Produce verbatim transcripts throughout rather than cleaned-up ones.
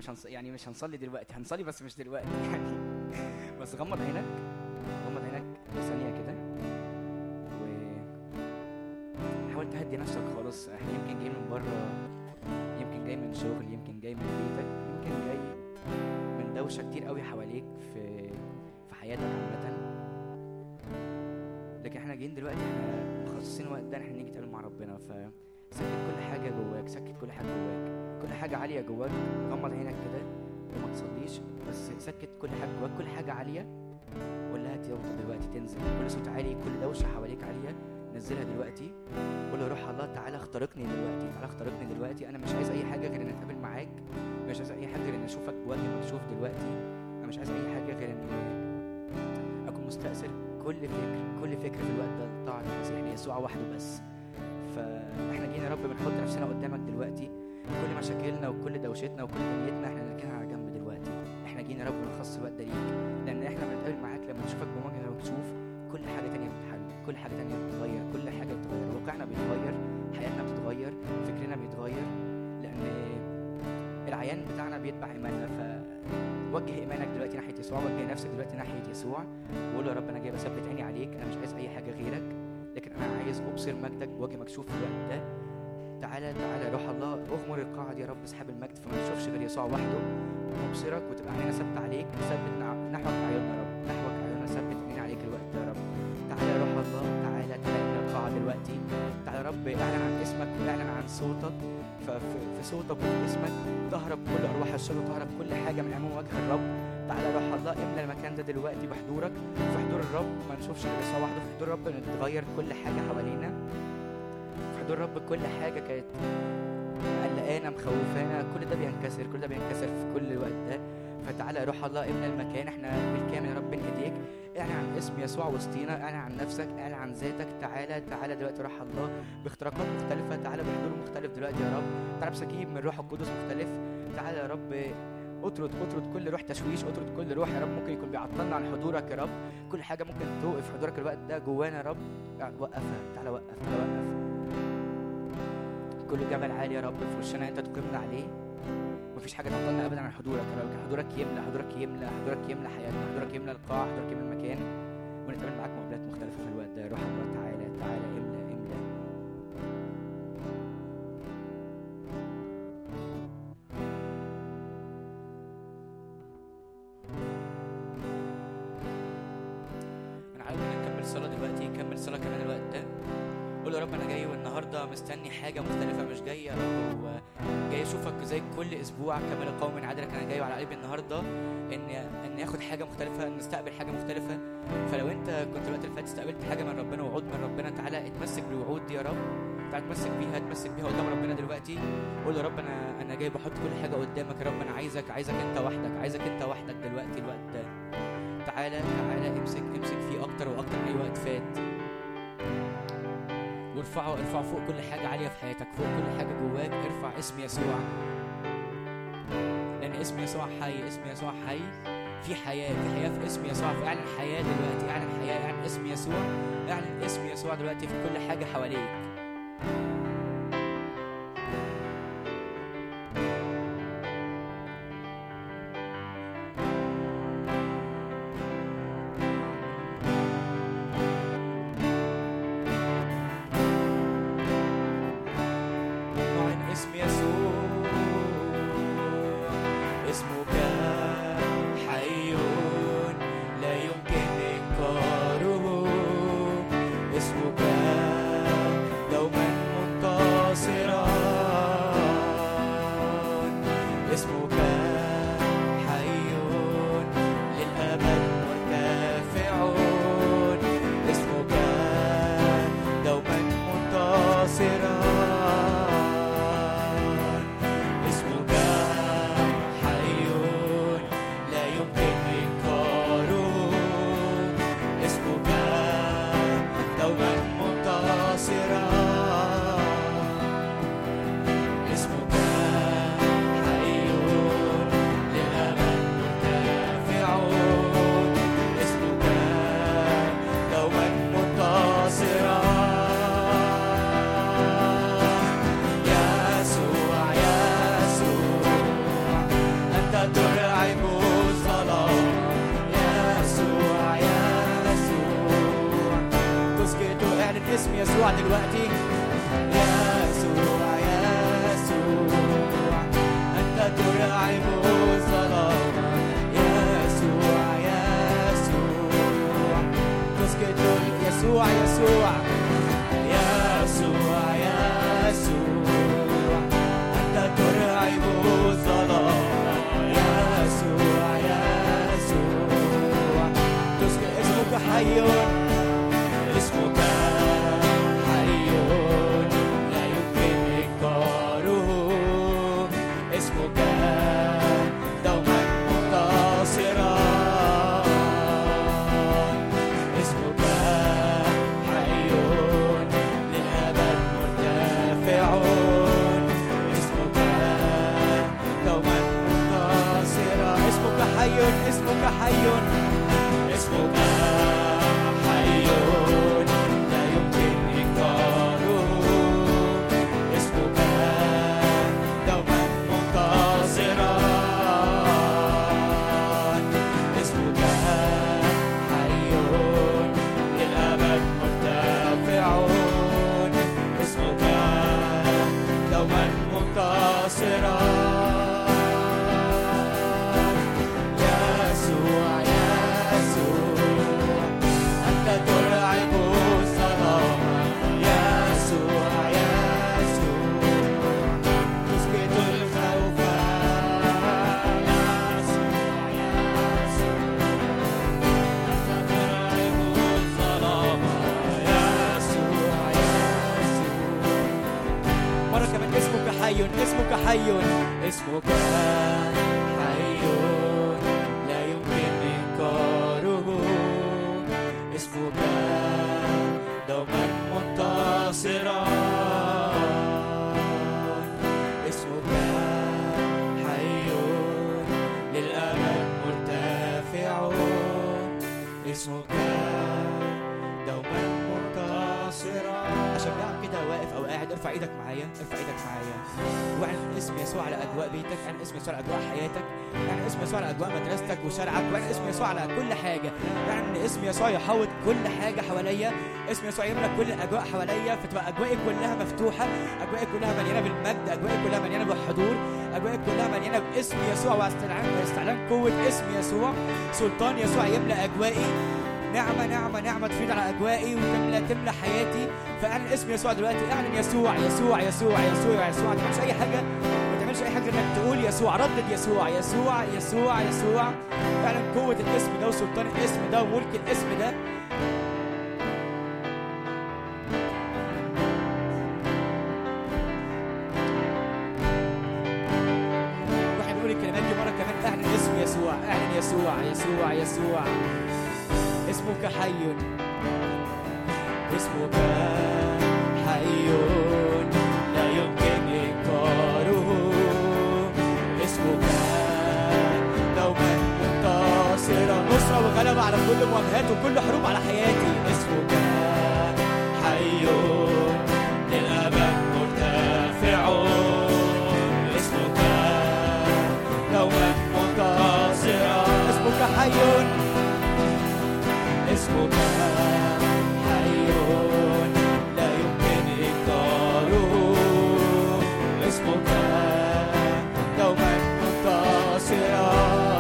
مش هنص... يعني مش هنصلي دلوقتي، هنصلي بس مش دلوقتي يعني. بس غمض عينك، غمض عينك ثانيه كده وحاول تهدي نفسك خالص. احنا يمكن جاي من بره، يمكن جاي من شغل، يمكن جاي من بيتك، يمكن جاي من دوشه كتير قوي حواليك في في حياتك عامه، لكن احنا جايين دلوقتي، احنا مخصصين وقت ده احنا نيجي نتقابل مع ربنا. فسكت كل حاجه جواك، سكت كل حاجه جواك، كل حاجه عاليه جواك. غمض عينك كده وما تصليش، بس سكت كل حاجه جواك، كل حاجه عاليه قول لها دلوقتي تنزل. كل صوت عالي، كل دوشه حواليك عاليه، نزلها دلوقتي. قول له روح الله تعالى اخترقني دلوقتي، تعالى اخترقني دلوقتي. انا مش عايز اي حاجه غير ان اتقابل معاك، مش عايز اي حاجه غير ان اشوفك بوجه مكشوف دلوقتي. انا مش عايز اي حاجه غير ان اكون مستأثر كل فكر، كل فكر في الوقت ده طاعة المسيح ليسوع وحده بس. فاحنا جينا يا رب بنحط نفسنا قدامك دلوقتي، كل مشاكلنا وكل دوشتنا وكل دنيتنا احنا نركنها على جنب دلوقتي. احنا جينا يا رب بنخصص الوقت ده ليك، لان احنا بنتقابل معاك لما نشوفك بوجه مكشوف. كل حاجه تانية بتتحل، كل حاجه تانية بتتغير، كل حاجه بتتغير، واقعنا بيتغير، حياتنا بتتغير، فكرنا بيتغير، لان العيان بتاعنا بيتبع ايماننا. فوجه ايمانك دلوقتي ناحيه يسوع، وجه نفسك دلوقتي ناحيه يسوع، وقول يا رب انا جاي بثبت عيني عليك، انا مش عايز اي حاجه غيرك، لكن انا عايز ابصر مجدك بوجه مكشوف في الوقت ده. تعالى تعالى روح الله اغمر القاعه دي يا رب، اسحب المجد فما نشوفش غير يسوع وحده، ونبصرك وتبقى عيننا ثابته عليك، ثبت نحوك عيوننا يا رب، نحوك عيوننا، ثبت عينينا عليك الوقت ده يا رب. تعالى روح الله، تعالى تعالى القاعه دلوقتي. تعالى يا رب اعلن عن اسمك واعلن عن صوتك، ففي صوتك وفي اسمك تهرب كل ارواح الشر وتهرب كل حاجه من امام وجه الرب. تعالى روح الله املى المكان ده دلوقتي بحضورك، في حضور الرب ما نشوفش غير يسوع وحده، في حضور الرب نتغير كل حاجه حوالينا، في حضور الرب كل حاجه كانت مقلقانا مخوفانا كل ده بينكسر، كل ده بينكسر في كل الوقت ده. فتعالى روح الله املى المكان، احنا بالكامل يا رب بين ايديك. اعلن عن اسم يسوع وسطينا، اعلن عن نفسك، اعلن عن ذاتك. تعالى تعالى دلوقتي روح الله باختراقات مختلفه، تعالى بحضور مختلف دلوقتي يا رب، تعالى بسكيب من روح القدس مختلف. تعالى يا رب اطرد اطرد كل روح تشويش، اطرد كل روح يا رب ممكن يكون بيعطلنا عن حضورك يا رب، كل حاجه ممكن توقف حضورك الوقت ده جوانا يا رب، وقفها. تعالى وقف، تعالى وقف كل جبل عالي يا رب في وشنا انت تقيمنا عليه، مفيش حاجه تعطلنا ابدا عن حضورك يا رب. حضورك يملى، حضورك يملى، حضورك يملى حياتنا، حضورك يملى القاعه، حضورك يملى المكان، ونتقابل معاك مقابلات مختلفه في الوقت ده. روح الله تعالى تعالى املى املى. انا عايز نكمل صلاه دلوقتي، نكمل صلاه كمان الوقت ده. قول يا رب انا جاي والنهارده مستني حاجه مختلفه، مش جاي يا رب جاي اشوفك زي كل اسبوع كمال القوم من عدلك. انا جاي وعلى قلبي النهارده ان ان اخد حاجه مختلفه، ان استقبل حاجه مختلفه. فلو انت كنت الوقت اللي فات استقبلت حاجه من ربنا، وعود من ربنا، تعالى اتمسك بالوعود دي يا رب، تعالى اتمسك بيها، اتمسك بيها قدام ربنا دلوقتي. قول يا رب انا انا جاي بحط كل حاجه قدامك يا رب، انا عايزك عايزك انت وحدك، عايزك انت وحدك دلوقتي الوقت ده. تعالى تعالى امسك امسك فيه اكتر واكتر اي وقت فات، وارفعه ارفعه فوق كل حاجة عالية في حياتك، فوق كل حاجة جواك. ارفع اسم يسوع، لأن اسم يسوع حي، اسم يسوع حي، في حياة، في حياة في اسم يسوع. فاعلن حياة دلوقتي، اعلن حياة، اعلن اسم يسوع، اعلن اسم يسوع دلوقتي في كل حاجة حواليك. اسمك حي، اسمك حي لا يمكن إنكاره، اسمك دوما منتصرا، اسمك حي للأبد مرتفع، اسمك دوما منتصرا. أشجعك كده واقف أو قاعد، ارفع إيدك معايا، ارفع إيدك معايا واعلن اسم يسوع على أجواء بيتك، اعلن اسم يسوع على أجواء حياتك، اعلن اسم يسوع على أجواء مدرستك وشارعك، واعلن اسم يسوع على كل حاجة، اعلن اسم يسوع يحوط كل حاجة حواليا، اسم يسوع يملك كل الأجواء حواليا، فتبقى أجوائي كلها مفتوحة، أجوائي كلها مليانة بالمجد، أجوائي كلها مليانة بالحضور، أجوائي كلها مليانة باسم يسوع واستعلان واستعلان قوة اسم يسوع. سلطان يسوع يملأ أجوائي، نعمة نعمة نعمة تفيض على أجوائي وتملى تملى حياتي. فأعلن اسم يسوع دلوقتي، اعلن يسوع يسوع يسوع يسوع يسوع. ما تعملش أي حاجة، ما تعملش أي حاجة إنك تقول يسوع، ردد يسوع يسوع يسوع يسوع. اعلن قوة الاسم ده وسلطان الاسم ده وملك الاسم ده. روح نقول الكلمات دي مرة كمان. اعلن اسم يسوع، اعلن يسوع يسوع يسوع. اسمك حي، اسمك حي لا يمكن إنكاره، اسمك دوما منتصرا، نصرة وغلبة على كل مواجهات وكل حروب على حياتي. اسمك حي للأبد مرتفع، اسمك دوما منتصرا، اسمك حي، اسمك حي لا يمكن إنكاره، اسمك دوما منتصرا،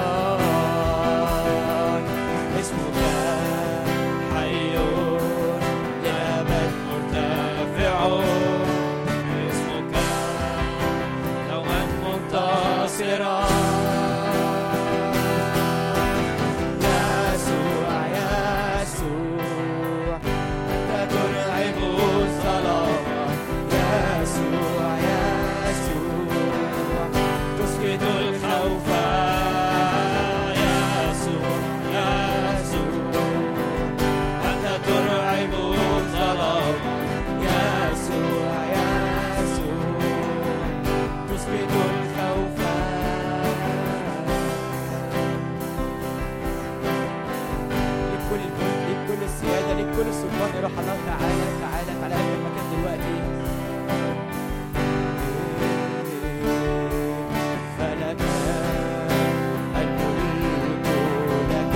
اسمك حي للأبد مرتفع، اسمك دوما منتصرا. كل السلطان يروح الله. تعالى تعالى تعالى أجل المكان دلوقتي. فلك الملك لك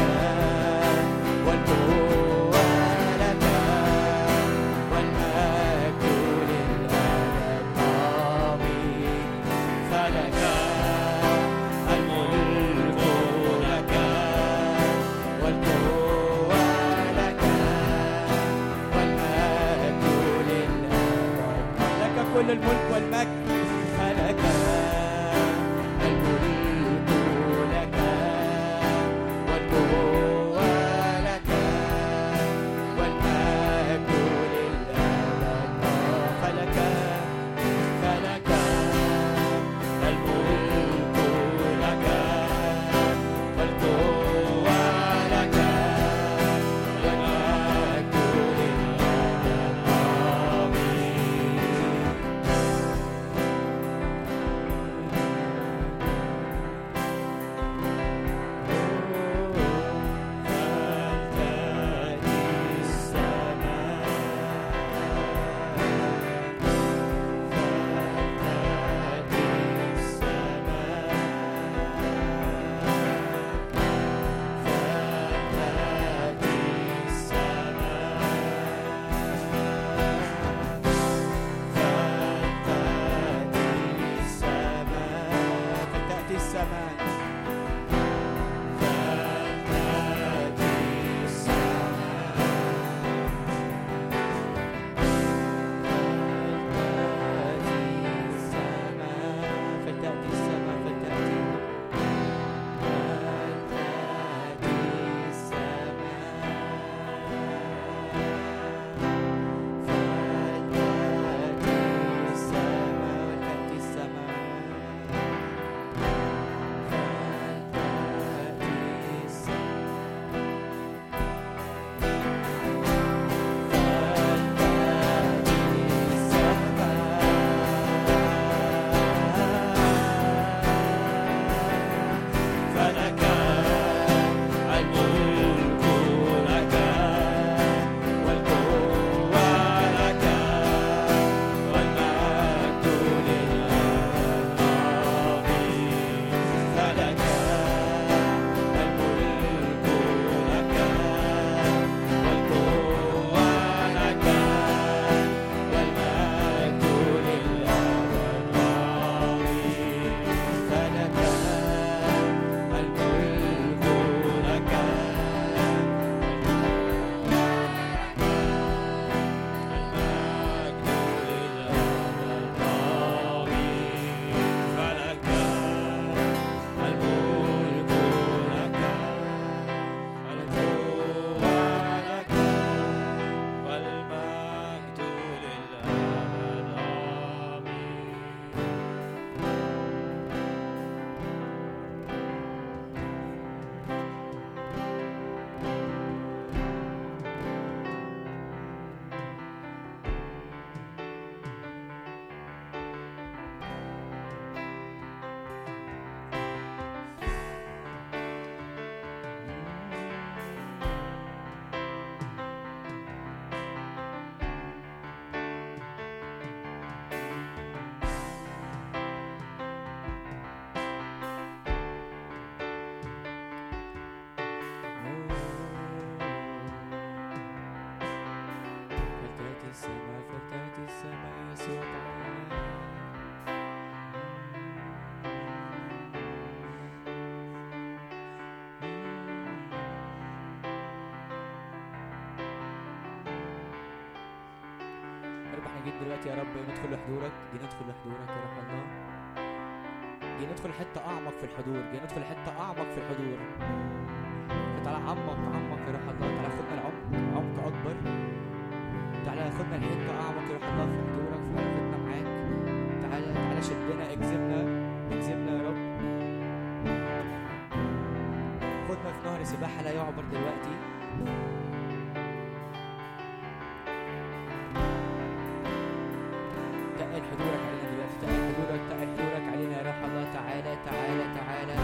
والقوة لك والمجد للأبد آمين. فلك الملك لك والقوة كل الملك والمجد. فلك الملك لك والقوة لك والمجد للأبد. فلك فلك الملك لك والقوة لك والمجد للأبد. جايين دلوقتي يا رب ندخل لحضورك، جايين ندخل لحضورك يا روح الله، جايين ندخل حته اعمق في الحضور، جايين ندخل حته اعمق في الحضور. فتعالى عمق عمق يا روح الله، تعالى خدنا العمق عمق اكبر، تعالى خدنا الحته اعمق يا روح الله في حضورك، في علاقتنا معاك. تعالى تعالى شدنا، اجذبنا اجذبنا يا رب، خدنا في نهر سباحه لا يعبر دلوقتي. تقل حضورك علينا دلوقتي، تقل حضورك تقل حضورك علينا يا روح الله. تعالى تعالى تعالى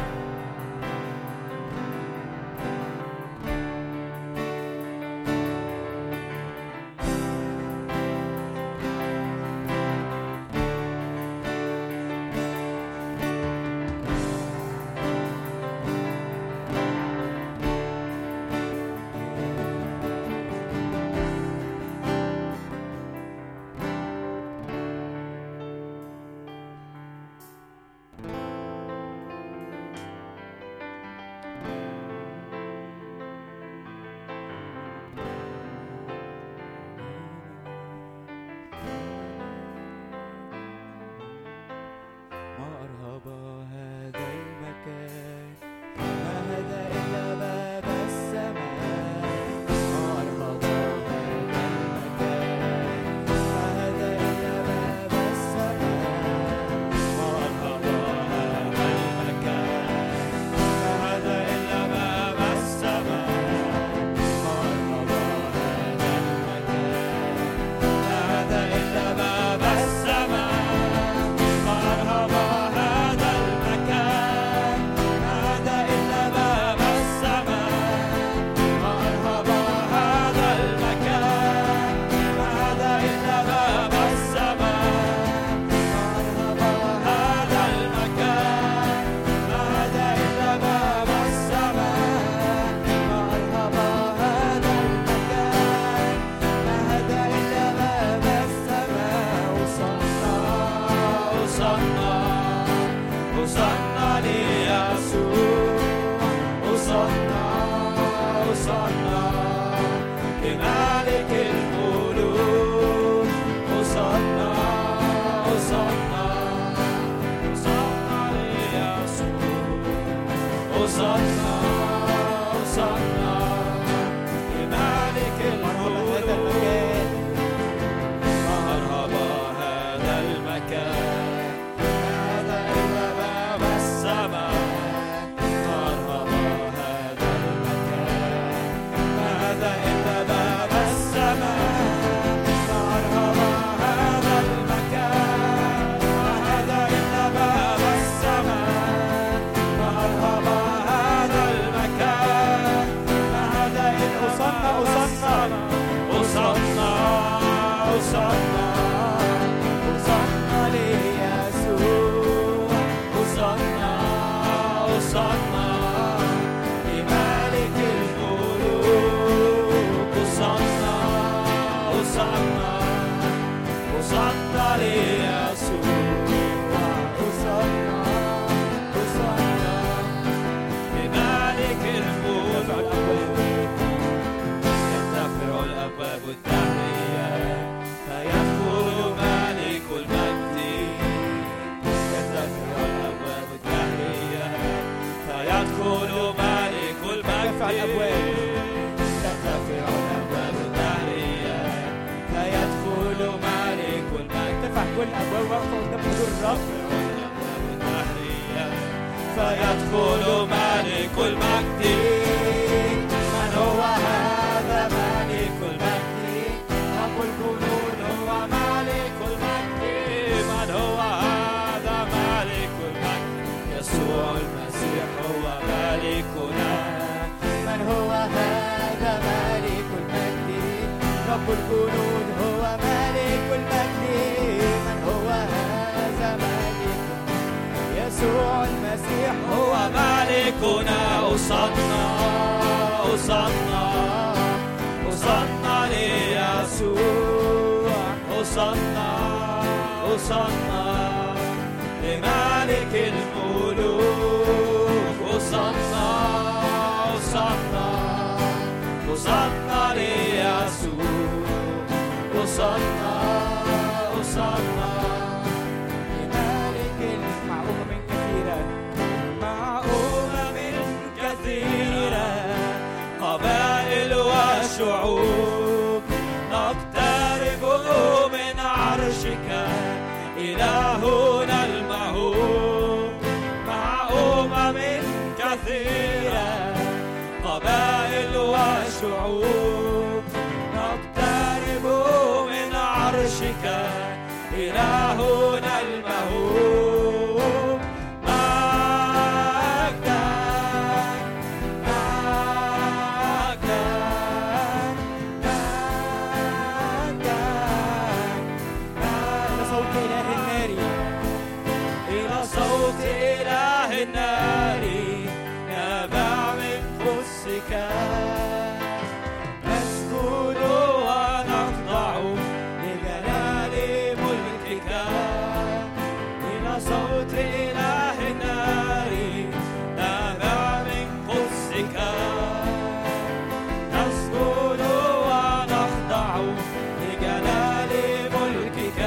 وصلنا ليسوع، وصلنا الشعوب نقترب من عرشك إلهنا المهوب مجدا مجدا مجدا إلى صوت إله النار إلى صوت إله النار نابع من قدسك نسجد ونخضع لجلال ملكك إلى صوت إله النار نابع من قدسك نسجد ونخضع لجلال ملكك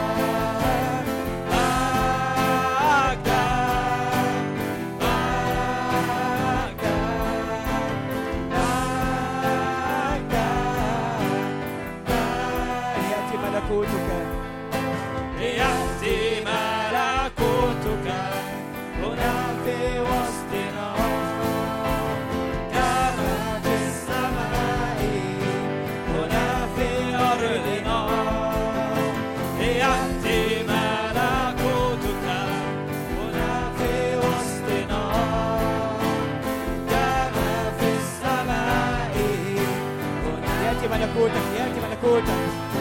ليأتي ملكوتك هنا في وسطنا كما في السماء هنا في أرضنا ليأتي ملكوتك هنا في وسطنا كما في السماء هنا يأتي ملكوتك يأتي ملكوتك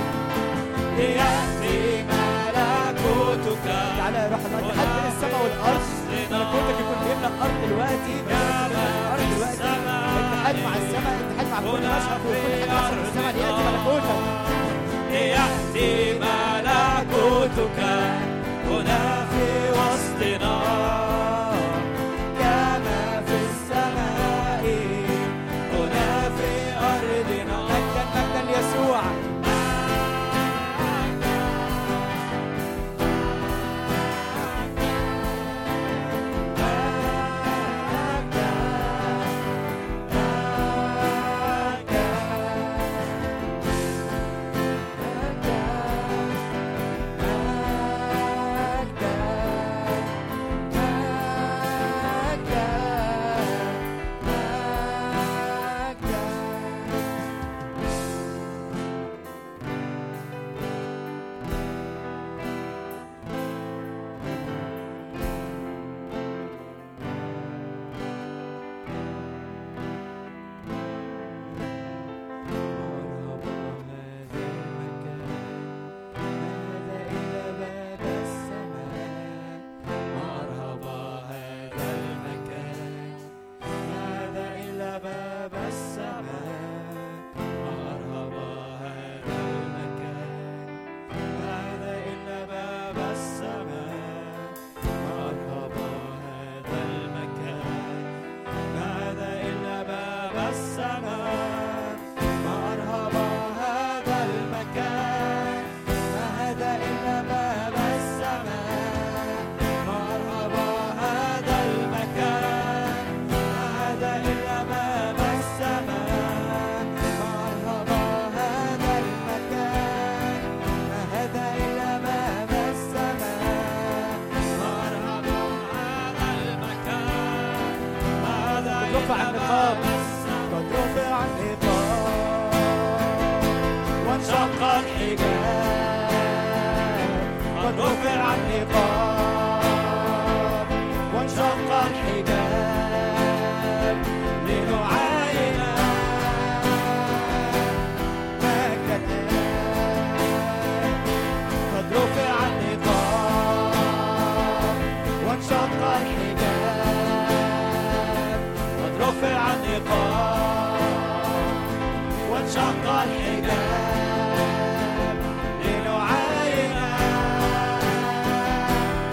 ليأتي ملكوتك تعالى يا روح الله اتحاد بين السماء والأرض ملكوتك يكون بيملأ الأرض دلوقتي الأرض دلوقتي اتحاد مع السماء اتحاد مع كل مشهد وكل حاجة حصل في السماء ليأتي ملكوتك ليأتي ملكوتك هنا في وسطنا كما في السماء هنا في أرضنا مجدا مجدا ليسوع رفع النقاب قد رفع النقاب وانشق الحجاب قد رفع النقاب وانشق الحجاب لنعاين مجدا قد رفع النقاب وانشق الحجاب رفع النقاب وانشق الحجاب لنعاين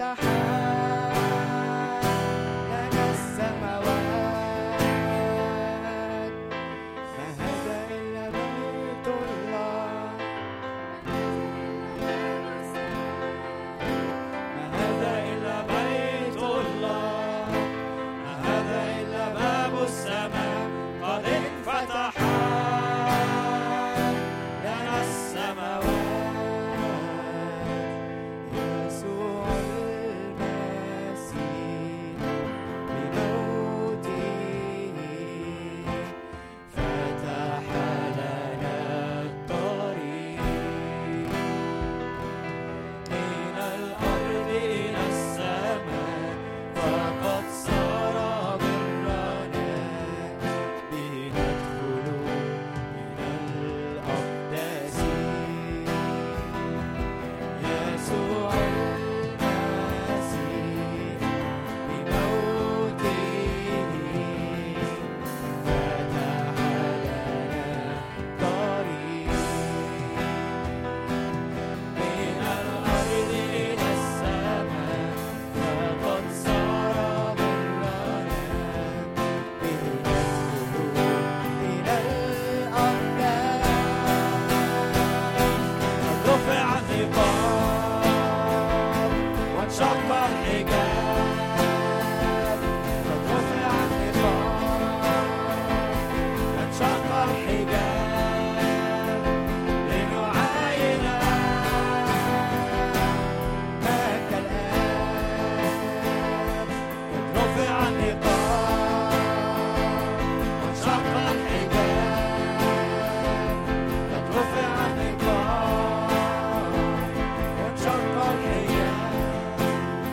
رفع النقاب وانشق الحجاب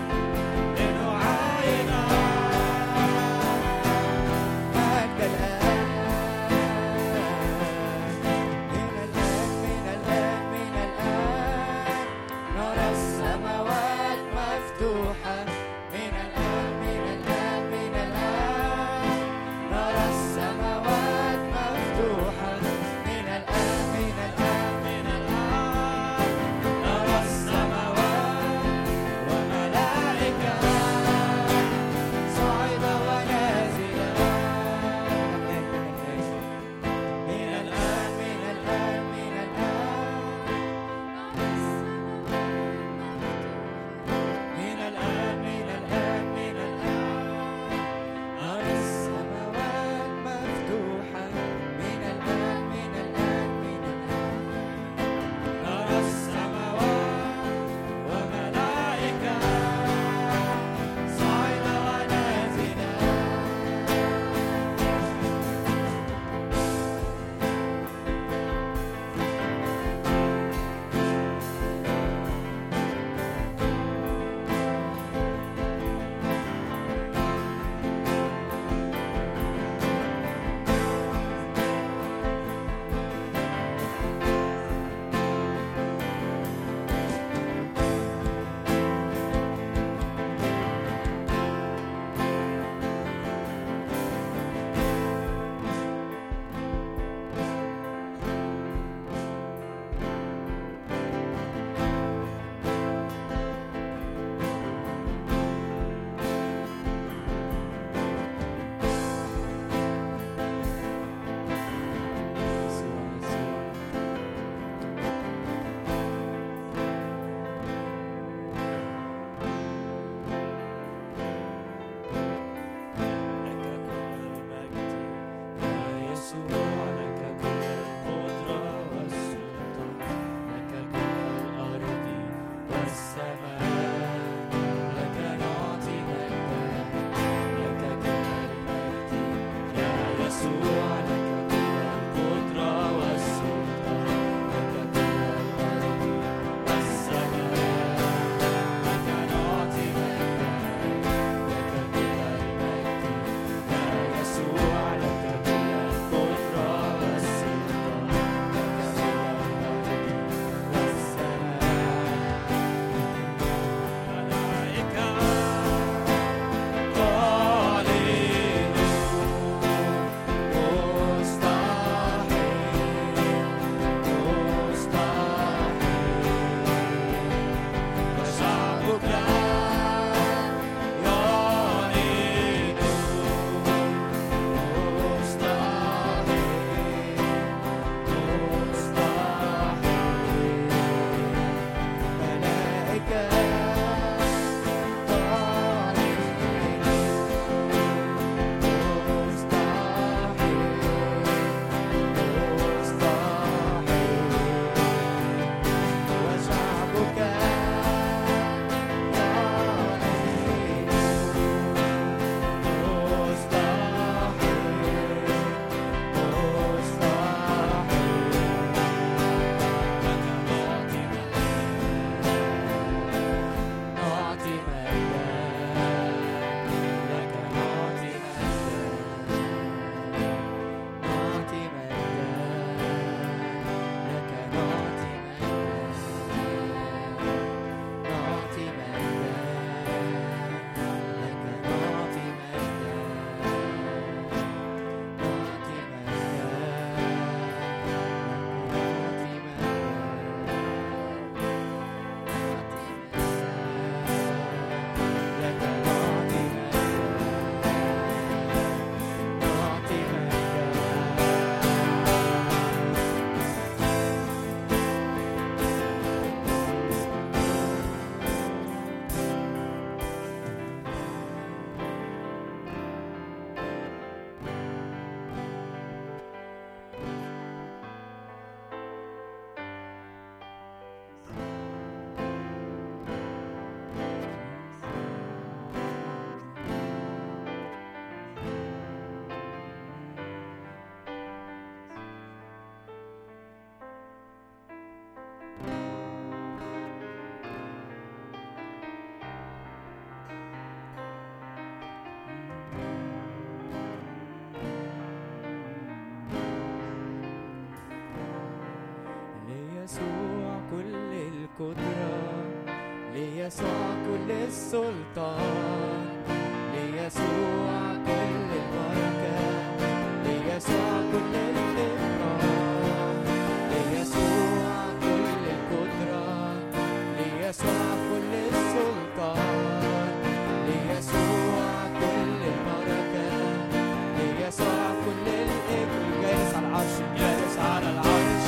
ليسوع كل القدرة، ليسوع كل السلطان، ليسوع كل البركة، ليسوع كل الإكرام، ليسوع كل القدرة، ليسوع كل السلطان، ليسوع كل البركة، ليسوع كل الإكرام. جالس على العرش، جالس على العرش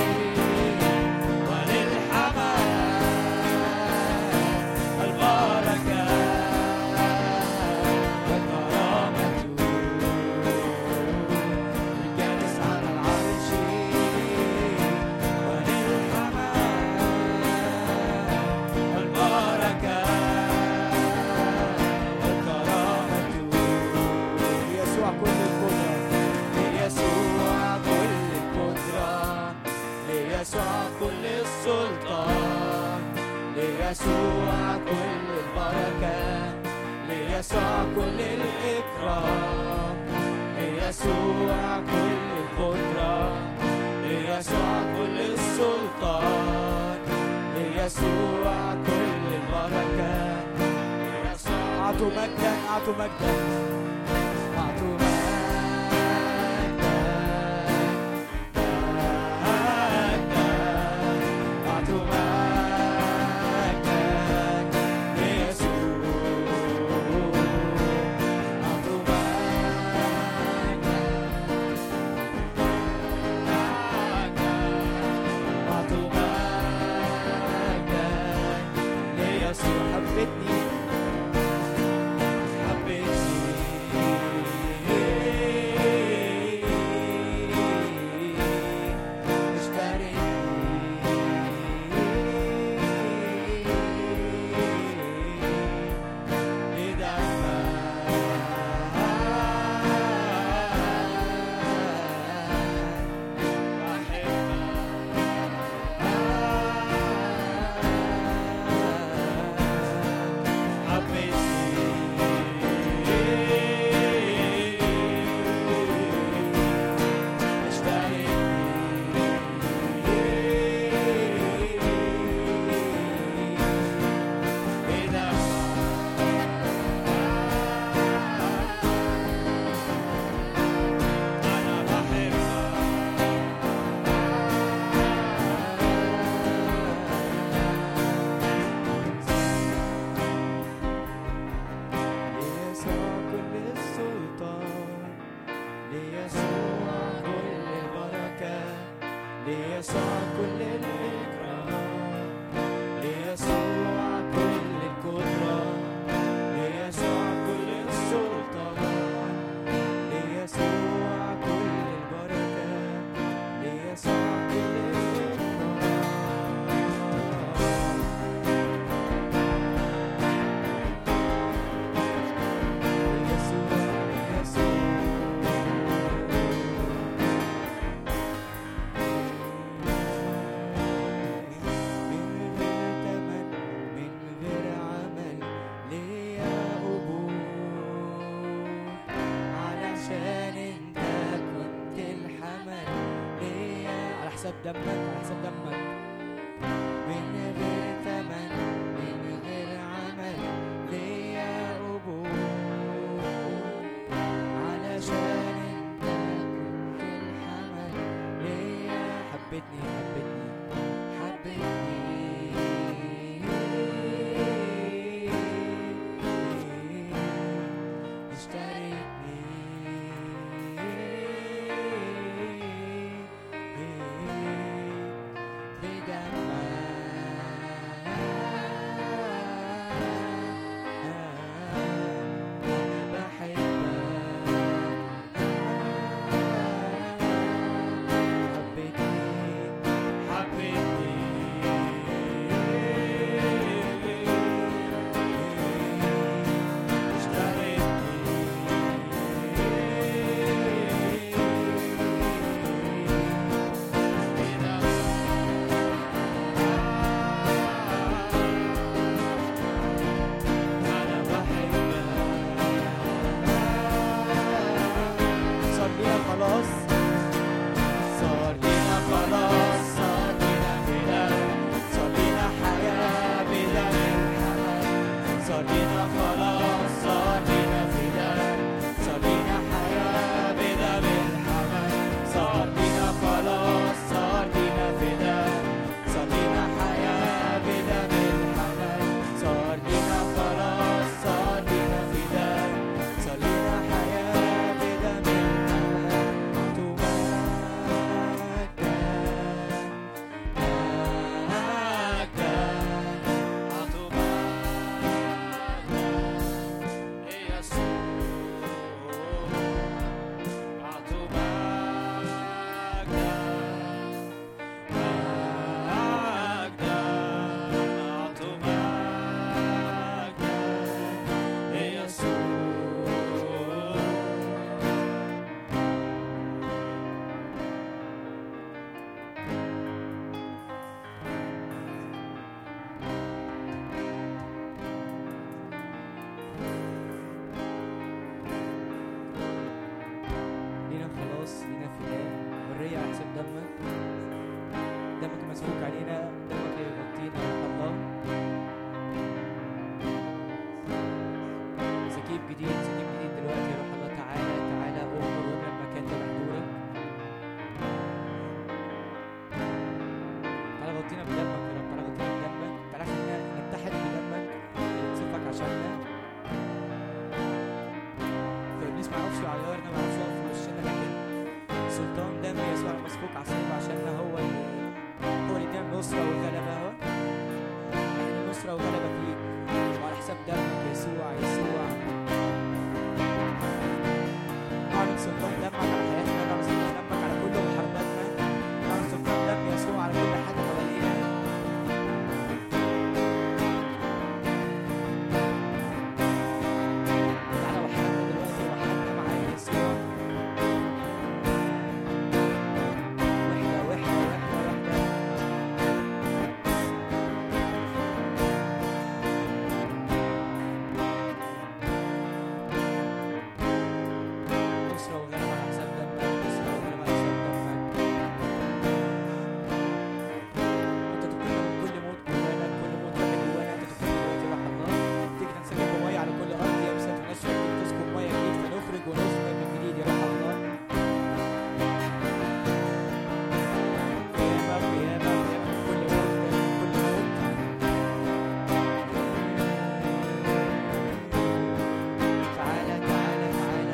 وللحمام البركة والكرامة. جالس على العرش وللحمام البركة والكرامة. ليسوع كل القدرة، ليسوع كل القدرة، ليسوع كل السلطان، ليسوع كل البركة، ليسوع كل الإكرام، ليسوع كل القدرة، ليسوع كل السلطان، ليسوع كل البركة، ليسوع. أعطوا مجدا، أعطوا مجدا، أعطوا مجدا، أعطوا مجدا ليسوع، أعطوا مجدا، أعطوا مجدا ليسوع. حبتني دمك، على حساب دمك، من غير ثمن، من غير عمل، ليا قبول، علشان انت كنت الحمل، ليا. حبتني حبتني حبتني، اشتريتني حبتني صار لينا خلاص، صار لينا فداء، صار لينا حياة بدم الحمل، صار لينا خلاص، صار لينا فداء، صار لينا حياة بدم الحمل، صار لينا خلاص، صار لينا فداء، صار لينا حياة بدم الحمل. لينا خلاص، لينا فداء، حرية على حساب دمك. دمك مسفوك علينا، دمك يغطينا يا الله. سكيب جديد، سكيب جديد دلوقتي يا روح الله. تعالى تعالى اغفر لنا المكان ده بحضورك. تعالى غطينا بدمك يا رب، تعالى غطينا بدمك، تعالى خلينا نتحد بدمك اللي تصفك عشاننا. فابليس ما يعرفش يعيرنا، ما يعرفش يقف في وشنا، لكن سلطان دم يسوع المسفوك على الصليب عشاننا هو اللي هو اللي ادانا النصرة والغلبة. هو احنا النصرة والغلبة فيك وعلى حساب دمك يسوع. يسوع اعلن سلطان دمك على حياتنا، اعلن سلطان دمك على كل محارباتنا، اعلن سلطان دم يسوع على كل حاجة حوالينا. تعالى وحدنا دلوقتي، وحدنا مع يسوع. وحدة وحدة وحدة وحدة. نصرة وغلبة على حساب دمك، نصرة وغلبة على حساب دمك. انت تقيمنا من كل موت جوانا، كل موت واحد جوانا انت تقيمنا دلوقتي يا روح الله. تيجي تنسكب بمية على كل ارض يابسة ونشفة، تيجي تسكب مية جديد فنخرج ونخرج من جديد يا روح الله. قيامة قيامة قيامة من كل موت، من كل موت. تعالى تعالى تعالى.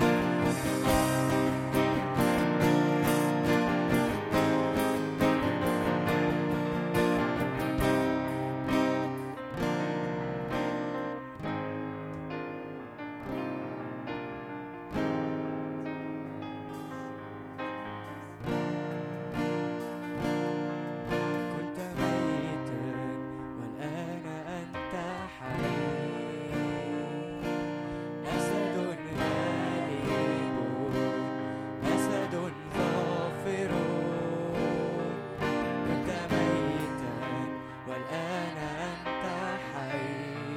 كنت ميتا والآن أنت حي، أسد غالب، أسد ظافر. كنت ميتا والآن أنت حي،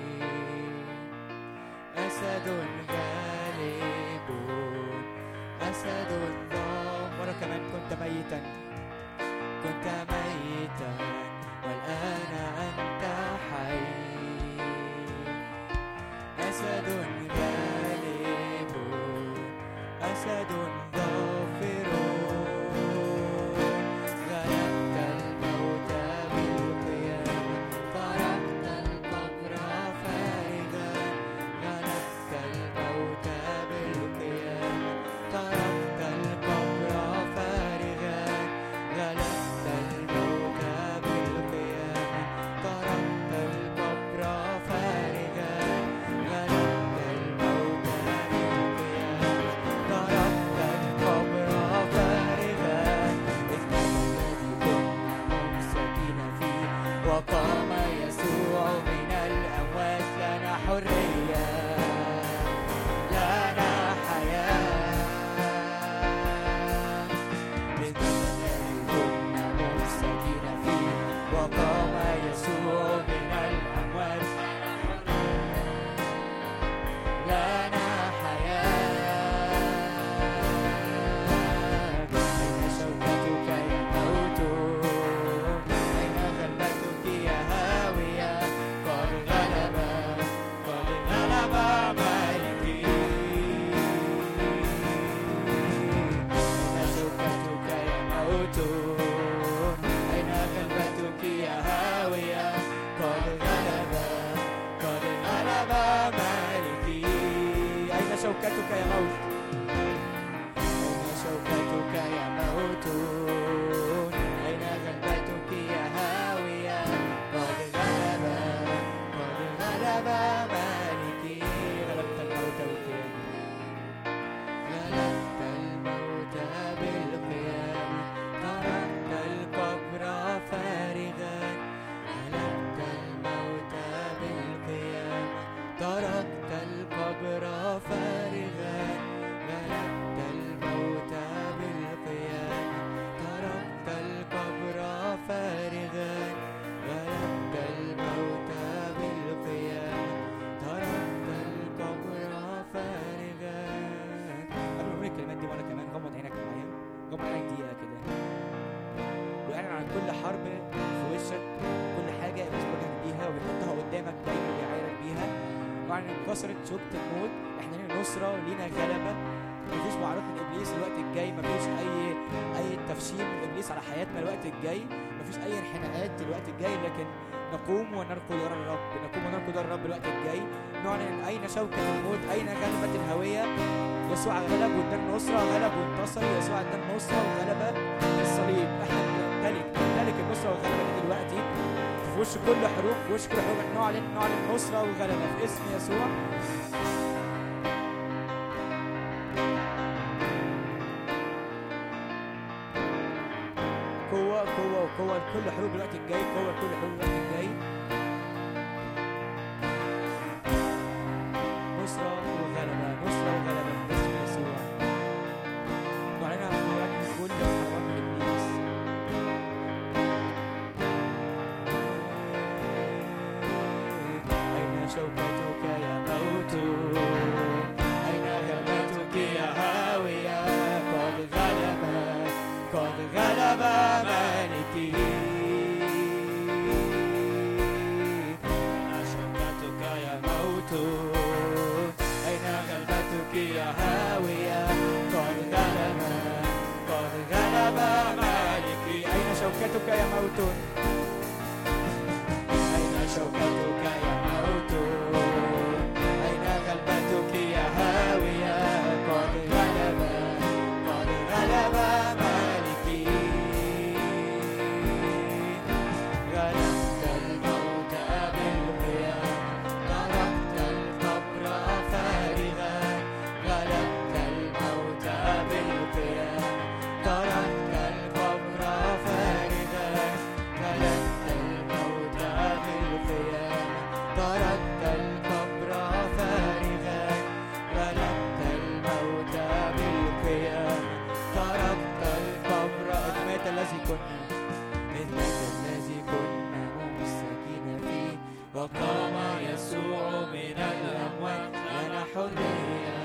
أسد غالب، أسد ظافر. مرة كمان كنت ميتا، كنت ميتا والآن أنت حي، أسد غالب، أسد ظافر. غلبت الموت بالقيامة، تركت القبر فارغا. غلبت الموت بالقيامة، تركت القبر فارغا. شوكتك يا موت؟ أين شوكتك يا موت؟ أين غلبتك يا هاوية؟ قد غلب قد غلب مالكي. غلبت الموت بالقيامة، غلبت الموت بالقيامة، تركت القبر فارغا. غلبت الموت بالقيامة، تركت القبر فارغا. غلبت الموت بالقيامة، تركت القبر فارغا. غلبت الموت بالقيامة، تركت القبر فارغا. قبل ما اقول الكلمات دي وانا كمان غمض عينك معايا، غمض عينك دقيقة كده، واعلن عن كل حرب في وشك، كل حاجة بتواجهك بيها وبيحطها قدامك دايما وبيعايرك بيها، واعلن كسرت شوكة الموت. احنا لينا نصرة ولينا غلبة، مفيش معارض من ابليس الوقت الجاي، مفيش اي اي تفشيل من ابليس على حياتنا الوقت الجاي، مفيش اي انحناءات الوقت الجاي، لكن نقوم ونركض ورا الرب، نقوم ونركض ورا الرب الوقت الجاي. نعلن اين شوكة الموت، اين غلبة الهوية. يسوع غلب وادانا نصرة، غلب وانتصر. يسوع ادانا نصرة وغلبة الصليب. احنا بنمتلك بنمتلك النصرة والغلبة دي دلوقتي في وش كل حروب، في وش كل حروب نعلن نعلن نصرة وغلبة في اسم يسوع. قوة قوة وقوة لكل حروب الوقت الجاي، قوة لكل حروب الوقت الجاي. نصرة وغلبة، نصرة وغلبة في اسم يسوع. نعلنها دلوقتي من كل حرب إبليس. أين شوكتك يا موت؟ أين غلبتك يا هاوية؟ قد غلب قد غلب مالكي. أين شوكتك يا موت؟ أين غلبتك يا هاوية؟ قد غلب قد غلب مالكي. أين شوكتك يا موت؟ أين شوكتك يا موت؟ أين غلبتك يا هاوية؟ قد غلب قد غلب مالكي. غلبت الموت بالقيامة، تركت القبر فارغا. غلبت الموت بالقيامة، تركت القبر فارغا. غلبت الموت بالقيامة، تركت القبر فارغا. غلبت الموت بالقيامة، تركت القبر. إذ مات الذي كنا إذ مات الذي كنا ممسكين فيه، وقام يسوع من الأموات. لنا حرية،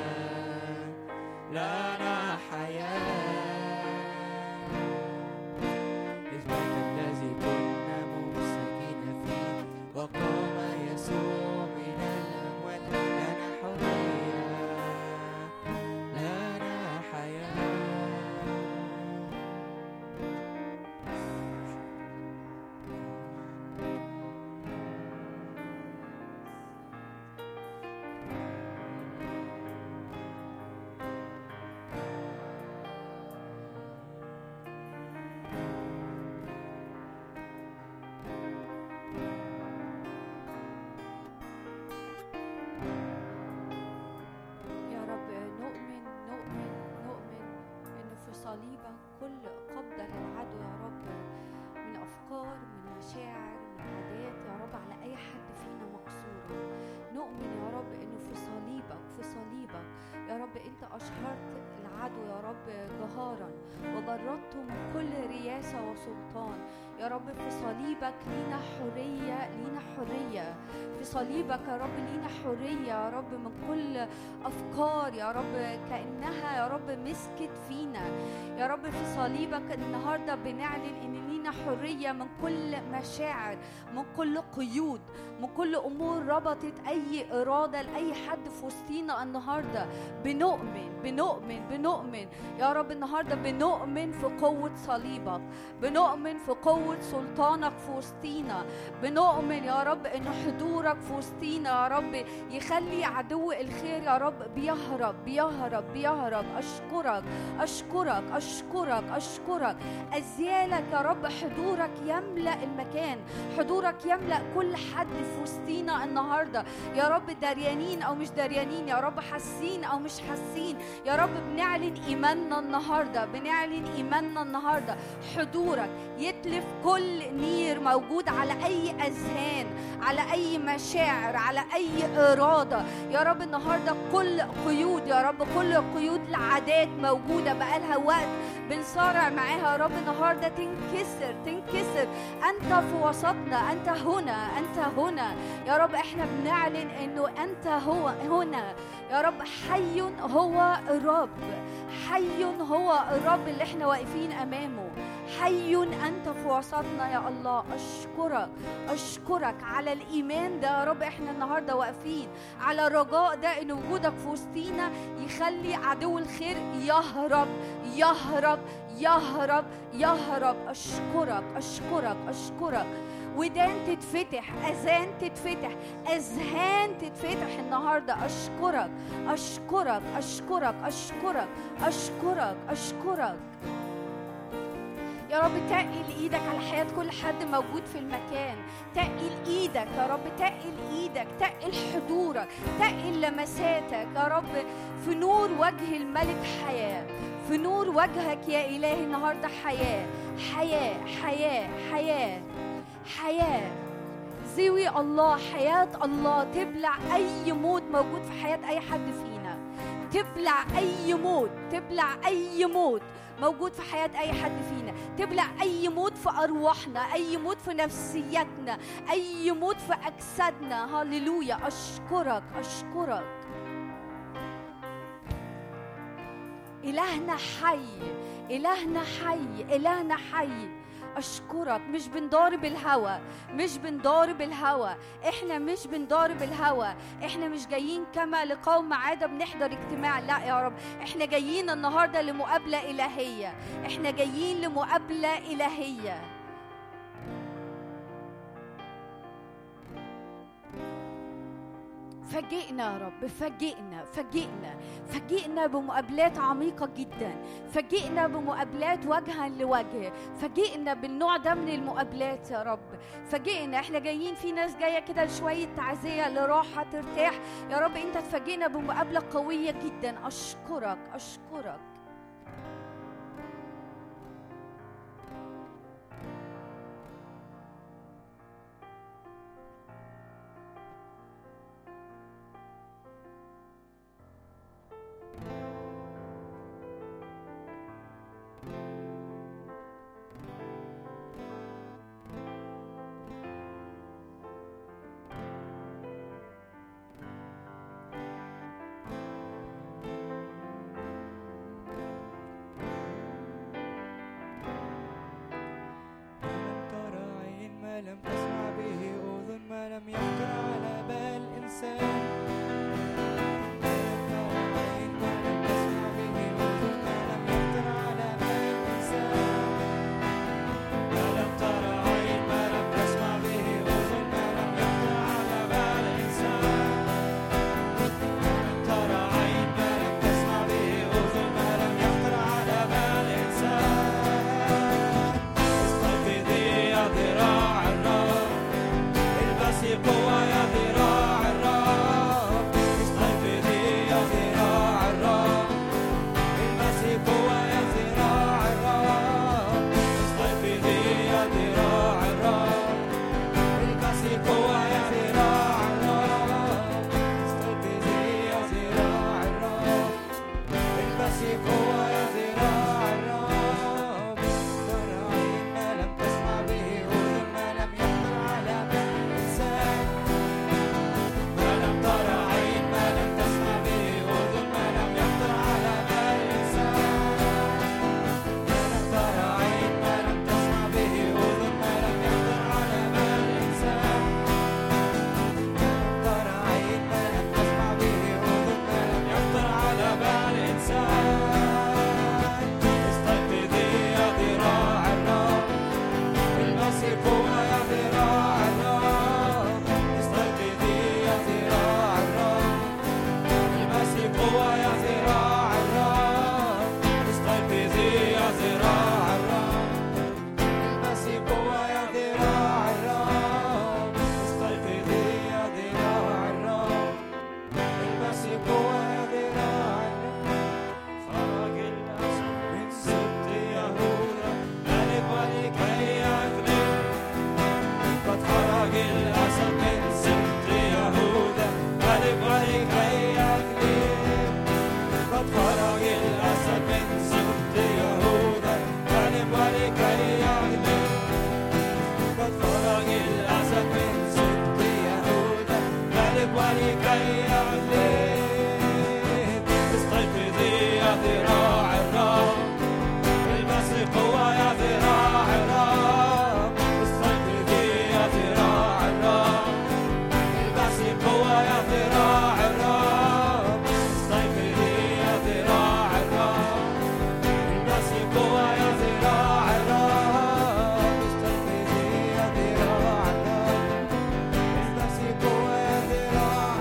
لنا حياة. إذ مات الذي كنا ممسكين فيه، وقام يسوع من الأموات. لنا حرية، لنا حياة. يا رب نؤمن نؤمن نؤمن إنه في صليبك كل قبضة للعدو يا رب، من أفكار، من مشاعر، من عادات يا رب على أي حد فينا مقصورة. نؤمن يا رب إنه في صليبك في صليبك يا رب أنت أشهرت العدو يا رب جهارا، وجردته من كل رياسة وسلطان. يا رب في صليبك لينا حرية، لينا حرية في صليبك يا رب، لينا حرية يا رب من كل أفكار يا رب كأنها يا رب مسكت فينا. يا رب في صليبك النهاردة بنعلن إن لينا حرية من كل مشاعر، من كل قيود، من كل أمور ربطت أي إرادة لأي حد في وسطينا النهاردة. بنؤمن بنؤمن بنؤمن بنؤمن يا رب النهاردة، بنؤمن في قوة صليبك، بنؤمن في قوة سلطانك في وسطينا، بنؤمن يا رب إن حضورك في وسطينا يا رب يخلي عدو الخير يا رب بيهرب بيهرب بيهرب. أشكرك أشكرك أشكرك أشكرك. أزيالك يا رب، حضورك يملأ المكان، حضورك يملأ كل حد في وسطينا النهاردة يا رب، دريانين أو مش دريانين يا رب، حاسين أو مش حاسين يا رب. بنعلن إيماننا النهاردة، بنعلن إيماننا النهاردة. حضورك يتلف كل نير موجود على أي أذهان، على أي مشاعر، على أي إرادة يا رب النهاردة. كل قيود يا رب، كل قيود العادات موجودة بقالها وقت بنصارع معاها يا رب النهاردة تنكسر تنكسر. أنت في وسطنا، أنت هنا، أنت هنا يا رب. إحنا بنعلن إنه أنت هو هنا يا رب. حي هو الرب، حي هو الرب اللي إحنا واقفين أمامه. حي أنت في وسطنا يا الله. أشكرك أشكرك على الإيمان ده يا رب. إحنا النهاردة واقفين على الرجاء ده إن وجودك في وسطينا يخلي عدو الخير يهرب يهرب يهرب يهرب. أشكرك أشكرك أشكرك. ودان تتفتح، أذان تتفتح، أذهان تتفتح النهاردة. أشكرك أشكرك أشكرك أشكرك أشكرك أشكرك يا رب. تقل إيدك على حياة كل حد موجود في المكان، تقل إيدك يا رب، تقل إيدك، تقل حضورك، تقل لمساتك يا رب. في نور وجه الملك حياة، في نور وجهك يا إلهي النهاردة حياة حياة حياة حياة حياة. زوي الله، حياة الله تبلع أي موت موجود في حياة أي حد فينا، تبلع أي موت، تبلع أي موت موجود في حياة أي حد فينا، تبلع أي موت في أرواحنا، أي موت في نفسيتنا، أي موت في أجسادنا. هاليلويا. أشكرك أشكرك. إلهنا حي، إلهنا حي، إلهنا حي. أشكرك. مش بنضارب الهوى، مش بنضارب الهوى، إحنا مش بنضارب الهوى. إحنا مش جايين كما لقوم عادة بنحضر اجتماع، لا يا رب. إحنا جايين النهاردة لمقابلة إلهية، إحنا جايين لمقابلة إلهية. فاجئنا يا رب، فاجئنا فاجئنا فاجئنا بمقابلات عميقة جدا، فاجئنا بمقابلات وجها لوجه، فاجئنا بالنوع ده من المقابلات يا رب. فاجئنا. احنا جايين، في ناس جاية كده لشوية تعزية لراحة ترتاح يا رب. انت تفاجئنا بمقابلة قوية جدا. أشكرك أشكرك. لم تسمع به أذن، ما لم يخطر على بال إنسان. ذراع الرب غالب ولكي يغلب. قد خرج الأسد من سبط يهوذا غالب ولكي يغلب. قد خرج الأسد من سبط يهوذا غالب ولكي يغلب. استيقظي يا ذراع الرب، البسي قوة يا ذراع الرب. استيقظي يا ذراع الرب، البسي قوة يا ذراع الرب. استيقظي يا ذراع الرب، البسي قوة يا ذراع الرب. استيقظي يا ذراع الرب، البسي قوة يا ذراع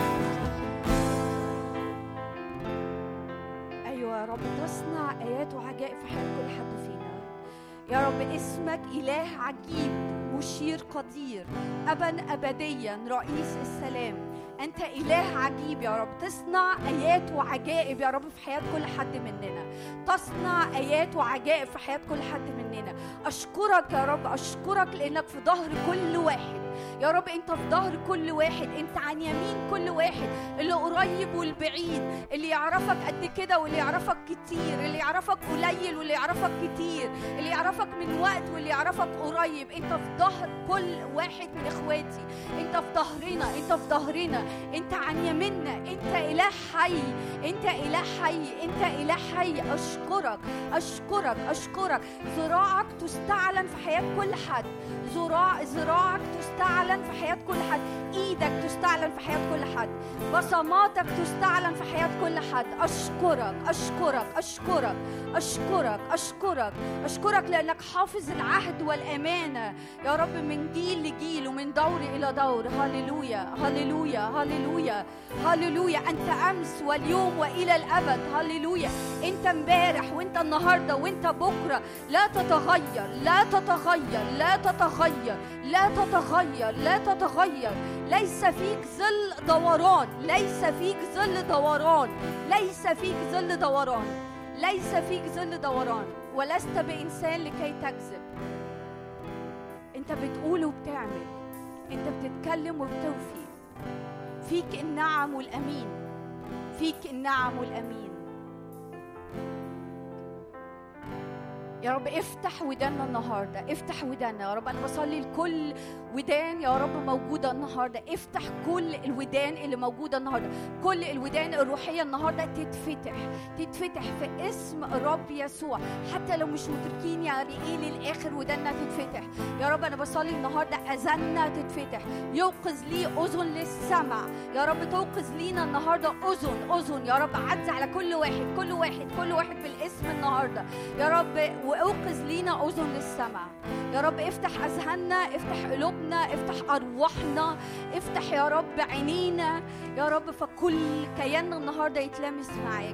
الرب. ايوه يا رب، تصنع ايات وعجائب في حياه كل حد فينا يا رب. اسمك اله عجيب، مشير قدير، ابا ابديا، رئيس السلام. انت اله عجيب يا رب، تصنع ايات وعجائب يا رب في حياه كل حد مننا. تصنع ايات وعجائب في حياه كل حد مننا. اشكرك يا رب، اشكرك لانك في ظهر كل واحد يا رب. انت في ظهر كل واحد، انت عن يمين كل واحد، اللي قريب والبعيد، اللي يعرفك قد كده واللي يعرفك كتير، اللي يعرفك قليل واللي يعرفك كتير، اللي يعرفك من وقت واللي يعرفك قريب. انت في ظهر كل واحد من اخواتي، انت في ظهرنا، انت في ظهرنا، انت عن يميننا. انت اله حي، انت اله حي، انت اله حي. اشكرك اشكرك اشكرك. ذراعك تستعلن في حياة كل حد، ذراع ذراعك تستعلن في حياة كل حد، ايدك تستعلن في حياة كل حد، بصماتك تستعلن في حياة كل حد. اشكرك اشكرك اشكرك اشكرك اشكرك اشكرك لانك حافظ العهد والامانة يا رب من جيل لجيل ومن دور الى دور. هللويا هللويا هللويا هللويا. انت امس واليوم والى الابد. هللويا. انت امبارح وانت النهارده وانت بكره. لا تتغير لا تتغير لا تتغير لا تتغير لا تتغير. ليس فيك ظل دوران، ليس فيك ظل دوران، ليس فيك ظل دوران، ليس فيك ظل دوران. ولست بإنسان لكي تكذب. انت بتقول وبتعمل، انت بتتكلم وبتوفي. فيك النعم والأمين، فيك النعم والأمين يا رب. افتح ودانا النهارده، افتح ودانا يا رب. انا بصلي لكل ودان يا رب موجوده النهارده. افتح كل الودان اللي موجوده النهارده، كل الودان الروحيه النهارده تتفتح، تتفتح في اسم الرب يسوع. حتى لو مش مدركين يعني ايه للاخر ودانا تتفتح يا رب. انا بصلي النهارده اذاننا تتفتح، يوقظ لي اذن للسمع يا رب. توقظ لينا النهارده اذن اذن يا رب. عدي على كل واحد كل واحد كل واحد بالاسم النهارده يا رب، واوقظ لينا اذن للسمع يا رب. افتح اذهاننا، افتح قلوبنا، افتح ارواحنا، افتح يا رب عينينا يا رب. فكل كياننا النهارده يتلامس معاك.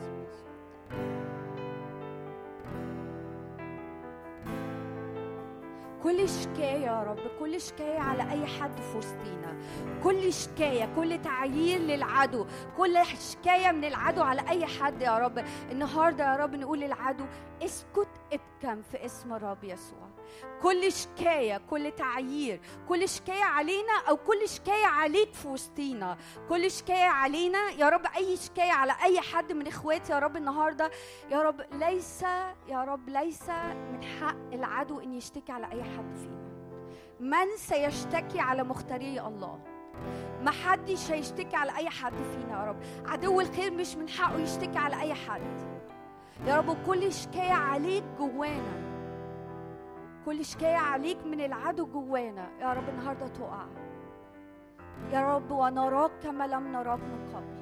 كل شكاية يا رب، كل شكاية على أي حد في وسطينا، كل شكاية، كل تعيير للعدو، كل شكاية من العدو على أي حد يا رب النهاردة يا رب نقول للعدو اسكت ابكم في اسم الرب يسوع. كل شكاية، كل تعيير، كل شكاية علينا أو كل شكاية عليك في وسطينا، كل شكاية علينا يا رب، أي شكاية على أي حد من إخواتي يا رب النهاردة يا رب. ليس يا رب ليس من حق العدو أن يشتكي على أي حد فينا. من سيشتكي على مختاري الله؟ ما حدش هيشتكي على أي حد فينا يا رب. عدو الخير مش من حقه يشتكي على أي حد يا رب. كل شكاية عليك جوانا، كل شكاية عليك من العدو جوانا يا رب النهاردة تقع يا رب، ونراك كما لم نراك من قبل.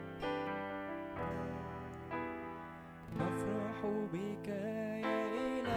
بك يا إلهي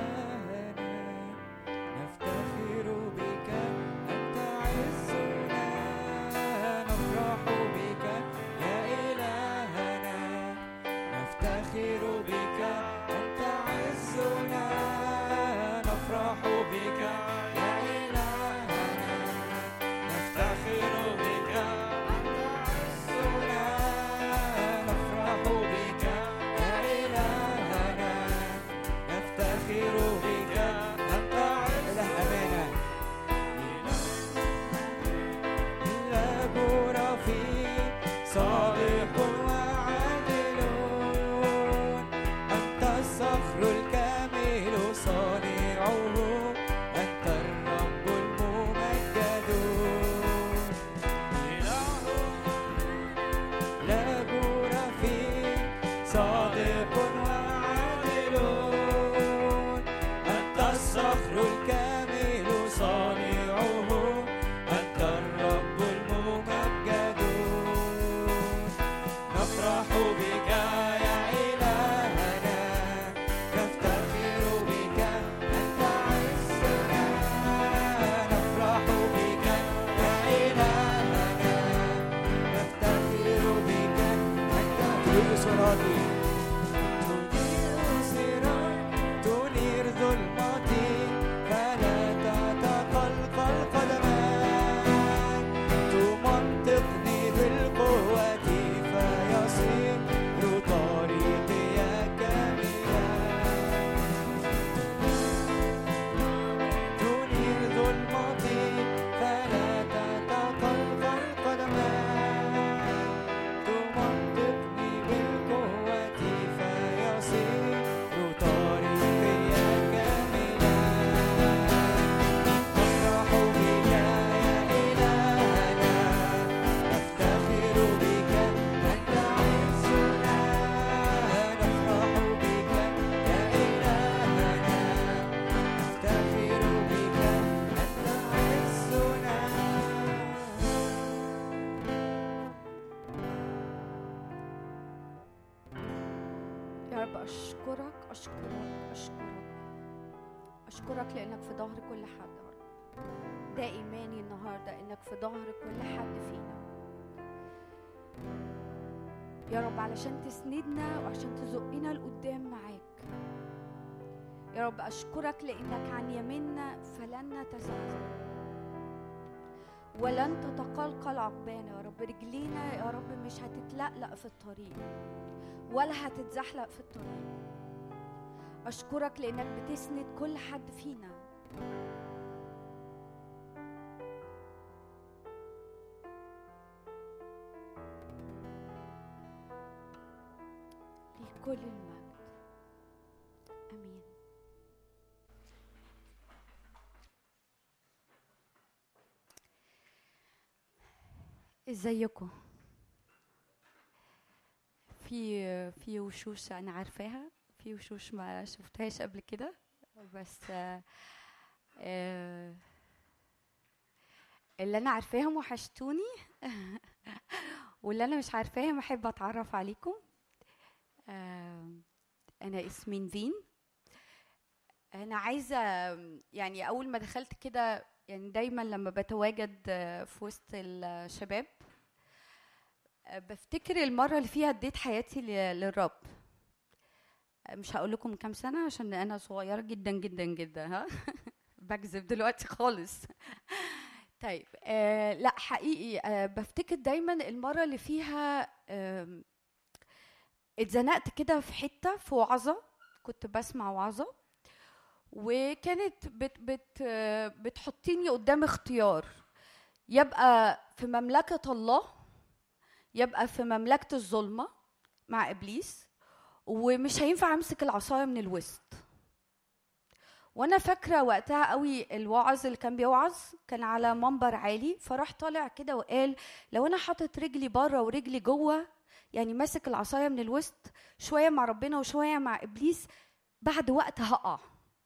أشكرك أشكرك أشكرك أشكرك لأنك في ظهر كل حد يا رب. ده إيماني النهاردة، إنك في ظهر كل حد فينا يا رب، علشان تسندنا وعشان تزقنا لقدام معاك يا رب. أشكرك لأنك عن يميننا فلن نتزعزع ولن تتقلقل عقبانا يا رب. رجلينا يا رب مش هتتلقلق في الطريق ولا هتتزحلق في الطريق. أشكرك لأنك بتسند كل حد فينا. لكل المجد، آمين. ازيكم؟ في في وشوش انا عارفاها، في وشوش ما شفتهاش قبل كده، بس آه آه اللي انا عارفاهم وحشتوني واللي انا مش عارفاهم احب اتعرف عليكم. آه انا اسمي نفين. انا عايزه يعني اول ما دخلت كده، يعني دايما لما بتواجد في وسط الشباب بفتكر المرة اللي فيها اديت حياتي للرب. مش هقول لكم كام سنة عشان انا صغيرة جدا جدا جدا، ها بكذب دلوقتي خالص. طيب آه لا حقيقي آه بفتكر دايما المرة اللي فيها آه اتزنقت كده في حتة في وعظة، كنت بسمع وعظة وكانت بت بت بتحطيني قدام اختيار، يبقى في مملكة الله يبقى في مملكة الظلمة مع إبليس، ومش هينفع أمسك العصاية من الوسط. وأنا فاكرة وقتها قوي الوعظ اللي كان بيوعظ كان على منبر عالي، فراح طالع كده وقال لو أنا حاطط رجلي بره ورجلي جوه، يعني ماسك العصاية من الوسط شوية مع ربنا وشوية مع إبليس، بعد وقت هقع.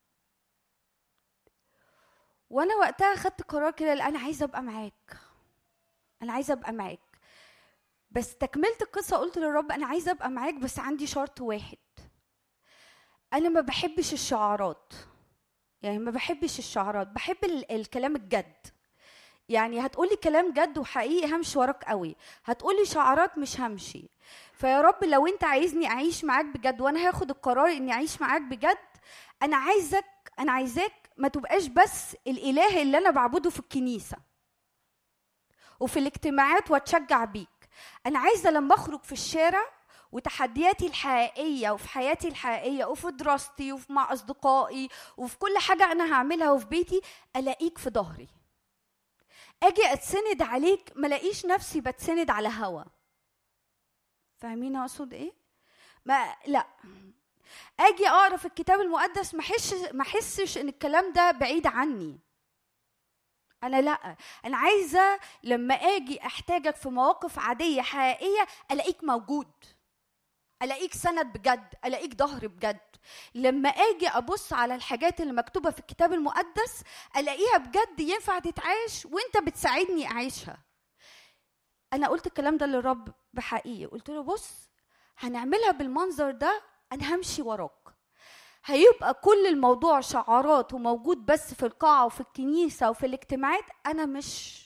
وانا وقتها خدت قرار كده، انا عايزه ابقى معاك، انا عايزه ابقى معاك. بس تكملت القصه قلت للرب انا عايزه ابقى معاك، بس عندي شرط واحد، انا ما بحبش الشعارات، يعني ما بحبش الشعارات، بحب ال- الكلام الجد. يعني هتقولي كلام جد وحقيقي همشي وراك قوي، هتقولي شعارات مش همشي. فيا رب لو انت عايزني اعيش معاك بجد وانا هاخد القرار اني اعيش معاك بجد، انا عايزك انا عايزاك ما تبقاش بس الإله اللي أنا بعبده في الكنيسة وفي الاجتماعات واتشجع بيك. أنا عايزة لما أخرج في الشارع وتحدياتي الحقيقية وفي حياتي الحقيقية وفي دراستي وفي مع أصدقائي وفي كل حاجة أنا هعملها وفي بيتي، ألاقيك في ظهري. أجي أتسند عليك ما لاقيش نفسي بتسند على هوا. فاهمين أقصد إيه؟ ما لا اجي اقرا في الكتاب المقدس ما احسش ما احسش ان الكلام ده بعيد عني. انا لا، انا عايزه لما اجي احتاجك في مواقف عاديه حقيقيه الاقيك موجود، الاقيك سند بجد، الاقيك ظهر بجد. لما اجي ابص على الحاجات اللي مكتوبه في الكتاب المقدس الاقيها بجد ينفع تتعاش وانت بتساعدني اعيشها. انا قلت الكلام ده للرب بحقيقي، قلت له بص هنعملها بالمنظر ده، أنا همشي وراك. هيبقى كل الموضوع شعارات وموجود بس في القاعة وفي الكنيسة وفي الاجتماعات، أنا مش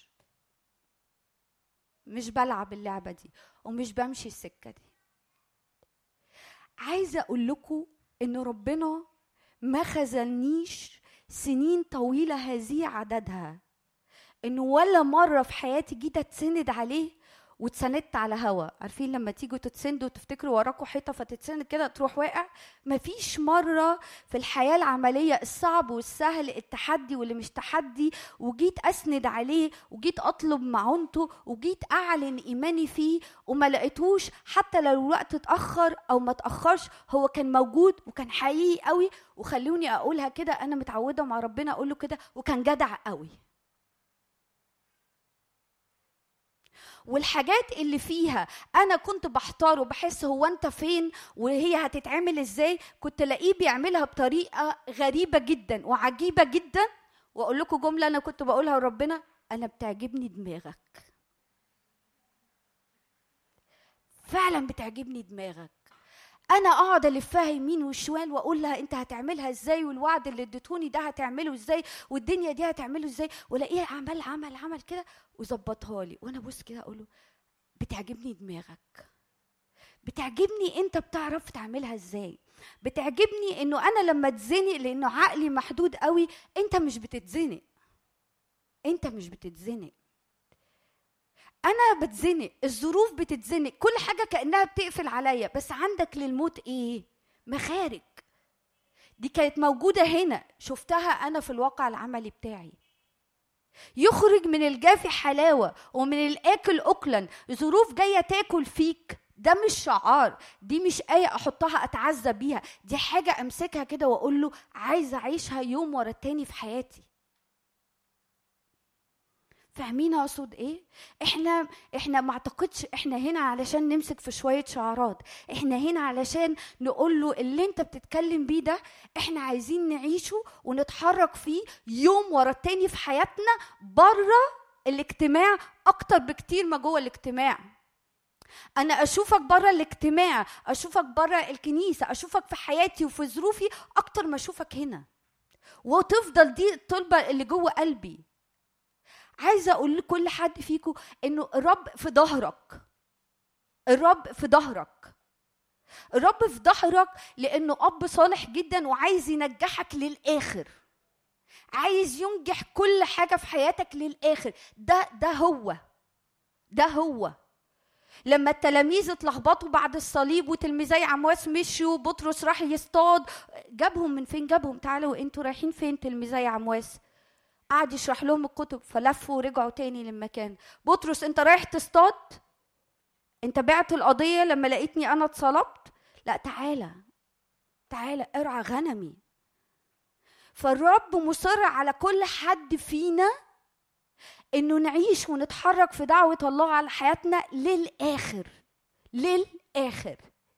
مش بلعب اللعبة دي ومش بمشي السكة دي. عايزة أقول لكم إن ربنا ما خذلنيش سنين طويلة هذه عددها، إنه ولا مرة في حياتي جيت أتسند عليه واتسندت على هوا. عارفين لما تيجوا تتسندوا وتفتكروا وراكوا حيطه فتتسند كده تروح واقع؟ مفيش مره في الحياه العمليه الصعب والسهل، التحدي واللي مش تحدي، وجيت اسند عليه وجيت اطلب معونته وجيت اعلن ايماني فيه وما لقيتوش، حتى لو الوقت اتاخر او ما اتاخرش هو كان موجود وكان حقيقي قوي. وخلوني اقولها كده، انا متعوده مع ربنا اقول له كده، وكان جدع قوي. والحاجات اللي فيها انا كنت بحتار وبحس هو انت فين وهي هتتعمل ازاي، كنت الاقيه بيعملها بطريقه غريبه جدا وعجيبه جدا. واقول لكم جمله انا كنت بقولها لربنا، انا بتعجبني دماغك، فعلا بتعجبني دماغك. انا اقعد الفها يمين وشمال واقول لها انت هتعملها ازاي، والوعد اللي اديتوني ده هتعمله ازاي، والدنيا دي هتعمله ازاي، والاقيه عمل عمل عمل كده وظبطها لي، وانا بص كده اقول له بتعجبني دماغك، بتعجبني انت بتعرف تعملها ازاي، بتعجبني انه انا لما اتزنق لانه عقلي محدود قوي، انت مش بتتزنق، انت مش بتتزنق، انا بتزنق، الظروف بتتزنق، كل حاجه كانها بتقفل عليا، بس عندك للموت ايه؟ مخارج. دي كانت موجوده هنا، شفتها انا في الواقع العملي بتاعي. يخرج من الجافي حلاوه ومن الاكل اكلا. ظروف جايه تاكل فيك، ده مش شعار، دي مش آية أحطها أتعزى بيها، دي حاجة أمسكها كده وأقول له عايزة أعيشها يوم ورا التاني في حياتي. فاهمين أقصد إيه؟ إحنا إحنا ما أعتقدش إحنا هنا علشان نمسك في شوية شعارات، إحنا هنا علشان نقول له اللي أنت بتتكلم بيه ده إحنا عايزين نعيشه ونتحرك فيه يوم ورا التاني في حياتنا، بره الاجتماع أكتر بكتير ما جوه الاجتماع. أنا أشوفك برا الاجتماع، أشوفك برا الكنيسة، أشوفك في حياتي وفي ظروفي أكتر ما أشوفك هنا، وتفضل دي الطلبة اللي جوه قلبي. عايزة أقول لكل حد فيكم إنه الرب في ظهرك، الرب في ظهرك، الرب في ظهرك، لأنه أب صالح جدا وعايز ينجحك للآخر، عايز ينجح كل حاجة في حياتك للآخر. ده ده هو ده هو لما التلاميذ اتلخبطوا بعد الصليب وتلميذي عمواس مشوا، بطرس راح يصطاد، جابهم من فين؟ جابهم تعالوا انتوا رايحين فين تلميذي عمواس؟ قعد يشرح لهم الكتب، فلفوا ورجعوا تاني للمكان. بطرس انت رايح تصطاد؟ انت بعت القضية لما لقيتني انا اتصلبت؟ لا، تعالى تعالى ارعى غنمي. فالرب مصر على كل حد فينا انه نعيش ونتحرك في دعوة الله على حياتنا للآخر، للآخر.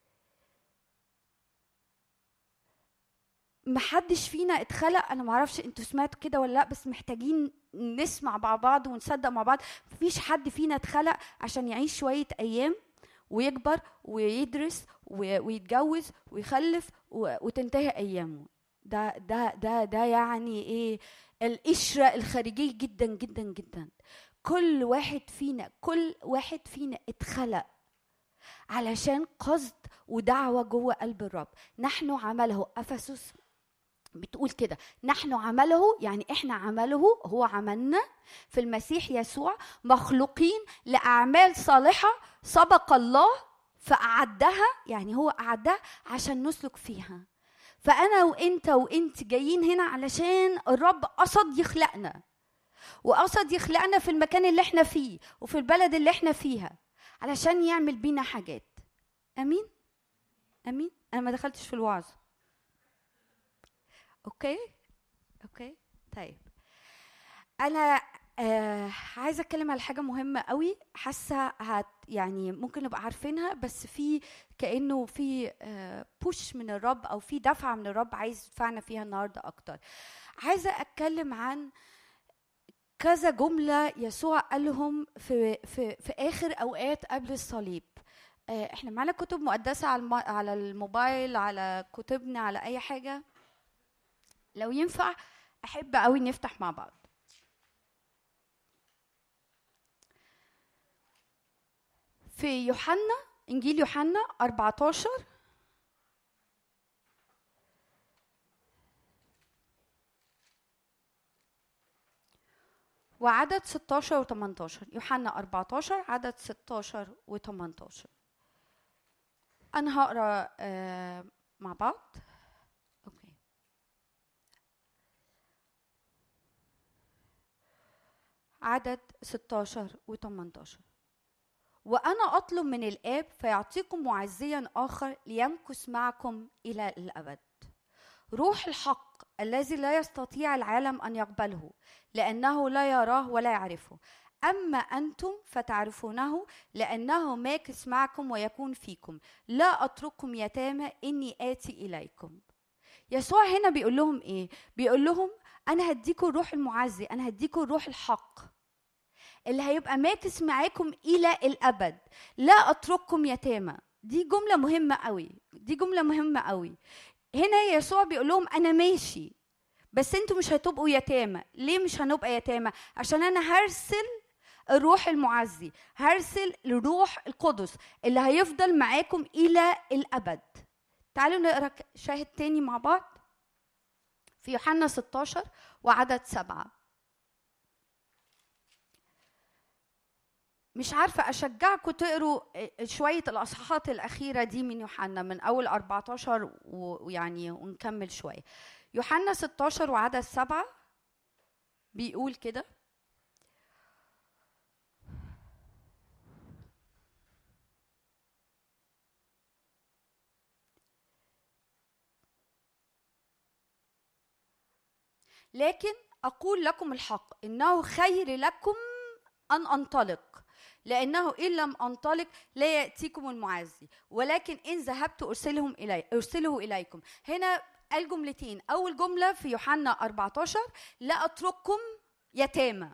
محدش فينا اتخلق، انا معرفش انتوا سمعتوا كده ولا لا، بس محتاجين نسمع مع بعض ونصدق مع بعض. مفيش حد فينا اتخلق عشان يعيش شوية ايام ويكبر ويدرس ويتجوز ويخلف وتنتهي ايامه. ده ده ده ده يعني ايه؟ القشرة الخارجية جدا جدا جدا. كل واحد فينا كل واحد فينا اتخلق علشان قصد ودعوة جوه قلب الرب. نحن عمله، أفسس بتقول كده، نحن عمله، يعني احنا عمله، هو عملنا في المسيح يسوع، مخلوقين لأعمال صالحة سبق الله فأعدها، يعني هو أعدها عشان نسلك فيها. فأنا وإنت وإنت جايين هنا علشان الرب قصد يخلقنا، وقصد يخلقنا في المكان اللي احنا فيه وفي البلد اللي احنا فيها علشان يعمل بينا حاجات. أمين؟ أمين؟ أنا ما دخلتش في الوعظ. أوكي؟ أوكي؟ طيب. أنا آه عايزة أتكلم على حاجة مهمة قوي، حاسة هت يعني ممكن نبقى عارفينها، بس في كأنه في آه بوش من الرب أو في دفعة من الرب عايز يدفعنا فيها النهاردة أكتر. عايزة أتكلم عن كذا جملة يسوع قالهم في في في آخر أوقات قبل الصليب. آه إحنا معنا كتب مقدسة على على الموبايل، على كتبنا، على أي حاجة، لو ينفع أحب قوي نفتح مع بعض. في يوحنا، إنجيل يوحنا أربعة عشر وعدد ستة عشر و ثمانية عشر. يوحنا أربعة عشر عدد ستة عشر و ثمانية عشر. أنا هقرأ آه مع بعض. أوكي. عدد ستة عشر و ثمانية عشر. وأنا أطلب من الآب فيعطيكم معزيا آخر ليمكث معكم إلى الأبد، روح الحق الذي لا يستطيع العالم أن يقبله لأنه لا يراه ولا يعرفه، أما أنتم فتعرفونه لأنه ماكث معكم ويكون فيكم. لا أترككم يتامى، إني آتي إليكم. يسوع هنا بيقول لهم إيه؟ بيقول لهم أنا هديكم الروح المعزي، أنا هديكم الروح الحق اللي هيبقى ماكث معاكم إلى الأبد. لا أترككم يتامى، دي جملة مهمة قوي، دي جملة مهمة قوي. هنا يسوع بيقول لهم أنا ماشي بس انتوا مش هتبقوا يتامى. ليه مش هنبقى يتامى؟ عشان أنا هرسل الروح المعزي، هرسل الروح القدس اللي هيفضل معاكم إلى الأبد. تعالوا نقرأ شاهد تاني مع بعض في يوحنا ستاشر وعدد سبعة. مش عارفة أشجعكم تقروا شوية الأصحاحات الأخيرة دي من يوحنا من أول أربعتاشر ويعني ونكمل شوية. يوحنا ستاشر وعدد سبعة بيقول كده: لكن أقول لكم الحق إنه خير لكم أن أنطلق، لأنه إن لم أنطلق لا يأتيكم المعزي، ولكن إن ذهبت أرسلهم إلي أرسله إليكم. هنا قال جملتين. أول جملة في يوحنا أربعتاشر: لا أترككم يتامى،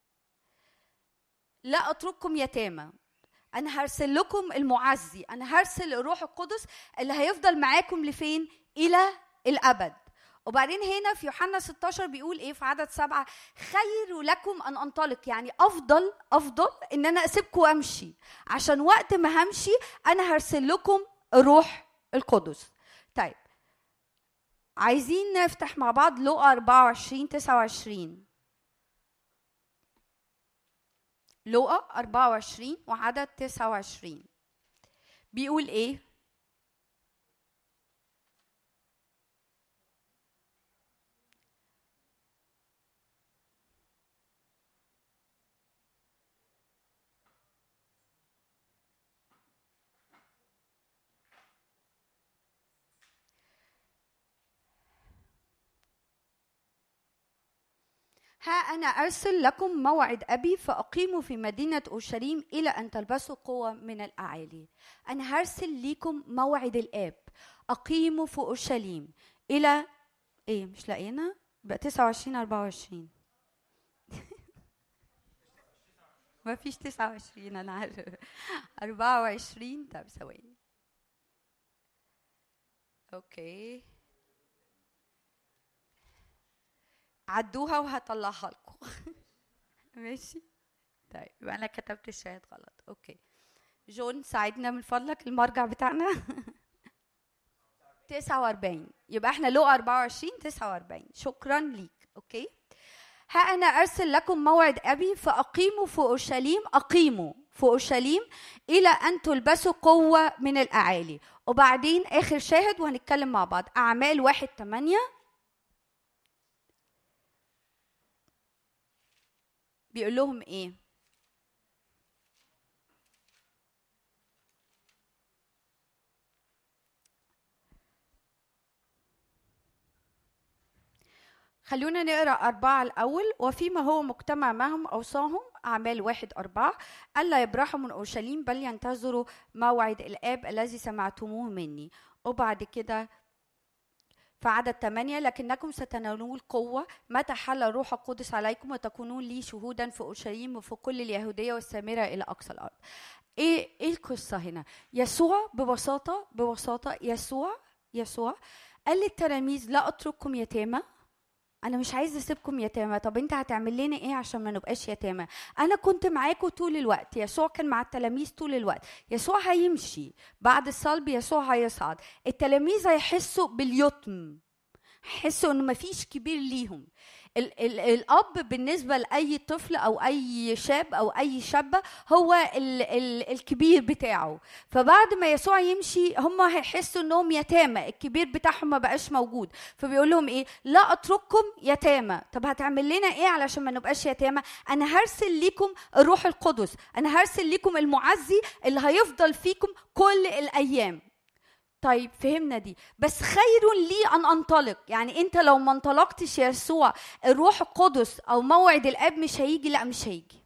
لا أترككم يتامى، أنا هرسل لكم المعزي، أنا هرسل الروح القدس اللي هيفضل معاكم لفين؟ إلى الأبد. وبعدين هنا في يوحنا ستاشر بيقول ايه في عدد سبعة؟ خير لكم ان انطلق، يعني افضل افضل ان انا اسيبكم وامشي، عشان وقت ما همشي انا هرسل لكم الروح القدس. طيب عايزين نفتح مع بعض لوقا أربعة وعشرين تسعة وعشرين. لوقا أربعة وعشرين وعدد تسعة وعشرين بيقول ايه؟ ها أنا أرسل لكم موعد أبي فأقيموا في مدينة أورشليم إلى أن تلبسوا قوة من الأعالي. أنا هرسل لكم موعد الآب، أقيموا في أورشليم إلى إيه؟ مش لاقينا؟ بقى تسعة وعشرين أربعة وعشرين. ما فيش تسعة وعشرين، أنا عارف. أربعة وعشرين. طب ثواني. أوكي عدوها وهطلعها لكم. ماشي طيب يبقى انا كتبت الشاهد غلط. اوكي جون ساعدنا من فضلك، المرجع بتاعنا تسعة وأربعين. يبقى احنا لو أربعة وعشرين تسعة وأربعين. شكرا ليك. اوكي ها انا ارسل لكم موعد ابي فاقيموا في اورشليم، اقيموا في اورشليم الى ان تلبسوا قوه من الاعالي. وبعدين اخر شاهد وهنتكلم مع بعض، اعمال واحد ثمانية بيقول لهم ايه؟ خلونا نقرأ أربعة الأول. وفيما هو مجتمع معهم أوصاهم، أعمال واحد أربعة، ألا يبرحوا من أورشليم بل ينتظروا موعد الآب الذي سمعتموه مني. وبعد كده في عدد ثمانية، لكنكم ستنالون قوة متى حل الروح القدس عليكم وتكونون لي شهودا في أورشليم وفي كل اليهودية والسامرة إلى أقصى الأرض. إيه إيه القصة هنا؟ يسوع ببساطة ببساطة يسوع يسوع قال للتلاميذ لا أترككم يتامى، أنا مش عايز أسيبكم يتامى. طب أنت هتعمل لنا إيه عشان ما نبقاش يتامى؟ أنا كنت معاكم طول الوقت. يسوع كان مع التلاميذ طول الوقت. يسوع هيمشي بعد الصلب، يسوع هيصعد، التلاميذ هيحسوا باليتم، هيحسوا إنه مفيش كبير ليهم. ال- ال- الأب بالنسبة لأي طفل أو أي شاب أو أي شابة هو ال- ال- الكبير بتاعه. فبعد ما يسوع يمشي هم هيحسوا إنهم يتامى، الكبير بتاعهم ما بقاش موجود. فبيقول لهم إيه؟ لا أترككم يتامى. طب هتعمل لنا إيه علشان ما نبقاش يتامى؟ أنا هرسل لكم الروح القدس، أنا هرسل لكم المعزي اللي هيفضل فيكم كل الأيام. طيب فهمنا دي، بس خير لي أن أنطلق. يعني أنت لو ما انطلقتش يسوع الروح القدس أو موعد الآب مش هيجي. لا مش هيجي.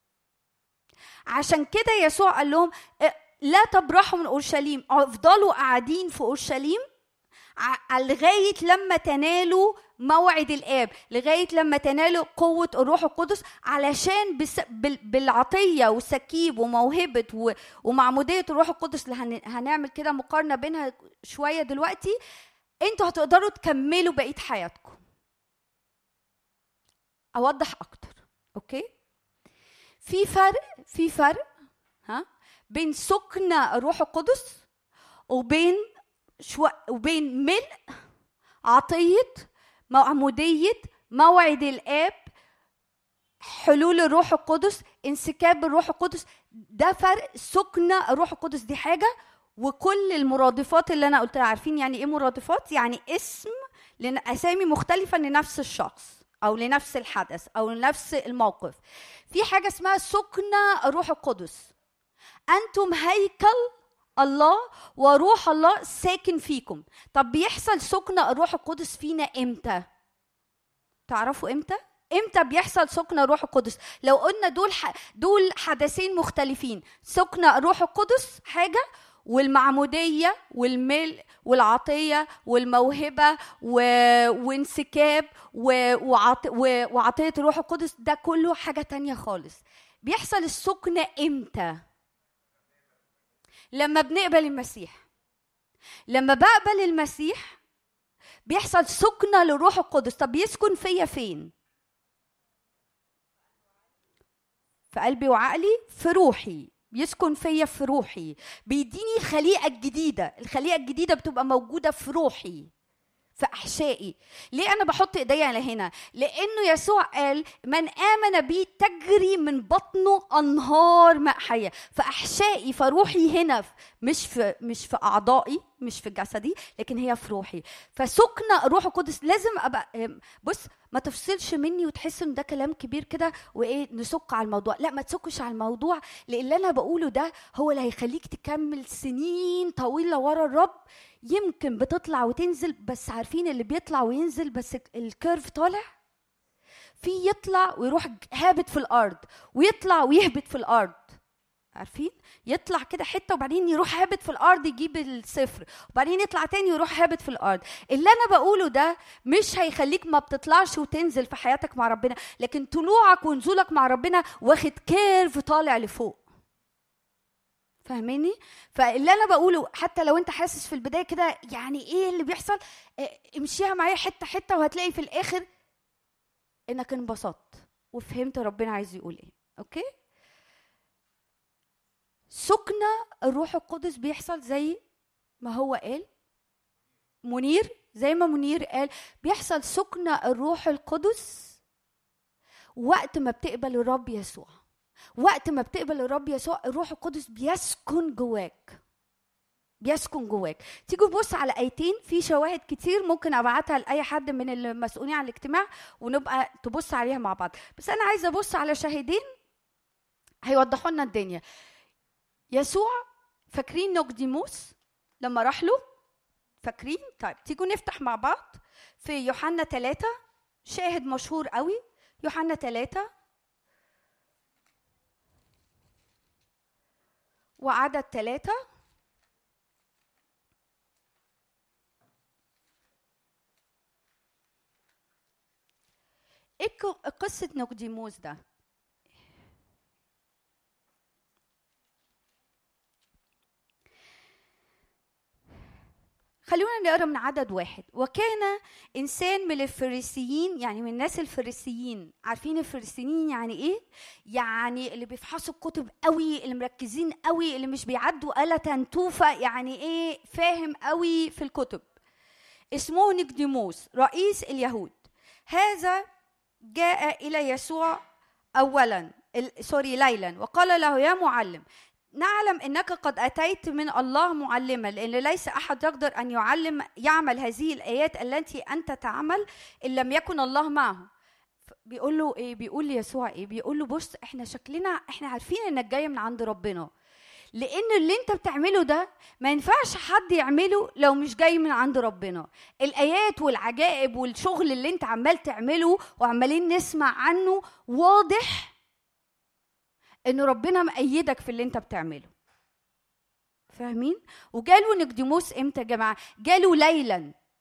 عشان كده يسوع قال لهم لا تبرحوا من أورشليم، افضلوا قاعدين في أورشليم لغايه لما تنالوا موعد الآب، لغايه لما تنالوا قوه الروح القدس، علشان بس بالعطيه والسكيب وموهبه ومعموديه الروح القدس اللي هنعمل كده مقارنه بينها شويه دلوقتي، انتوا هتقدروا تكملوا بقيه حياتكم. اوضح اكتر. اوكي، في فرق في فرق ها بين سكن الروح القدس وبين شو وبين ملء عطيه معموديه موعد الآب، حلول الروح القدس، انسكاب الروح القدس. ده فرق. سكن الروح القدس دي حاجه، وكل المرادفات اللي انا قلتها. عارفين يعني ايه مرادفات؟ يعني اسم لاسامي مختلفه لنفس الشخص او لنفس الحدث او لنفس الموقف. في حاجه اسمها سكن الروح القدس. انتم هيكل الله وروح الله ساكن فيكم. طب بيحصل سكن الروح القدس فينا امتى؟ تعرفوا امتى؟ امتى بيحصل سكن الروح القدس؟ لو قلنا دول ح... دول حدثين مختلفين. سكن الروح القدس حاجه، والمعموديه والملء والعطيه والموهبه و... وانسكاب و... وعط... و... وعطيه الروح القدس، ده كله حاجه تانية خالص. بيحصل السكن امتى؟ لما بنقبل المسيح. لما بقبل المسيح بيحصل سكن للروح القدس. طب يسكن فيا فين؟ في قلبي وعقلي، في روحي. بيسكن فيا في روحي، بيديني خليقة جديدة. الخليقة الجديدة بتبقى موجودة في روحي، في أحشائي. ليه أنا بحط إيدي على هنا؟ لأنه يسوع قال من آمن بي تجري من بطنه أنهار ماء حية. في أحشائي، فروحي هنا، مش في مش في أعضائي، مش في جسدي، لكن هي في روحي. فسكن الروح القدس لازم أبقى، بص ما تفصلش مني وتحس إن ده كلام كبير كده وإيه نسك على الموضوع. لا، ما تسكش على الموضوع، لأن اللي أنا بقوله ده هو اللي هيخليك تكمل سنين طويلة ورا الرب. يمكن بتطلع وتنزل، بس عارفين اللي بيطلع وينزل بس الكيرف طالع، في يطلع ويروح هابط في الأرض، ويطلع ويهبط في الأرض. عارفين؟ يطلع كده حتة وبعدين يروح هابط في الأرض يجيب الصفر، وبعدين يطلع تاني ويروح هابط في الأرض. اللي أنا بقوله ده مش هيخليك ما بتطلعش وتنزل في حياتك مع ربنا، لكن طلوعك ونزولك مع ربنا واخد كيرف طالع لفوق. فاهميني؟ فاللي انا بقوله حتى لو انت حاسس في البدايه كده يعني ايه اللي بيحصل، اه امشيها معايا حته حته، وهتلاقي في الاخر انك انبسطت وفهمت ربنا عايز يقول ايه. اوكي؟ سكن الروح القدس بيحصل زي ما هو قال منير، زي ما منير قال بيحصل سكن الروح القدس وقت ما بتقبل الرب يسوع. وقت ما بتقبل الرب يسوع الروح القدس بيسكن جواك، بيسكن جواك. تيجوا بص على ايتين، في شواهد كتير ممكن ابعتها لاي حد من المسؤولين عن الاجتماع ونبقى تبص عليها مع بعض، بس انا عايزه ابص على شاهدين هيوضحوا لنا الدنيا. يسوع، فاكرين نيقوديموس لما راح له؟ فاكرين؟ طيب تيجوا نفتح مع بعض في يوحنا ثلاثة، شاهد مشهور قوي. يوحنا ثلاثة وعدد ثلاثة. ايه قصة نيقوديموس ده؟ خلونا نقرا من عدد واحد. وكان إنسان من الفريسيين، يعني من الناس الفريسيين. عارفين الفريسيين يعني إيه؟ يعني اللي بيفحصوا الكتب قوي، اللي مركزين قوي، اللي مش بيعدوا آلة تنتوفة، يعني إيه فاهم قوي في الكتب. اسمه نيقوديموس رئيس اليهود. هذا جاء إلى يسوع أولا سوري ليلا وقال له يا معلم، نعلم انك قد اتيت من الله معلما، لان ليس احد يقدر ان يعلم يعمل هذه الايات التي انت تعمل ان لم يكن الله معه. بيقول له ايه؟ بيقول ليسوع ايه؟ بيقول له بص احنا شكلنا احنا عارفين انك جاي من عند ربنا، لان اللي انت بتعمله ده ما ينفعش حد يعمله لو مش جاي من عند ربنا. الايات والعجائب والشغل اللي انت عمال تعمله وعمالين نسمع عنه واضح انه ربنا مأيدك في اللي انت بتعمله. فاهمين؟ وجاله نيقوديموس امتى يا جماعه؟ جاله ليلا.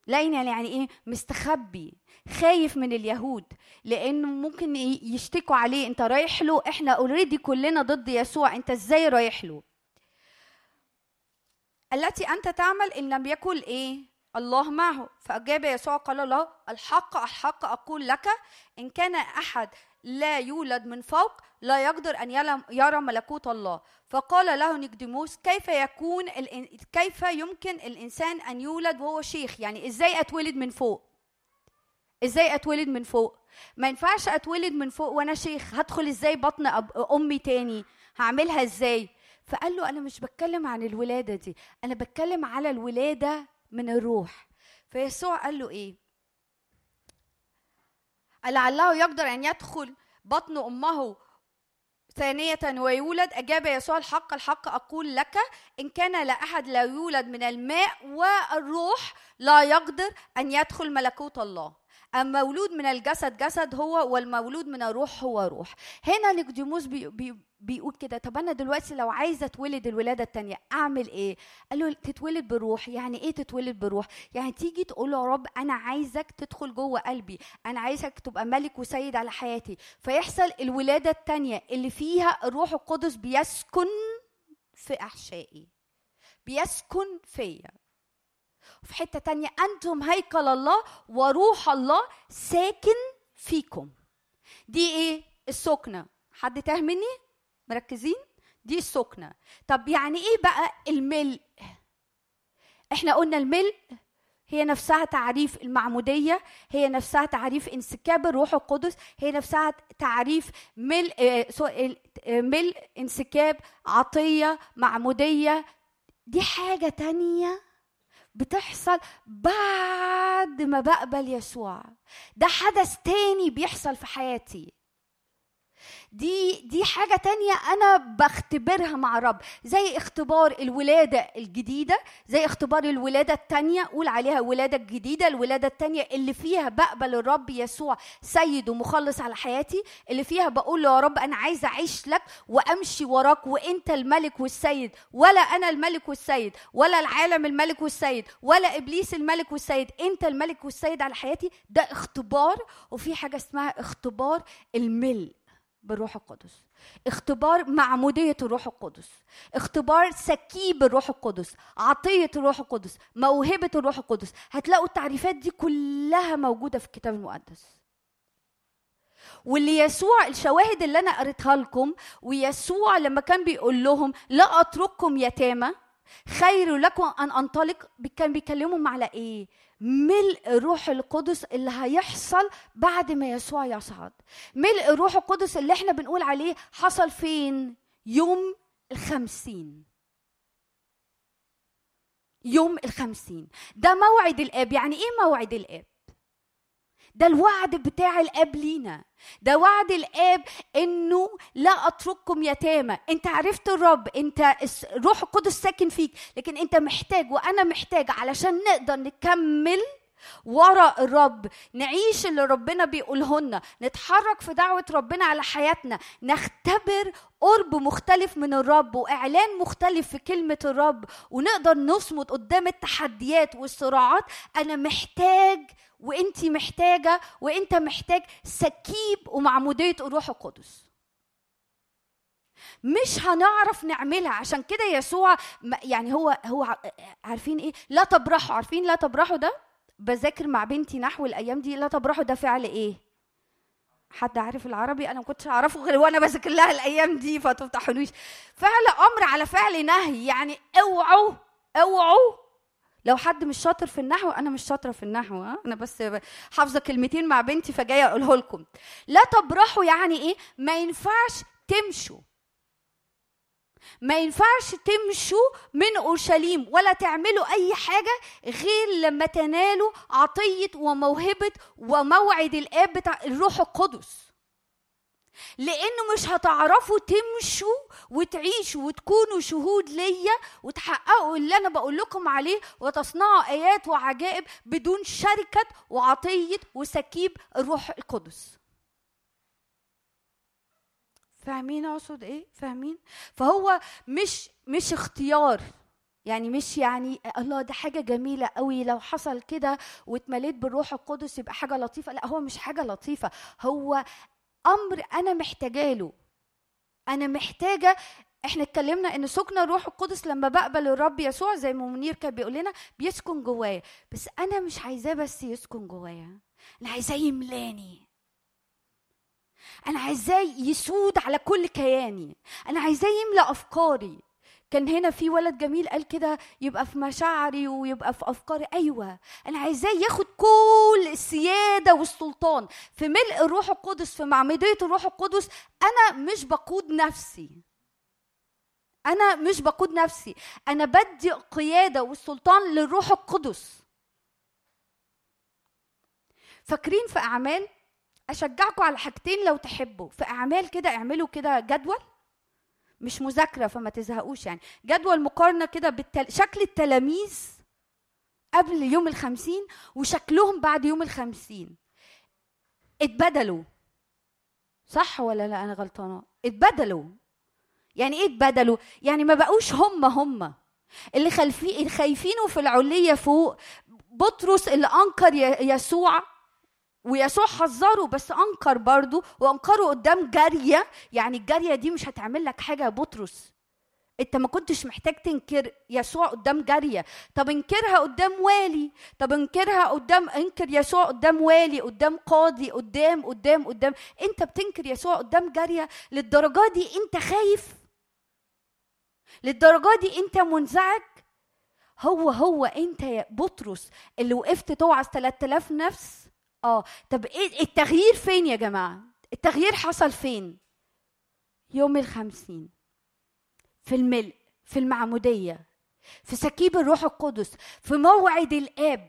لاين يعني ايه؟ مستخبي، خايف من اليهود لانه ممكن يشتكوا عليه. انت رايح له، احنا اوريدي كلنا ضد يسوع، انت ازاي رايح له؟ التي انت تعمل ان لم يكن ايه؟ الله معه. فاجاب يسوع قال له الحق الحق اقول لك ان كان احد لا يولد من فوق لا يقدر ان يرى ملكوت الله. فقال له نيقوديموس كيف يكون كيف يمكن الانسان ان يولد وهو شيخ؟ يعني ازاي اتولد من فوق؟ ازاي اتولد من فوق؟ ما ينفعش اتولد من فوق وانا شيخ. هدخل ازاي بطن امي تاني؟ هعملها ازاي؟ فقال له انا مش بتكلم عن الولاده دي، انا بتكلم على الولاده من الروح. فيسوع قال له ايه؟ لعله يقدر ان يدخل بطن امه ثانية ويولد. أجاب يسوع الحق الحق أقول لك إن كان لا أحد لا يولد من الماء والروح لا يقدر أن يدخل ملكوت الله. أما مولود من الجسد جسد هو، والمولود من الروح هو روح. هنا نيقوديموس بي بي بيقول كده، طب أنا دلوقتي لو عايزة أتولد الولادة التانية أعمل إيه؟ قال له تتولد بروح. يعني إيه تتولد بروح؟ يعني تيجي تقول له يا رب أنا عايزك تدخل جوه قلبي، أنا عايزك تبقى ملك وسيد على حياتي. فيحصل الولادة التانية اللي فيها الروح القدس بيسكن في أحشائي، بيسكن فيا. في حتة تانية أنتم هيكل الله وروح الله ساكن فيكم. دي إيه؟ السكنة. حد تاه مني؟ مركزين؟ دي السكنة. طب يعني إيه بقى الملء؟ إحنا قلنا الملء هي نفسها تعريف المعمودية، هي نفسها تعريف انسكاب الروح القدس، هي نفسها تعريف ملء ملء انسكاب عطية معمودية. دي حاجة تانية بتحصل بعد ما بقبل يسوع. ده حدث تاني بيحصل في حياتي. دي دي حاجة تانية أنا بختبرها مع رب، زي اختبار الولادة الجديدة، زي اختبار الولادة التانية، قول عليها ولادة الجديدة. الولادة التانية اللي فيها بقبل الرب يسوع سيد ومخلص على حياتي، اللي فيها بقول له يا رب أنا عايز أعيش لك وأمشي وراك، وإنت الملك والسيد، ولا أنا الملك والسيد، ولا العالم الملك والسيد، ولا إبليس الملك والسيد، إنت الملك والسيد على حياتي. ده اختبار. وفي حاجة اسمها اختبار الملء بالروح القدس، اختبار معمودية الروح القدس، اختبار سكيب الروح القدس، عطية الروح القدس، موهبة الروح القدس. هتلاقوا التعريفات دي كلها موجودة في الكتاب المقدس. واللي يسوع الشواهد اللي أنا قريتها لكم، ويسوع لما كان بيقول لهم لا أترككم يتامى خير لكم أن أنطلق، كان بيكلمهم على إيه؟ ملء الروح القدس اللي هيحصل بعد ما يسوع يصعد. ملء الروح القدس اللي احنا بنقول عليه حصل فين؟ يوم الخمسين. يوم الخمسين ده موعد الآب. يعني ايه موعد الآب؟ ده الوعد بتاع الآب لينا. ده وعد الآب إنه لا أترككم يتامى. أنت عرفت الرب، أنت الروح القدس ساكن فيك، لكن أنت محتاج وأنا محتاج علشان نقدر نكمل وراء الرب، نعيش اللي ربنا بيقوله لنا، نتحرك في دعوة ربنا على حياتنا، نختبر قرب مختلف من الرب وإعلان مختلف في كلمة الرب، ونقدر نصمد قدام التحديات والصراعات. أنا محتاج وإنتي محتاجة وإنت محتاج سكيب ومعمودية الروح القدس. مش هنعرف نعملها. عشان كده يسوع يعني هو هو عارفين إيه؟ لا تبرحوا. عارفين لا تبرحوا ده؟ بذاكر مع بنتي نحو الأيام دي. لا تبرحوا ده فعل إيه؟ حد عارف العربي؟ أنا ما كنتش أعرفه غير وأنا بذاكر لها الأيام دي، فتفتحونيش. فعل أمر على فعل نهي. يعني اوعوا اوعوا. لو حد مش شاطر في النحو، أنا مش شاطرة في النحو، ها؟ أنا بس حافظة كلمتين مع بنتي فجاية أقوله لكم. لا تبرحوا يعني إيه؟ ما ينفعش تمشوا. ما ينفعش تمشوا من أورشليم ولا تعملوا أي حاجة غير لما تنالوا عطية وموهبة وموعد الآب بتاع الروح القدس. لأنه مش هتعرفوا تمشوا وتعيشوا وتكونوا شهود ليا وتحققوا اللي أنا بقول لكم عليه وتصنعوا آيات وعجائب بدون شركة وعطية وسكيب الروح القدس. فاهمين اقصد ايه؟ فاهمين؟ فهو مش مش اختيار. يعني مش يعني الله ده حاجة جميلة قوي لو حصل كده واتمليت بالروح القدس يبقى حاجة لطيفة. لا، هو مش حاجة لطيفة، هو أمر أنا محتاجة له. أنا محتاجة. احنا اتكلمنا ان سكن الروح القدس لما بقبل الرب يسوع زي ما منير كان بيقول لنا بيسكن جوايا، بس انا مش عايزاه بس يسكن جوايا، انا عايزاه يملاني، انا عايزاه يسود على كل كياني، انا عايزاه يملأ افكاري. كان هنا في ولد جميل قال كده يبقى في مشاعري ويبقى في افكاري. ايوه، انا عايزاه ياخد كل السياده والسلطان في ملء الروح القدس، في معموديه الروح القدس. انا مش بقود نفسي، أنا مش بقود نفسي، أنا بدي قيادة والسلطان للروح القدس. فاكرين في أعمال؟ أشجعكم على حاجتين لو تحبوا. في أعمال كده اعملوا كده جدول، مش مذاكرة فما تزهقوش، يعني جدول مقارنة كده بالتل... شكل التلاميذ قبل يوم الخمسين وشكلهم بعد يوم الخمسين. اتبدلوا، صح ولا لا؟ أنا غلطانة؟ اتبدلوا. يعني ايه اتبدلوا؟ يعني ما بقوش هم هم اللي خايفين خايفينه في العليه فوق. بطرس اللي انكر يسوع، ويسوع حذره بس انكر برضه، وانكره قدام جاريه. يعني الجاريه دي مش هتعمل لك حاجه يا بطرس، انت ما كنتش محتاج تنكر يسوع قدام جاريه. طب انكرها قدام والي، طب انكرها قدام، انكر يسوع قدام والي، قدام قاضي، قدام قدام قدام. انت بتنكر يسوع قدام جاريه؟ للدرجه دي انت خايف؟ للدرجه دي انت منزعج؟ هو هو انت يا بطرس اللي وقفت توعظ ثلاثة آلاف نفس. اه طب ايه التغيير فين يا جماعه؟ التغيير حصل فين؟ يوم الخمسين، في الملء، في المعموديه، في سكيب الروح القدس، في موعد الاب.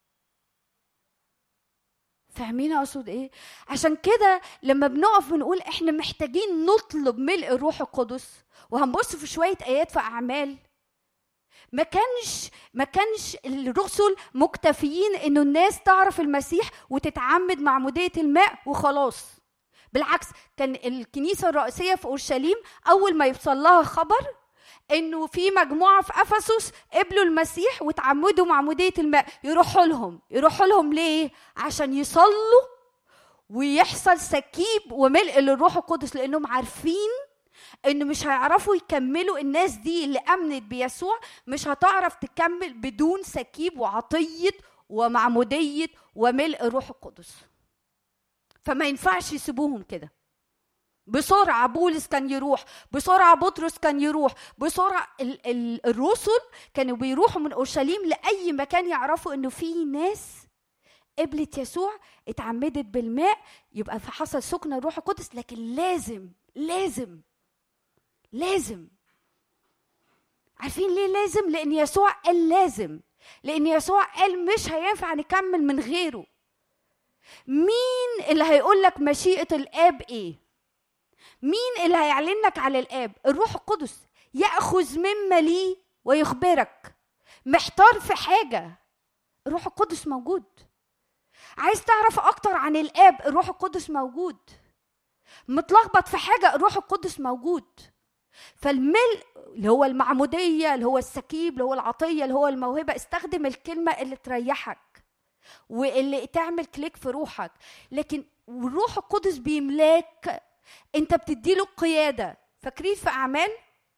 فاهمين اقصد ايه؟ عشان كده لما بنقف بنقول احنا محتاجين نطلب ملء الروح القدس. وهنبص في شويه ايات في اعمال. ما كانش ما كانش الرسل مكتفيين انه الناس تعرف المسيح وتتعمد معموديه الماء وخلاص. بالعكس، كان الكنيسه الرئيسيه في اورشليم اول ما يوصل لها خبر انه في مجموعه في افسس قبلوا المسيح وتعمدوا معموديه الماء، يروحوا لهم. يروحوا لهم ليه؟ عشان يصلوا ويحصل سكيب وملء للروح القدس، لانهم عارفين انه مش هيعرفوا يكملوا. الناس دي اللي امنت بيسوع مش هتعرف تكمل بدون سكيب وعطيه ومعموديه وملء الروح القدس. فما ينفعش يسيبوهم كده. بسرعة بولس كان يروح، بسرعة بطرس كان يروح، بسرعة ال- ال- الرسل كانوا بيروحوا من أورشليم لأي مكان يعرفوا إنه في ناس قبلت يسوع اتعمدت بالماء، يبقى في حصل سكن الروح القدس. لكن لازم لازم لازم عارفين ليه لازم؟ لأن يسوع قال لازم، لأن يسوع قال مش هينفع نكمل من غيره. مين اللي هيقول لك مشيئة الآب إيه؟ مين اللي هيعلن لك على الآب؟ الروح القدس. يأخذ مما ليه ويخبرك. محتار في حاجة، الروح القدس موجود. عايز تعرف أكتر عن الآب، الروح القدس موجود. متلخبط في حاجة، الروح القدس موجود. فالملء اللي هو المعمودية، اللي هو السكيب، اللي هو العطية، اللي هو الموهبة، استخدم الكلمة اللي تريحك واللي تعمل كليك في روحك. لكن الروح القدس بيملاك، انت بتديله القيادة. فاكرين في أعمال؟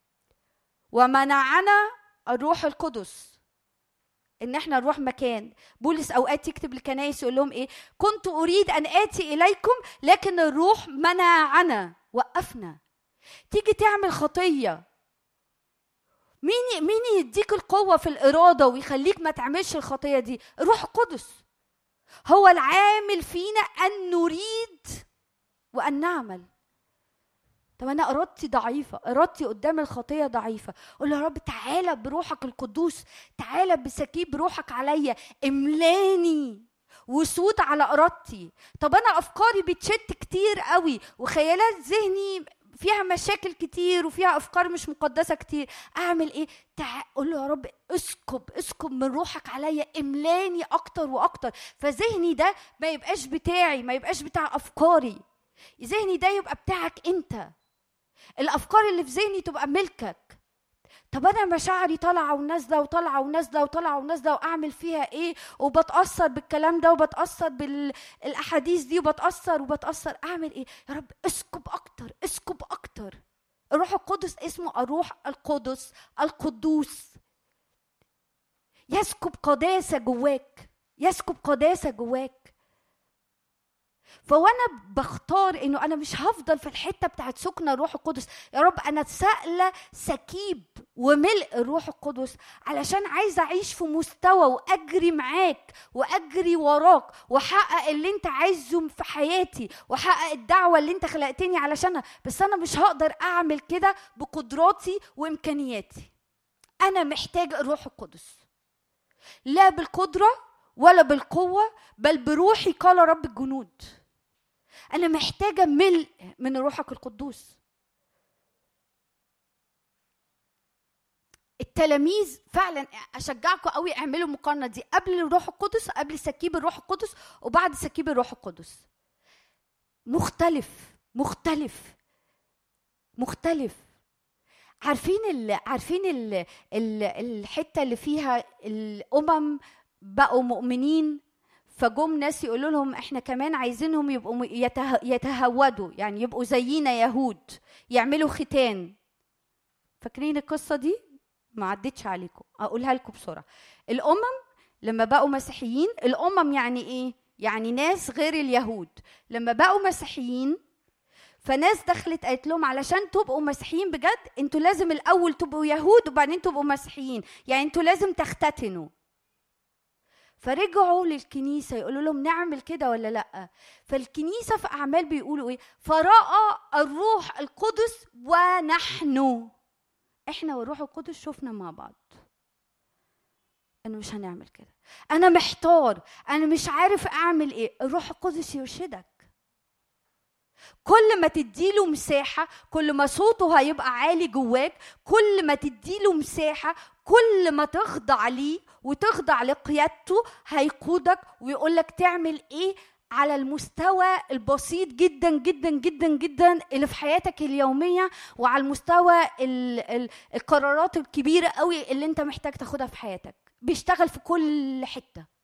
ومنعنا الروح القدس ان احنا نروح مكان. بولس اوقات يكتب للكنائس يقول لهم ايه؟ كنت اريد ان اتي اليكم لكن الروح منعنا، وقفنا. تيجي تعمل خطية، مين مين يديك القوة في الإرادة ويخليك ما تعملش الخطية دي؟ الروح القدس. هو العامل فينا أن نريد وأن نعمل. طب أنا إرادتي ضعيفة، إرادتي قدام الخطية ضعيفة. قول يا رب تعالى بروحك القدوس، تعالى بسكيب روحك عليا، املاني وسود على إرادتي. طب أنا أفكاري بتشت كتير قوي وخيالات ذهني فيها مشاكل كتير وفيها أفكار مش مقدسة كتير. أعمل إيه؟ تعال قول له يا رب اسكب اسكب من روحك عليا، املاني أكتر وأكتر. فذهني ده ما يبقاش بتاعي، ما يبقاش بتاع أفكاري. ذهني ده يبقى بتاعك أنت. الأفكار اللي في ذهني تبقى ملكك، طب انا مشاعري طالعه ونازله وطالعه ونازله وطالعه ونازله، واعمل فيها ايه؟ وبتاثر بالكلام ده وبتاثر بالاحاديث دي وبتاثر وبتاثر اعمل ايه؟ يا رب اسكب اكتر، اسكب اكتر. الروح القدس اسمه الروح القدس القدوس، يسكب قداسه جواك، يسكب قداسه جواك. فوانا بختار انه انا مش هفضل في الحته بتاعت سكن الروح القدس. يا رب انا سائله سكيب وملء الروح القدس، علشان عايزه اعيش في مستوى واجري معاك واجري وراك واحقق اللي انت عايزه في حياتي واحقق الدعوه اللي انت خلقتني علشانها. بس انا مش هقدر اعمل كده بقدراتي وامكانياتي. انا محتاج الروح القدس، لا بالقدره ولا بالقوه، بل بروحي قال رب الجنود. أنا محتاجة ملء من روحك القدوس. التلاميذ فعلا أشجعكم قوي اعملوا المقارنة دي، قبل الروح القدس، قبل سكيب الروح القدس وبعد سكيب الروح القدس. مختلف مختلف مختلف. عارفين ال عارفين ال ال الحتة اللي فيها الأمم بقوا مؤمنين، فجم ناس يقولوا لهم احنا كمان عايزينهم يبقوا يته... يتهودوا، يعني يبقوا زينا يهود، يعملوا ختان. فاكرين القصه دي؟ ما عدتش عليكم، اقولها لكم بسرعه. الامم لما بقوا مسيحيين، الامم يعني ايه؟ يعني ناس غير اليهود. لما بقوا مسيحيين فناس دخلت قالت لهم علشان تبقوا مسيحيين بجد انتوا لازم الاول تبقوا يهود وبعدين تبقوا مسيحيين، يعني انتوا لازم تختتنوا. فرجعوا للكنيسة يقولوا لهم نعمل كده ولا لأ؟ فالكنيسة في أعمال بيقولوا إيه؟ فرأى الروح القدس ونحن، إحنا والروح القدس شفنا مع بعض أنا مش هنعمل كده، أنا محتار، أنا مش عارف أعمل إيه. الروح القدس يرشدك. كل ما تديله مساحة كل ما صوته هيبقى عالي جواك، كل ما تديله مساحة كل ما تخضع ليه وتخضع لقيادته هيقودك ويقولك تعمل ايه على المستوى البسيط جدا جدا جدا جدا اللي في حياتك اليومية، وعلى المستوى ال ال القرارات الكبيرة قوي اللي انت محتاج تاخدها في حياتك. بيشتغل في كل حتة.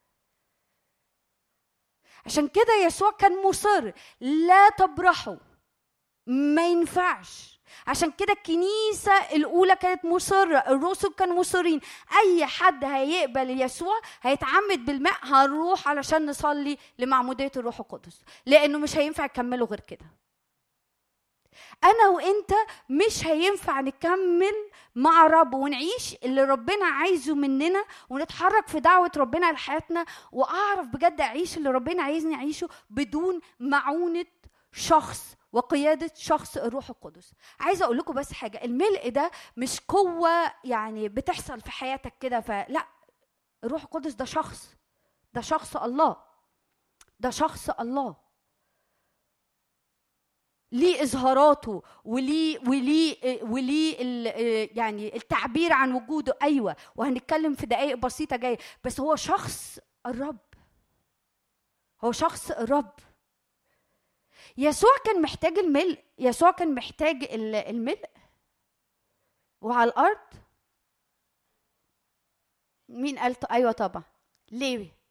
عشان كده يسوع كان مصر لا تبرحوا، ما ينفعش. عشان كده الكنيسة الأولى كانت مصرة، الرسل كانوا مصرين. أي حد هيقبل يسوع هيتعمد بالماء هنروح علشان نصلي لمعمودية الروح القدس، لأنه مش هينفع يكملوا غير كده. أنا وإنت مش هينفع نكمل مع رب ونعيش اللي ربنا عايزه مننا ونتحرك في دعوة ربنا لحياتنا، وأعرف بجد أعيش اللي ربنا عايزني أعيشه بدون معونة شخص وقيادة شخص الروح القدس. عايزة أقول لكم بس حاجة، الملء ده مش قوة يعني بتحصل في حياتك كده، فلا، الروح القدس ده شخص، ده شخص الله، ده شخص الله ليه إظهاراته وليه وليه وليه يعني التعبير عن وجوده. أيوة، وهنتكلم في دقائق بسيطة جاية، بس هو شخص الرب، هو شخص الرب. يسوع كان محتاج الملء، يسوع كان محتاج الملء. وعلى الأرض مين قال؟ أيوة طبعا. ليه؟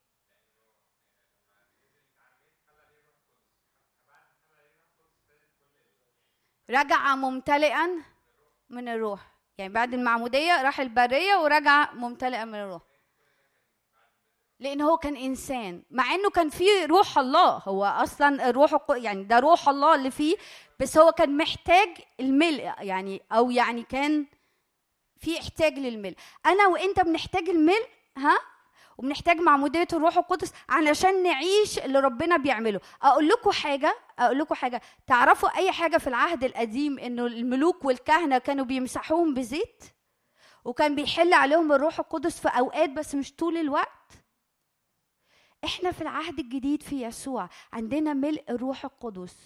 رجع ممتلئا من الروح، يعني بعد المعمودية راح البرية ورجع ممتلئا من الروح، لأن هو كان إنسان، مع إنه كان فيه روح الله. هو أصلا الروح يعني ده روح الله اللي فيه، بس هو كان محتاج الملء، يعني أو يعني كان في احتاج للملء. أنا وإنت بنحتاج الملء، ها، وبنحتاج معمودية الروح القدس علشان نعيش اللي ربنا بيعمله. أقول لكم حاجة أقول لكم حاجة تعرفوا أي حاجة في العهد القديم إنه الملوك والكهنة كانوا بيمسحوهم بزيت، وكان بيحل عليهم الروح القدس في أوقات بس مش طول الوقت. إحنا في العهد الجديد في يسوع عندنا ملء الروح القدس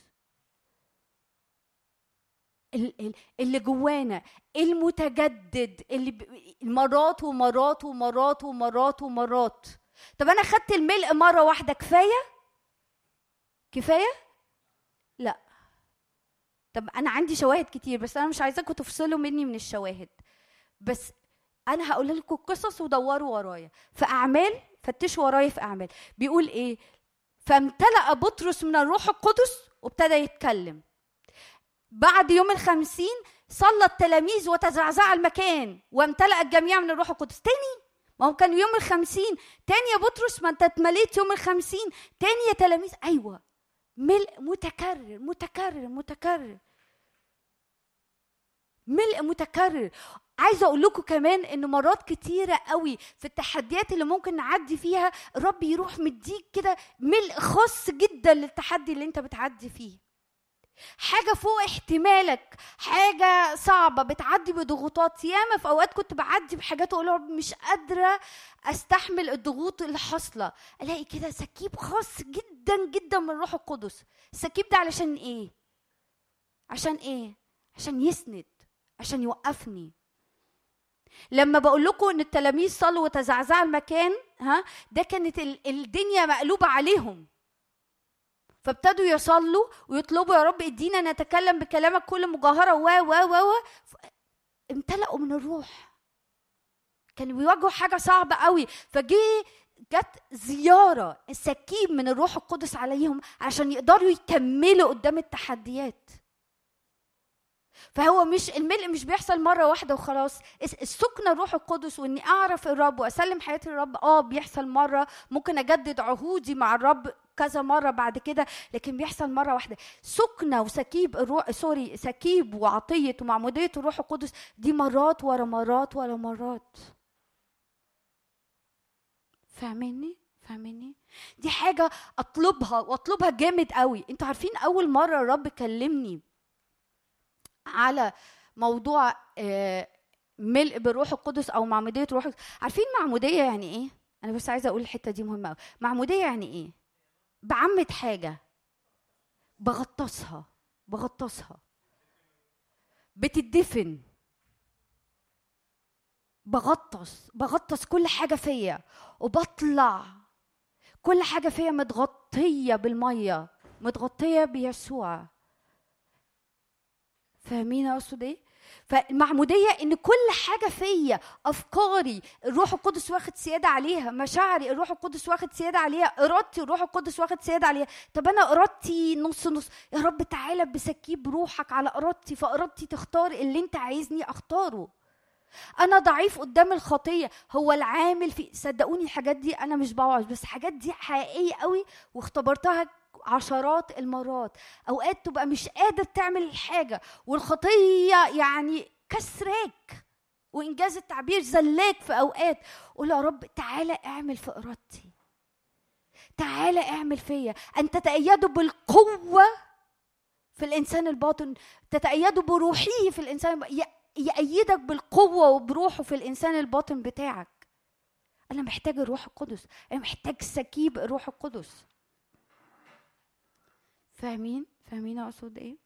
اللي جوانا المتجدد، اللي مرات ومرات ومرات ومرات ومرات. طب أنا خدت الملء مرة واحدة كفاية؟ كفاية؟ لا. طب أنا عندي شواهد كتير، بس أنا مش عايزاكم تفصلوا مني من الشواهد. بس انا هقول لكم قصص ودوروا ورايا في اعمال، فتشوا ورايا في اعمال. بيقول ايه؟ فامتلأ بطرس من الروح القدس وابتدى يتكلم. بعد يوم الخمسين صلى التلاميذ وتزعزع المكان وامتلأ الجميع من الروح القدس. تاني؟ ما هو كان يوم الخمسين. تاني يا بطرس؟ ما انت اتمليت يوم الخمسين. تاني يا تلاميذ؟ ايوه، ملء متكرر متكرر متكرر، ملء متكرر. عايزه اقول لكم كمان ان مرات كتيره قوي في التحديات اللي ممكن نعدي فيها الرب يروح مديك كده ملء خاص جدا للتحدي اللي انت بتعدي فيه. حاجه فوق احتمالك، حاجه صعبه، بتعدي بضغوطات. ياما في اوقات كنت بعدي بحاجات واقول رب مش قادره استحمل الضغوط اللي حاصله، الاقي كده سكيب خاص جدا جدا من الروح القدس. السكيب ده علشان ايه؟ عشان ايه؟ عشان يسند، عشان يوقفني. لما بقول لكم ان التلاميذ صلوا وتزعزع المكان، ها ده كانت الدنيا مقلوبه عليهم، فابتدوا يصلوا ويطلبوا يا رب ادينا نتكلم بكلامك كل مجاهره و و و امتلأوا من الروح. كانوا بيواجهوا حاجه صعبه قوي، فجي جت زياره السكيب من الروح القدس عليهم عشان يقدروا يكملوا قدام التحديات. فهو مش الملء مش بيحصل مره واحده وخلاص. السكنه الروح القدس واني اعرف الرب واسلم حياتي للرب اه بيحصل مره، ممكن اجدد عهودي مع الرب كذا مره بعد كده، لكن بيحصل مره واحده. سكنه وسكيب الروح سوري سكيب وعطيه ومعموديه الروح القدس دي مرات ورا مرات ورا مرات. فاهميني؟ فاهميني؟ دي حاجه اطلبها واطلبها جامد قوي. انتوا عارفين اول مره الرب كلمني على موضوع ملء بالروح القدس او معموديه الروح القدس، عارفين معموديه يعني ايه؟ انا بس عايزه اقول الحته دي مهمه قوي. معموديه يعني ايه؟ بعمد حاجه، بغطسها بغطسها بتدفن، بغطس بغطس كل حاجه فيا وبطلع كل حاجه فيا متغطيه بالميه، متغطيه بيسوع. فاهمين اقصد ايه؟ فالمعموديه ان كل حاجه فيا، افكاري الروح القدس واخد سياده عليها، مشاعري الروح القدس واخد سياده عليها، ارادتي الروح القدس واخد سياده عليها. طب انا ارادتي نص نص، يا رب تعالى بسكيب روحك على ارادتي، فارادتي تختار اللي انت عايزني اختاره. انا ضعيف قدام الخطيه، هو العامل في، صدقوني الحاجات دي انا مش بوعظ، بس الحاجات دي حقيقيه قوي واختبرتها عشرات المرات. اوقات تبقى مش قادر تعمل الحاجه والخطيه يعني كسراك، وانجاز التعبير زلاك في اوقات. قول يا رب تعالى اعمل في ارادتي، تعالى اعمل فيا. ان تتأيدوا بالقوه في الانسان الباطن، تتأيدوا بروحه في الانسان، يأيدك بالقوه وبروحه في الانسان الباطن بتاعك. انا محتاج الروح القدس، انا محتاج سكيب الروح القدس. فاهمين؟ فاهمين اقصد ايه؟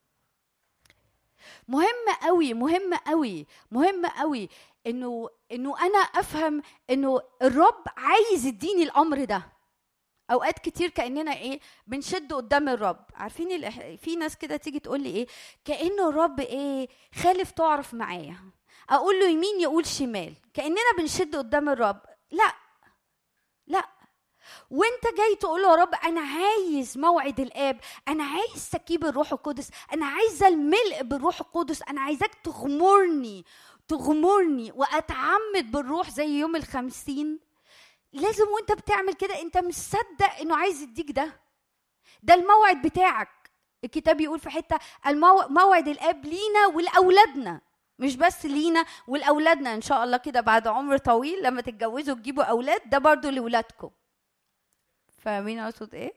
مهم قوي مهم قوي مهم قوي انه انه انا افهم انه الرب عايز يديني الامر ده. اوقات كتير كاننا ايه بنشد قدام الرب. عارفين الإح... في ناس كده تيجي تقول لي ايه كانه الرب ايه خالف تعرف معايا، اقول له يمين يقول شمال، كاننا بنشد قدام الرب. لا لا، وانت جاي تقول له يا رب انا عايز موعد الاب، انا عايز سكيب الروح القدس، انا عايزه الملء بالروح القدس، انا عايزاك تغمرني تغمرني واتعمد بالروح زي يوم الخمسين. لازم وانت بتعمل كده انت مش صدق انه عايز يديك ده ده الموعد بتاعك. الكتاب يقول في حته المو... موعد الاب لينا ولاولادنا، مش بس لينا ولاولادنا ان شاء الله كده بعد عمر طويل لما تتجوزوا تجيبوا اولاد، ده برضو لاولادكم. فاهمين اقصد ايه؟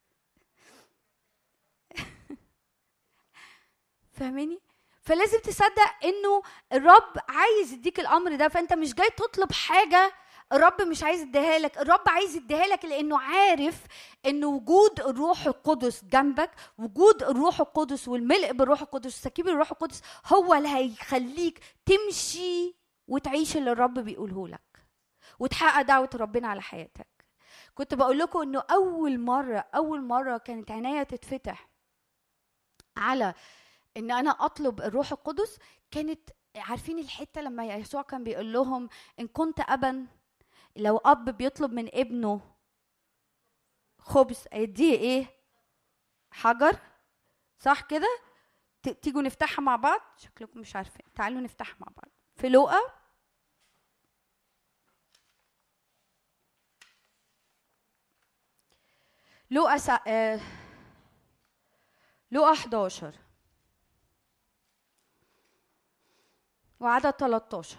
فاهميني؟ فلازم تصدق انه الرب عايز يديك الامر ده. فانت مش جاي تطلب حاجه الرب مش عايز يديها لك، الرب عايز يديها لك لانه عارف ان وجود الروح القدس جنبك، وجود الروح القدس والملء بالروح القدس وسكيب الروح القدس هو اللي هيخليك تمشي وتعيش اللي الرب بيقوله لك وتحقق دعوه ربنا على حياتك. كنت بقول لكم انه اول مره اول مره كانت عناية تتفتح على ان انا اطلب الروح القدس كانت عارفين الحتة لما يسوع كان بيقول لهم إن كنت أبا، لو أب بيطلب من ابنه خبز هيديه إيه؟ حجر، صح كده؟ تيجوا نفتحها مع بعض، شكلكم مش عارفين، تعالوا نفتحها مع بعض في لوقا لوقا سا... آه... لوقا حداشر وعدد تلتاشر.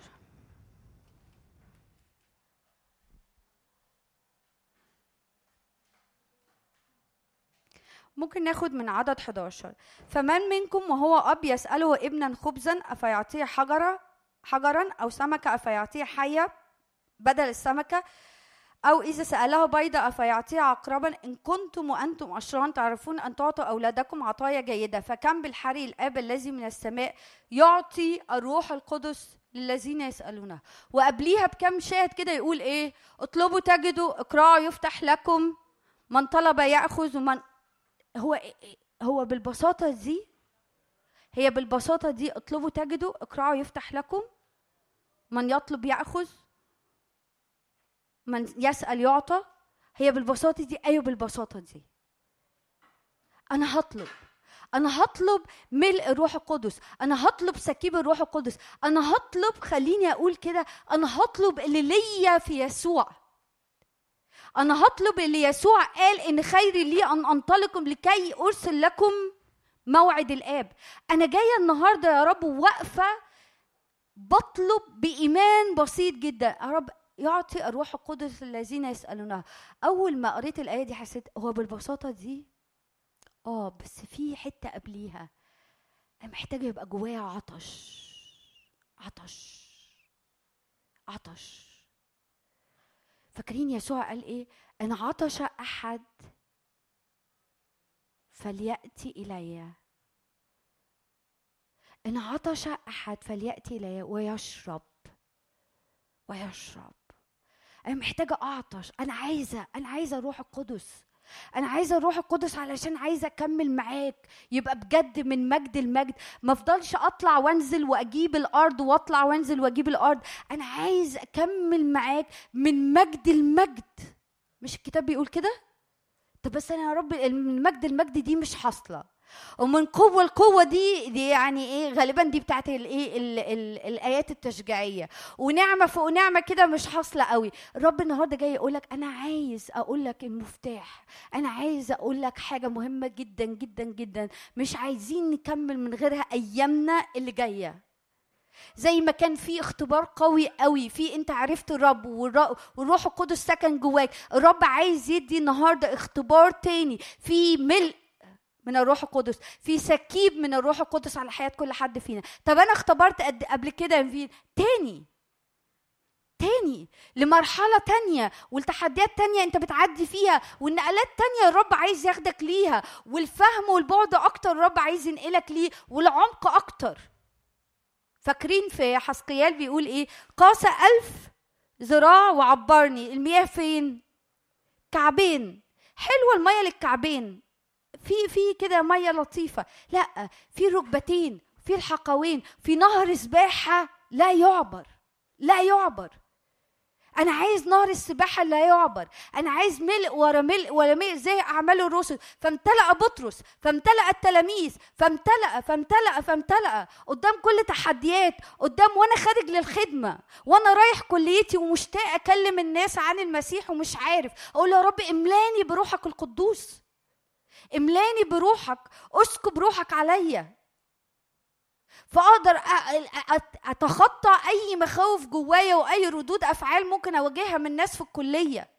ممكن ناخد من عدد حداشر. فمن منكم وهو أب يسأله ابنا خبزا أفيعطيه حجرا حجرا أو سمكة أفيعطيه حية بدل السمكة، أو إذا سأله بيضة أفيعطيه عقربا؟ إن كنتم وأنتم أشرار تعرفون أن تعطوا أولادكم عطايا جيدة، فكم بالحري الآب الذي من السماء يعطي الروح القدس للذين يسألونه. وقبليها بكم شاهد كده يقول إيه؟ اطلبوا تجدوا، اقرأوا يفتح لكم، من طلب يأخذ. ومن هو هو بالبساطة دي، هي بالبساطة دي اطلبوا تجدوا، اقرأوا يفتح لكم، من يطلب يأخذ، من يسأل يعطى. هي بالبساطة دي، أيوة بالبساطة دي. أنا هطلب أنا هطلب ملء الروح القدس، أنا هطلب سكيب الروح القدس، أنا هطلب، خليني أقول كده، أنا هطلب اللي ليا في يسوع. أنا هطلب اللي يسوع قال إن خير لي أن أنطلق لكي أرسل لكم موعد الآب. أنا جاية النهاردة يا رب واقفة بطلب بإيمان بسيط جدا، يا رب يعطي الروح القدس الذين يسألونه. أول ما قريت الآية دي حسيت هو بالبساطة دي؟ آه بس في حتة قبليها أنا محتاجة يبقى جوايا عطش عطش عطش. فاكرين يسوع قال إيه؟ إن عطش أحد فليأتي إلي، إن عطش أحد فليأتي إلي ويشرب ويشرب. أنا محتاجة أعطش، أنا عايزة أنا عايزة الروح القدس، أنا عايزة الروح القدس علشان عايزة أكمل معاك، يبقى بجد من مجد المجد، ما أفضلش أطلع وأنزل وأجيب الأرض وأطلع وأنزل وأجيب الأرض. أنا عايز أكمل معاك من مجد المجد. مش الكتاب بيقول كده؟ طب بس أنا يا رب من مجد المجد دي مش حاصلة، ومن قوة القوة دي دي يعني ايه؟ غالبا دي بتاعت الايه الايات التشجيعيه، ونعمه فوق نعمه كده مش حاصله قوي. الرب النهارده جاي يقول لك انا عايز اقول لك المفتاح، انا عايز اقول لك حاجه مهمه جدا جدا جدا، مش عايزين نكمل من غيرها ايامنا اللي جايه. زي ما كان في اختبار قوي قوي في انت عرفت الرب والروح القدس سكن جواك، الرب عايز يدي النهارده اختبار تاني في ملء من الروح القدس، في سكيب من الروح القدس على حياة كل حد فينا. طب أنا اختبرت قد قبل كده في تاني تاني لمرحلة تانية والتحديات تانية أنت بتعدي فيها والنقلات تانية الرب عايز ياخدك ليها، والفهم والبعد أكتر الرب عايز ينقلك ليه، والعمق أكتر. فاكرين في حسقيال بيقول إيه؟ قاس ألف ذراع وعبرني. المياه فين؟ كعبين. حلوة المياه للكعبين، في في كده ميه لطيفه، لا في ركبتين، في الحقوين، في نهر سباحه لا يعبر لا يعبر. انا عايز نهر السباحه لا يعبر، انا عايز ملء ورا ملء ورا ملء زي اعمال الرسل. فامتلأ بطرس، فامتلأ التلاميذ، فامتلأ فامتلأ فامتلأ قدام كل تحديات، قدام وانا خارج للخدمه، وانا رايح كليتي ومشتاق اكلم الناس عن المسيح ومش عارف، اقول يا رب املاني بروحك القدوس، املاني بروحك، اسكب روحك عليا، فاقدر اتخطى اي مخاوف جوايا واي ردود افعال ممكن اواجهها من الناس في الكليه.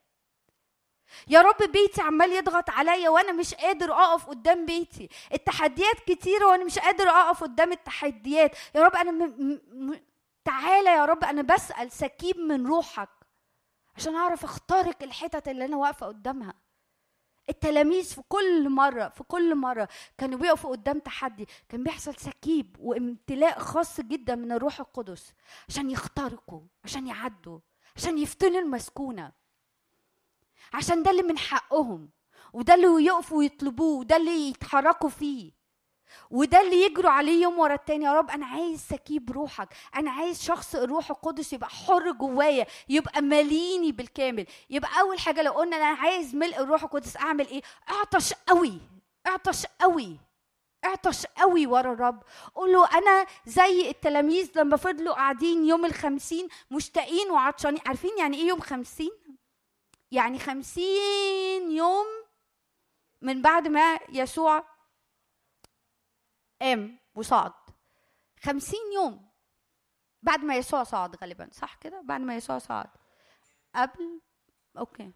يا رب بيتي عمال يضغط عليا وانا مش قادر اقف قدام بيتي، التحديات كتيره وانا مش قادر اقف قدام التحديات. يا رب انا م... م... تعالى يا رب، انا بسأل سكيب من روحك عشان اعرف اخترق الحتت اللي انا واقفه قدامها. التلاميذ في كل مرة في كل مرة كانوا بيقفوا قدام تحدي كان بيحصل سكيب وامتلاء خاص جدا من الروح القدس عشان يخترقوا، عشان يعدوا، عشان يفتنوا المسكونة، عشان ده اللي من حقهم وده اللي يقفوا ويطلبوه وده اللي يتحركوا فيه. وده اللي يجروا عليه يوم ورا التاني. يا رب انا عايز سكيب روحك، انا عايز شخص الروح القدس يبقى حر جوايا، يبقى ماليني بالكامل. يبقى اول حاجه لو قلنا انا عايز ملء الروح القدس اعمل ايه؟ اعطش قوي، اعطش قوي، اعطش قوي ورا الرب. قول له انا زي التلاميذ لما فضلوا قاعدين يوم الخمسين مشتاقين وعطشانين. عارفين يعني ايه يوم خمسين؟ يعني خمسين يوم من بعد ما يسوع قام وصعد. خمسين يوم بعد ما يسوع صعد غالبا، صح كده؟ بعد ما يسوع صعد قبل، اوكي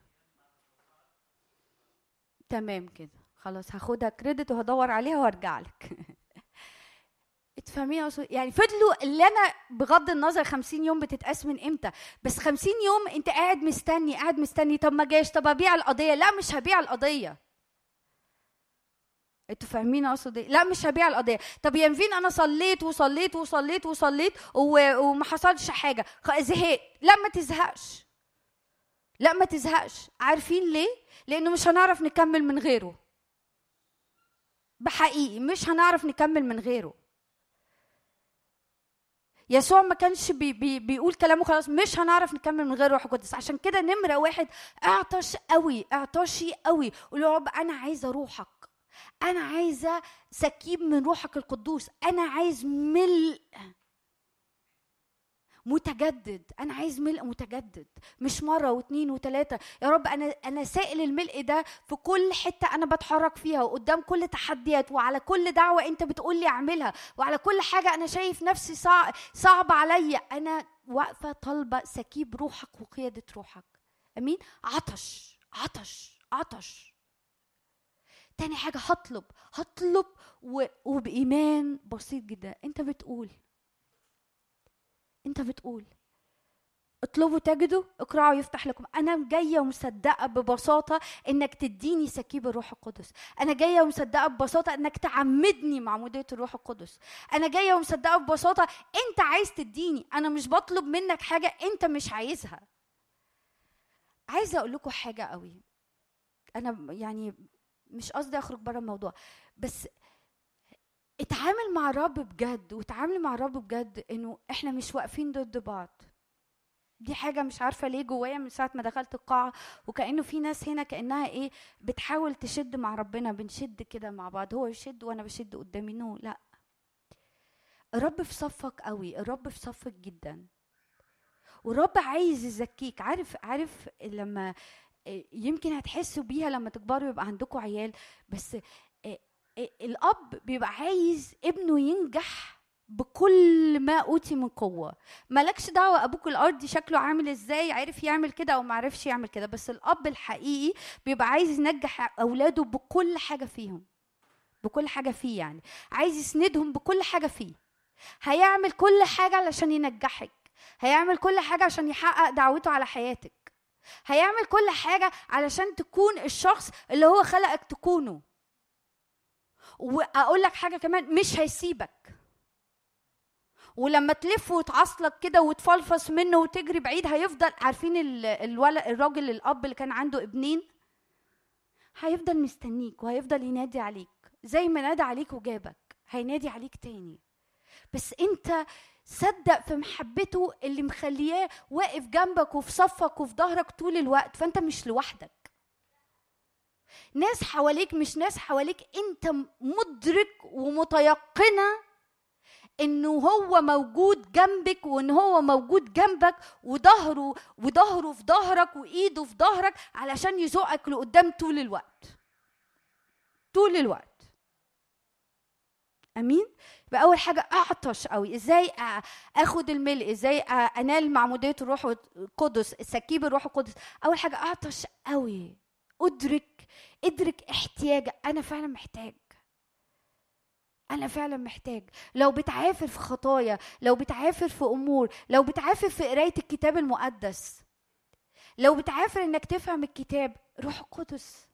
تمام كده، خلاص هاخدها كريدت وهدور عليها وارجع لك. اتفهمي يعني فضلوا اللي انا بغض النظر خمسين يوم بتتقاس من امتى، بس خمسين يوم انت قاعد مستني قاعد مستني. طب ما جاش، طب ابيع القضيه. لا مش هبيع القضيه. انتوا فاهمين اقصد ايه؟ لا مش هبيع القضيه. طب ينفين انا صليت وصليت وصليت وصليت وما حصلش حاجه، زهقت. لا ما تزهقش، لا ما تزهقش. عارفين ليه؟ لانه مش هنعرف نكمل من غيره. بحقيقي مش هنعرف نكمل من غيره. يسوع ما كانش بي بي بيقول كلامه خلاص مش هنعرف نكمل من غير روح القدس. عشان كده نمره واحد، اعطش قوي، اعطشي قوي. قول يا رب انا عايزه روحك، انا عايزه سكيب من روحك القدوس، انا عايز ملء متجدد، انا عايز ملء متجدد، مش مره واثنين وثلاثه. يا رب انا انا سائل الملء ده في كل حته انا بتحرك فيها، وقدام كل تحديات، وعلى كل دعوه انت بتقول لي اعملها، وعلى كل حاجه انا شايف نفسي صعب صعبه عليا. انا واقفه طالبه سكيب روحك وقياده روحك. امين. عطش عطش عطش. تاني حاجه هطلب هطلب وبايمان بسيط جدا. انت بتقول انت بتقول اطلبوا تجدوا، اقرعوا يفتح لكم. انا جايه ومصدقه ببساطه انك تديني سكيب الروح القدس. انا جايه ومصدقه ببساطه انك تعمدني معموديه الروح القدس. انا جايه ومصدقه ببساطه انت عايز تديني. انا مش بطلب منك حاجه انت مش عايزها. عايزه اقول لكم حاجه قوي، انا يعني مش قصدي اخرج بره الموضوع، بس اتعامل مع الرب بجد، واتعامل مع الرب بجد انه احنا مش واقفين ضد بعض. دي حاجه مش عارفه ليه جوايا من ساعه ما دخلت القاعه، وكانه في ناس هنا كانها ايه بتحاول تشد مع ربنا، بنشد كده مع بعض، هو يشد وانا بشد قدامي. نو، لا، الرب في صفك قوي، الرب في صفك جدا، والرب عايز يزكيك. عارف عارف لما يمكن هتحسوا بيها لما تكبروا يبقى عندكم عيال، بس الأب بيبقى عايز ابنه ينجح بكل ما أوتي من قوة. مالكش دعوة أبوك الأرضي شكله عامل إزاي، عارف يعمل كده أو معرفش يعمل كده، بس الأب الحقيقي بيبقى عايز ينجح أولاده بكل حاجة فيهم، بكل حاجة فيه. يعني عايز يسندهم بكل حاجة فيه. هيعمل كل حاجة علشان ينجحك، هيعمل كل حاجة عشان يحقق دعوته على حياتك، هيعمل كل حاجة علشان تكون الشخص اللي هو خلقك تكونه. واقول لك حاجه كمان، مش هيسيبك. ولما تلف وتعصلك كده وتفلفص منه وتجري بعيد هيفضل. عارفين الولد الراجل الاب اللي كان عنده ابنين، هيفضل مستنيك وهيفضل ينادي عليك زي ما نادى عليك وجابك، هينادي عليك تاني. بس انت صدق في محبته اللي مخلياه واقف جنبك وفي صفك وفي ظهرك طول الوقت. فانت مش لوحدك، ناس حواليك، مش ناس حواليك، انت مدرك ومتيقنة انه هو موجود جنبك، وان هو موجود جنبك وظهره وظهره في ظهرك وايده في ظهرك علشان يزقك لقدام طول الوقت طول الوقت. امين. يبقى اول حاجه اعطش قوي. ازاي اخد الملء، ازاي انال معموديه الروح القدس، سكيب الروح القدس؟ اول حاجه اعطش قوي، ادرك ادرك احتياجك. انا فعلا محتاج، انا فعلا محتاج. لو بتعافر في خطايا، لو بتعافر في امور، لو بتعافر في قرايه الكتاب المقدس، لو بتعافر انك تفهم الكتاب، روح القدس.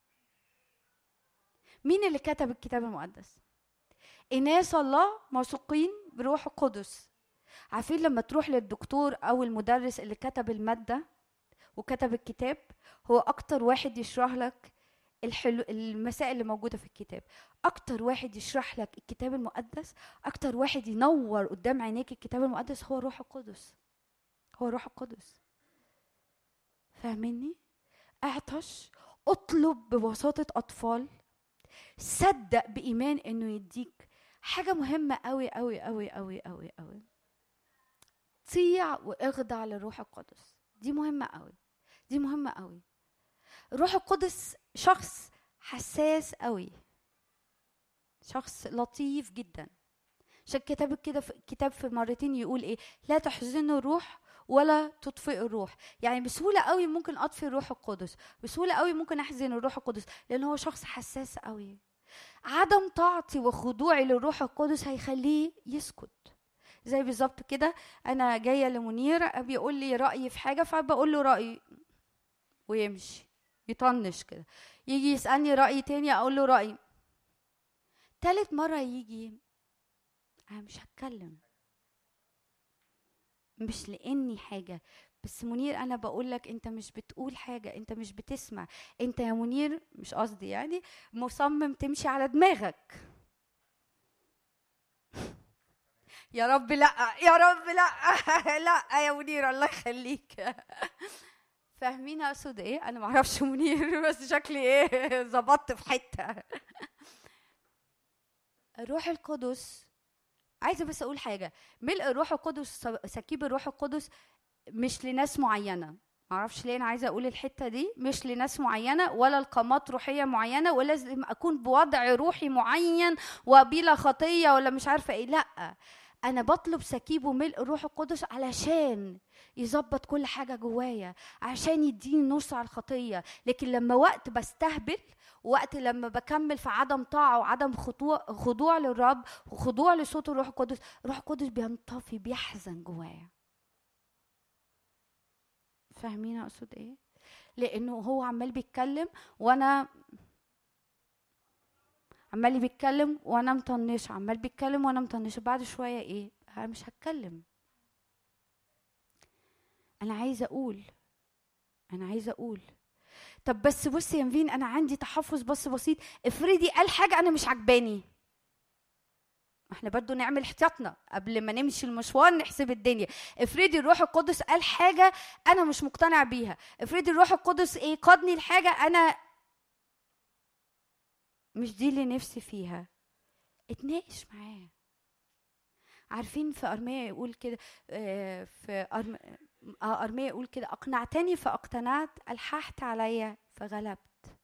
مين اللي كتب الكتاب المقدس؟ اناس الله موثوقين بروح القدس. عارفين لما تروح للدكتور او المدرس اللي كتب الماده وكتب الكتاب، هو اكتر واحد يشرح لك الحلو المسائل اللي موجودة في الكتاب. أكتر واحد يشرح لك الكتاب المقدس، أكتر واحد ينور قدام عينيك الكتاب المقدس هو الروح القدس، هو الروح القدس. فاهميني؟ اعطش، اطلب بوساطة أطفال، صدق بإيمان إنه يديك. حاجة مهمة قوي قوي قوي قوي قوي قوي، طيع واخضع للروح القدس. دي مهمة قوي، دي مهمة قوي. الروح القدس شخص حساس قوي، شخص لطيف جدا. عشان كتاب كده في كتاب في مرتين يقول ايه؟ لا تحزنوا الروح ولا تطفئوا الروح. يعني بسهوله قوي ممكن اطفي الروح القدس، بسهوله قوي ممكن احزن الروح القدس، لان هو شخص حساس قوي. عدم طاعتي وخضوعي للروح القدس هيخليه يسكت. زي بالظبط كده انا جايه لمنير بيقول لي رايي في حاجه، فبقول له رايي ويمشي يطنش كده. يجي يسالني راي تاني اقول له رايي. تالت مره يجي انا مش هتكلم، مش لاني حاجه، بس منير انا بقول لك انت مش بتقول حاجه، انت مش بتسمع، انت يا منير مش قصدي يعني مصمم تمشي على دماغك. يا رب لا، يا رب لا لا يا منير الله يخليك. فاهمين اقصد ايه؟ انا ما اعرفش منير بس شكلي ايه ظبطت في حته. الروح القدس، عايزه بس اقول حاجه، ملء الروح القدس، سكيب الروح القدس مش لناس معينه. معرفش ليه انا عايزه اقول الحته دي، مش لناس معينه ولا لقامات روحيه معينه، ولازم اكون بوضع روحي معين وبلا خطيه ولا مش عارفه ايه. لا، انا بطلب سكيب وملء الروح القدس علشان يظبط كل حاجه جوايا، عشان يديني نصر على الخطيه. لكن لما وقت بستهبل، وقت لما بكمل في عدم طاعه وعدم خضوع خضوع للرب وخضوع لصوت الروح القدس، الروح القدس بينطفي، بيحزن جوايا. فاهمين اقصد ايه؟ لانه هو عمال بيتكلم وانا عمال بيتكلم وانا مطنشه، عمال بيتكلم وانا مطنشه. بعد شويه ايه؟ انا مش هتكلم، انا عايزه اقول انا عايزه اقول طب بس بصي يا مفين، انا عندي تحفظ بس بسيط. افرضي قال حاجه انا مش عجباني، احنا برضو نعمل احتياطنا قبل ما نمشي المشوار، نحسب الدنيا. افرضي الروح القدس قال حاجه انا مش مقتنع بيها، افرضي الروح القدس ايه قادني لحاجه انا مش دي اللي نفسي فيها، اتناقش معاه. عارفين في أرمية يقول كده، في أرم... أرمية يقول كده: أقنعتني فاقتنعت، ألححت عليا فغلبت.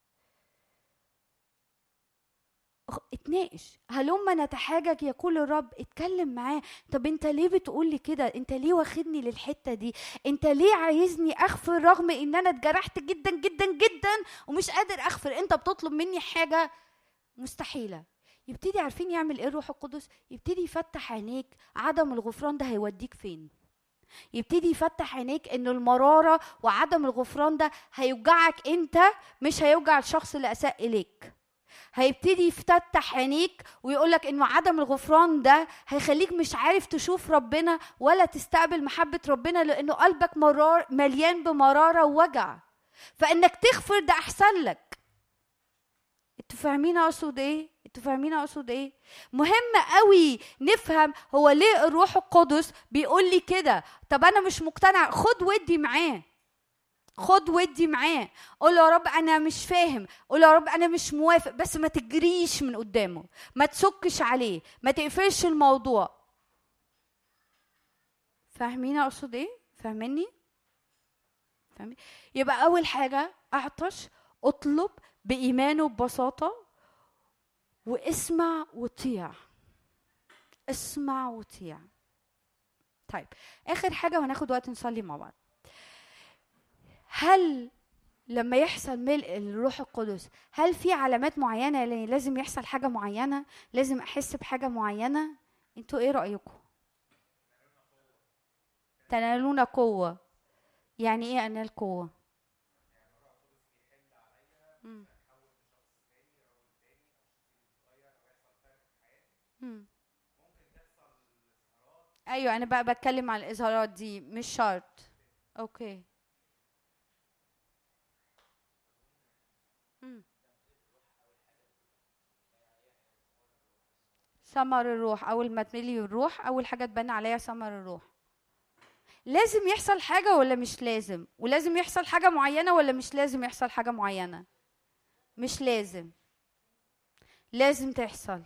اتناقش، هلما نتحاجج يقول الرب، اتكلم معاه. طب انت ليه بتقول لي كده؟ انت ليه واخدني للحته دي؟ انت ليه عايزني اغفر رغم ان انا اتجرحت جدا جدا جدا ومش قادر اغفر؟ انت بتطلب مني حاجه مستحيله. يبتدي عارفين يعمل ايه الروح القدس؟ يبتدي يفتح عينيك عدم الغفران ده هيوديك فين. يبتدي يفتح عينيك انه المراره وعدم الغفران ده هيوجعك انت، مش هيوجع الشخص اللي اساء اليك. هيبتدي يفتح عينيك ويقولك انه عدم الغفران ده هيخليك مش عارف تشوف ربنا ولا تستقبل محبة ربنا، لانه قلبك مرار مليان بمرارة ووجع، فانك تغفر ده احسن لك. انتوا فاهمين اقصد ايه؟ انتوا فاهمين اقصد ايه؟ مهم قوي نفهم هو ليه الروح القدس بيقول لي كده. طب انا مش مقتنع، خد ودي معاه، خد ودي معاه. قول له يا رب انا مش فاهم، قول له يا رب انا مش موافق، بس ما تجريش من قدامه، ما تسكش عليه، ما تقفلش الموضوع. فاهمين اقصد ايه؟ فاهميني؟ فاهمين؟ يبقى اول حاجه اعطش، اطلب بايمان وببساطه، واسمع وطيع. اسمع وطيع. طيب اخر حاجه وهناخد وقت نصلي مع بعض. هل لما يحصل ملء الروح القدس هل في علامات معينة؟ يعني لازم يحصل حاجة معينة، لازم أحس بحاجة معينة؟ انتوا ايه رأيكم؟ تنالون قوة. يعني ايه انال قوة؟ مم. مم. ايوه انا بقى بتكلم على الإظهارات دي، مش شرط. اوكي. مم. ثمر الروح. اول ما تملي الروح اول حاجه تبان عليها ثمر الروح. لازم يحصل حاجه ولا مش لازم؟ ولازم يحصل حاجه معينه ولا مش لازم يحصل حاجه معينه؟ مش لازم، لازم تحصل.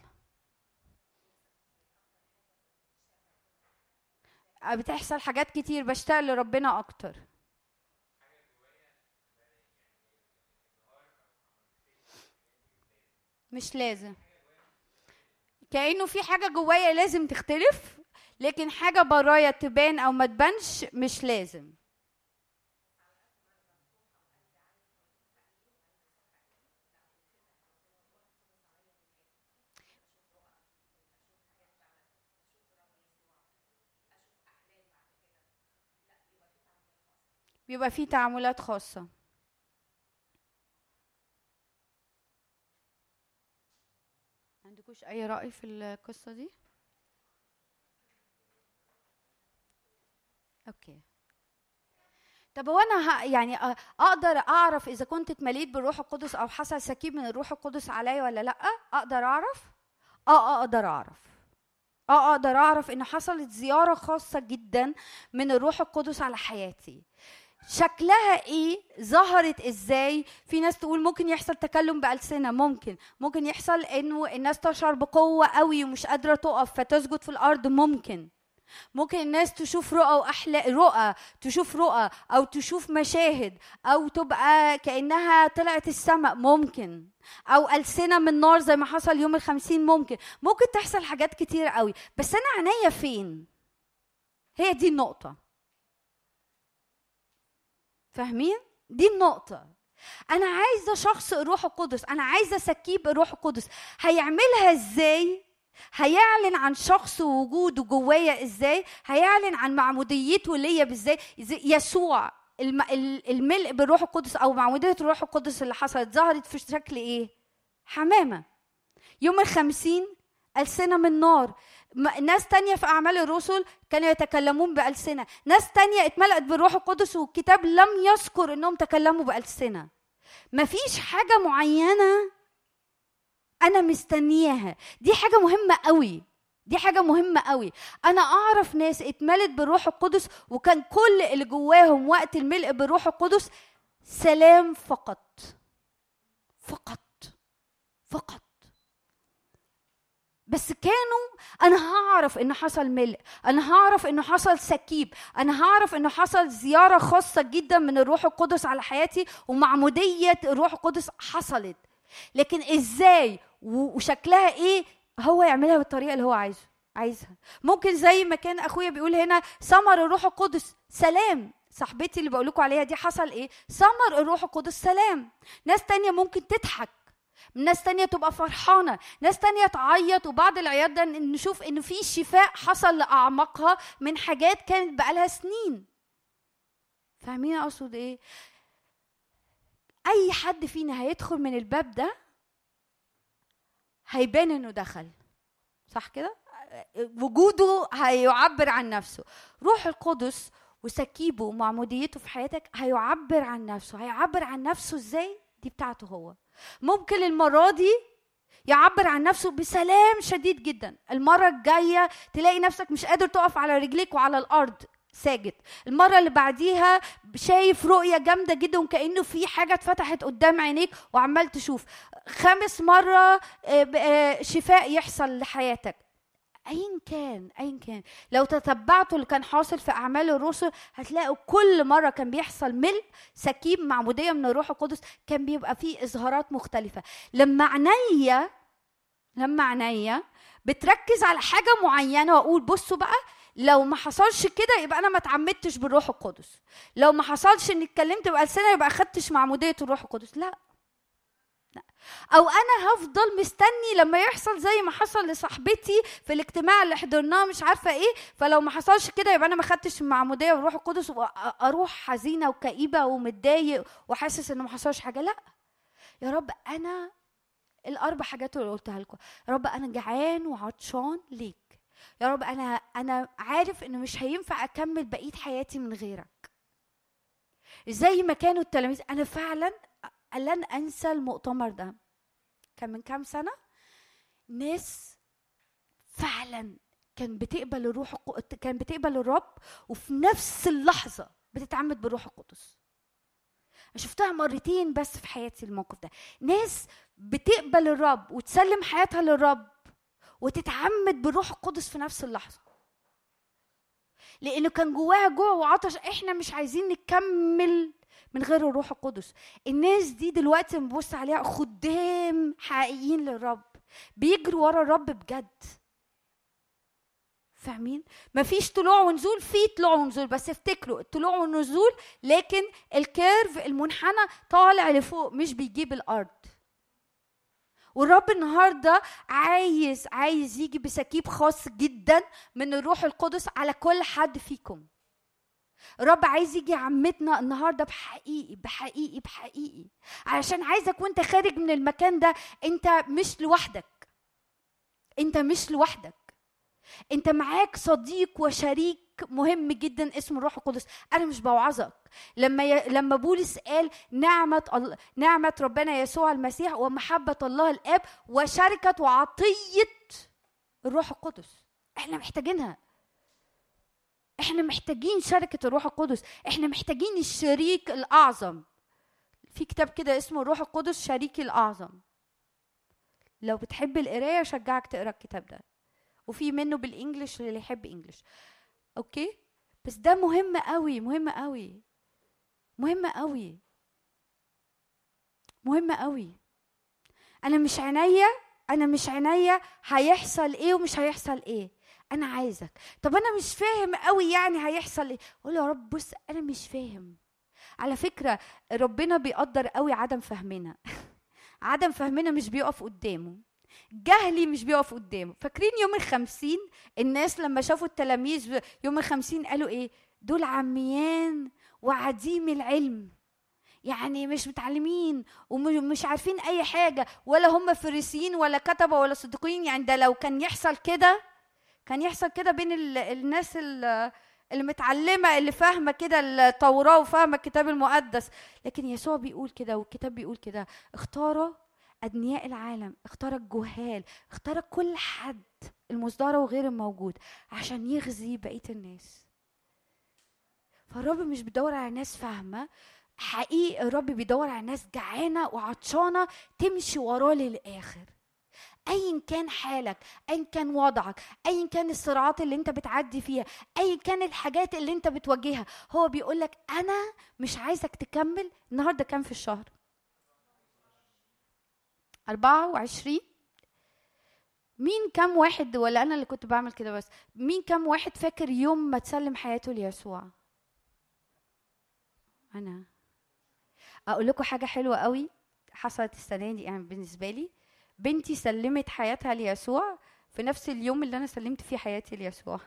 بتحصل حاجات كتير، بشتاق لربنا اكتر. مش لازم، كأنه في حاجة جوايا لازم تختلف، لكن حاجة برايا تبان او ما تبانش مش لازم. بيبقى فيه تعاملات خاصة. عندكوش اي رأي في القصة دي؟ اوكي. طب هو انا يعني اقدر اعرف اذا كنت اتمليت بالروح القدس او حصل سكيب من الروح القدس عليا ولا لا؟ اقدر اعرف؟ اه اقدر اعرف. اه اقدر اعرف ان حصلت زيارة خاصة جدا من الروح القدس على حياتي. شكلها ايه؟ ظهرت ازاي؟ في ناس تقول ممكن يحصل تكلم بألسنة، ممكن ممكن يحصل انه الناس تشعر بقوة قوي ومش قادرة تقف فتسجد في الارض، ممكن ممكن الناس تشوف رؤى واحلام، رؤى تشوف رؤى او تشوف مشاهد او تبقى كأنها طلعت السماء، ممكن او ألسنة من نار زي ما حصل يوم الخمسين، ممكن ممكن تحصل حاجات كتير قوي. بس انا عناية فين؟ هي دي النقطة. فاهمين؟ دي النقطة. أنا عايزة شخص الروح القدس، أنا عايزة سكيب الروح القدس. هيعملها إزاي؟ هيعلن عن شخص وجوده جوايا إزاي؟ هيعلن عن معموديته ليا بإزاي؟ يسوع الملء بالروح القدس أو معمودية الروح القدس اللي حصلت ظهرت في شكل إيه؟ حمامة. يوم الخمسين ألسنة من نار. ناس تانية في أعمال الرسل كانوا يتكلمون بألسنة، ناس تانية اتملأت بالروح القدس والكتاب لم يذكر إنهم تكلموا بألسنة. مفيش حاجة معينة أنا مستنياها. دي حاجة مهمة قوي، دي حاجة مهمة قوي. أنا أعرف ناس اتملت بالروح القدس وكان كل اللي جواهم وقت الملء بالروح القدس سلام فقط فقط فقط. بس كانوا، أنا هعرف إنه حصل ملء، أنا هعرف إنه حصل سكيب، أنا هعرف إنه حصل زيارة خاصة جدا من الروح القدس على حياتي ومعمودية الروح القدس حصلت. لكن إزاي وشكلها إيه؟ هو يعملها بالطريقة اللي هو عايزه عايزها. ممكن زي ما كان أخويا بيقول هنا ثمر الروح القدس سلام. صاحبتي اللي بقولكوا عليها دي حصل إيه؟ ثمر الروح القدس سلام. ناس تانية ممكن تضحك، ناس تانية تبقى فرحانة، ناس تانية تعيط، وبعد العياط ده نشوف إنه في شفاء حصل لأعماقها من حاجات كانت بقالها سنين. فاهمين أقصد إيه؟ أي حد فينا هيدخل من الباب ده هيبان إنه دخل، صح كده؟ وجوده هيعبر عن نفسه. روح القدس وسكيبه ومعموديته في حياتك هيعبر عن نفسه. هيعبر عن نفسه إزاي؟ دي بتاعته هو. ممكن المرة دي يعبر عن نفسه بسلام شديد جدا، المرة الجاية تلاقي نفسك مش قادر تقف على رجليك وعلى الأرض ساجد، المرة اللي بعديها شايف رؤية جامدة جدا وكأنه في حاجة اتفتحت قدام عينيك وعمال تشوف، خامس مرة شفاء يحصل لحياتك. أين كان أين كان لو تتبعتوا اللي كان حاصل في أعمال الرسل هتلاقوا كل مرة كان بيحصل ملء سكيب معمودية من الروح القدس، كان بيبقى فيه إظهارات مختلفة. لما عينيا لما عينيا بتركز على حاجة معينة وأقول بصوا بقى، لو ما حصلش كده يبقى أنا ما اتعمدتش بالروح القدس، لو ما حصلش إني اتكلمت بألسنة يبقى أخدتش معمودية الروح القدس. لا، او انا هفضل مستني لما يحصل زي ما حصل لصاحبتي في الاجتماع اللي حضرناه مش عارفه ايه، فلو ما حصلش كده يبقى انا ما خدتش المعموديه والروح القدس واروح حزينه وكئيبه ومتضايق وحاسس انه ما حصلش حاجه. لا يا رب، انا الاربع حاجات اللي قلتها لكم، يا رب انا جعان وعطشان ليك، يا رب انا انا عارف انه مش هينفع اكمل بقيه حياتي من غيرك. زي ما كانوا التلاميذ، انا فعلا لن انسى المؤتمر ده، كان من كام سنه، ناس فعلا كان بتقبل الروح الق- كان بتقبل الرب، وفي نفس اللحظه بتتعمد بالروح القدس. شفتها مرتين بس في حياتي الموقف ده. ناس بتقبل الرب وتسلم حياتها للرب وتتعمد بالروح القدس في نفس اللحظه، لانه كان جواها جوع وعطش. احنا مش عايزين نكمل من غير الروح القدس. الناس دي دلوقتي بنبص عليها خدام حقيقيين للرب، بيجروا ورا الرب بجد. فاهمين؟ مفيش طلوع ونزول، في طلوع ونزول، بس افتكروا الطلوع والنزول، لكن الكيرف المنحنى طالع لفوق مش بيجيب الارض. والرب النهارده عايز عايز يجي بسكيب خاص جدا من الروح القدس على كل حد فيكم. الرب عايز يجي عمتنا النهارده بحقيقي بحقيقي بحقيقي، علشان عايزك وانت خارج من المكان ده انت مش لوحدك. انت مش لوحدك، انت معاك صديق وشريك مهم جدا اسمه الروح القدس. انا مش بوعظك لما ي... لما بولس قال نعمه ال... نعمه ربنا يسوع المسيح ومحبه الله الاب وشركه وعطيه الروح القدس. احنا محتاجينها، احنا محتاجين شركه الروح القدس، احنا محتاجين الشريك الاعظم. في كتاب كده اسمه الروح القدس شريكي الاعظم، لو بتحب القرايه شجعك تقرا الكتاب ده، وفي منه بالانجلش اللي يحب انجلش. اوكي، بس ده مهم قوي مهم قوي مهم قوي مهم قوي. انا مش عينيا انا مش عينيا هيحصل ايه ومش هيحصل ايه، انا عايزك. طب انا مش فاهم قوي يعني هيحصل ايه، قول يا رب بص انا مش فاهم. على فكره ربنا بيقدر قوي عدم فهمنا. عدم فهمنا مش بيقف قدامه، جهلي مش بيقف قدامه. فاكرين يوم الخمسين الناس لما شافوا التلاميذ يوم الخمسين قالوا ايه؟ دول عميان وعديم العلم، يعني مش متعلمين ومش عارفين اي حاجه، ولا هم فريسيين ولا كتبه ولا صديقين. يعني ده لو كان يحصل كده كان يحصل كده بين ال- الناس ال- اللي متعلمه اللي فاهمه كده التوراه وفاهمه الكتاب المقدس. لكن يسوع بيقول كده والكتاب بيقول كده، اختار أدنياء العالم، اختار الجهال، اختار كل حد المصدر وغير الموجود عشان يغذي بقية الناس. فالرب مش بيدور على ناس فاهمة حقيقي، الرب بيدور على ناس جعانة وعطشانة تمشي وراه للآخر. أيا كان حالك، أيا كان وضعك، أيا كان الصراعات اللي انت بتعدي فيها، أيا كان الحاجات اللي انت بتواجهها، هو بيقولك أنا مش عايزك تكمل. النهاردة كام في الشهر؟ أربعة وعشرين. مين كم واحد، ولا أنا اللي كنت بعمل كده بس، مين كم واحد فاكر يوم ما تسلم حياته ليسوع؟ أنا أقول لكم حاجة حلوة قوي حصلت السنة دي. يعني بالنسبة لي بنتي سلمت حياتها ليسوع في نفس اليوم اللي أنا سلمت فيه حياتي ليسوع.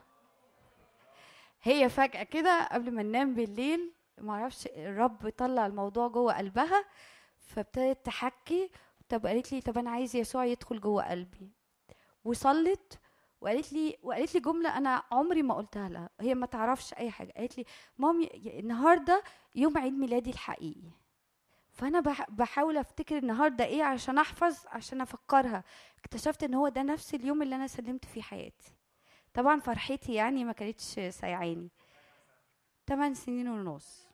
هي فجأة كده قبل ما ننام بالليل معرفش الرب طلع الموضوع جوه قلبها، فابتدت تحكي. طب قالت لي طب انا عايز يسوع يدخل جوه قلبي، وصلت وقالت لي وقالت لي جمله انا عمري ما قلتها لها، هي ما تعرفش اي حاجه. قالت لي مامي النهارده يوم عيد ميلادي الحقيقي، فانا بحاول افتكر النهارده ايه عشان احفظ عشان افكرها. اكتشفت ان هو ده نفس اليوم اللي انا سلمت فيه حياتي. طبعا فرحتي يعني ما كانتش سايعاني. ثمان سنين ونص.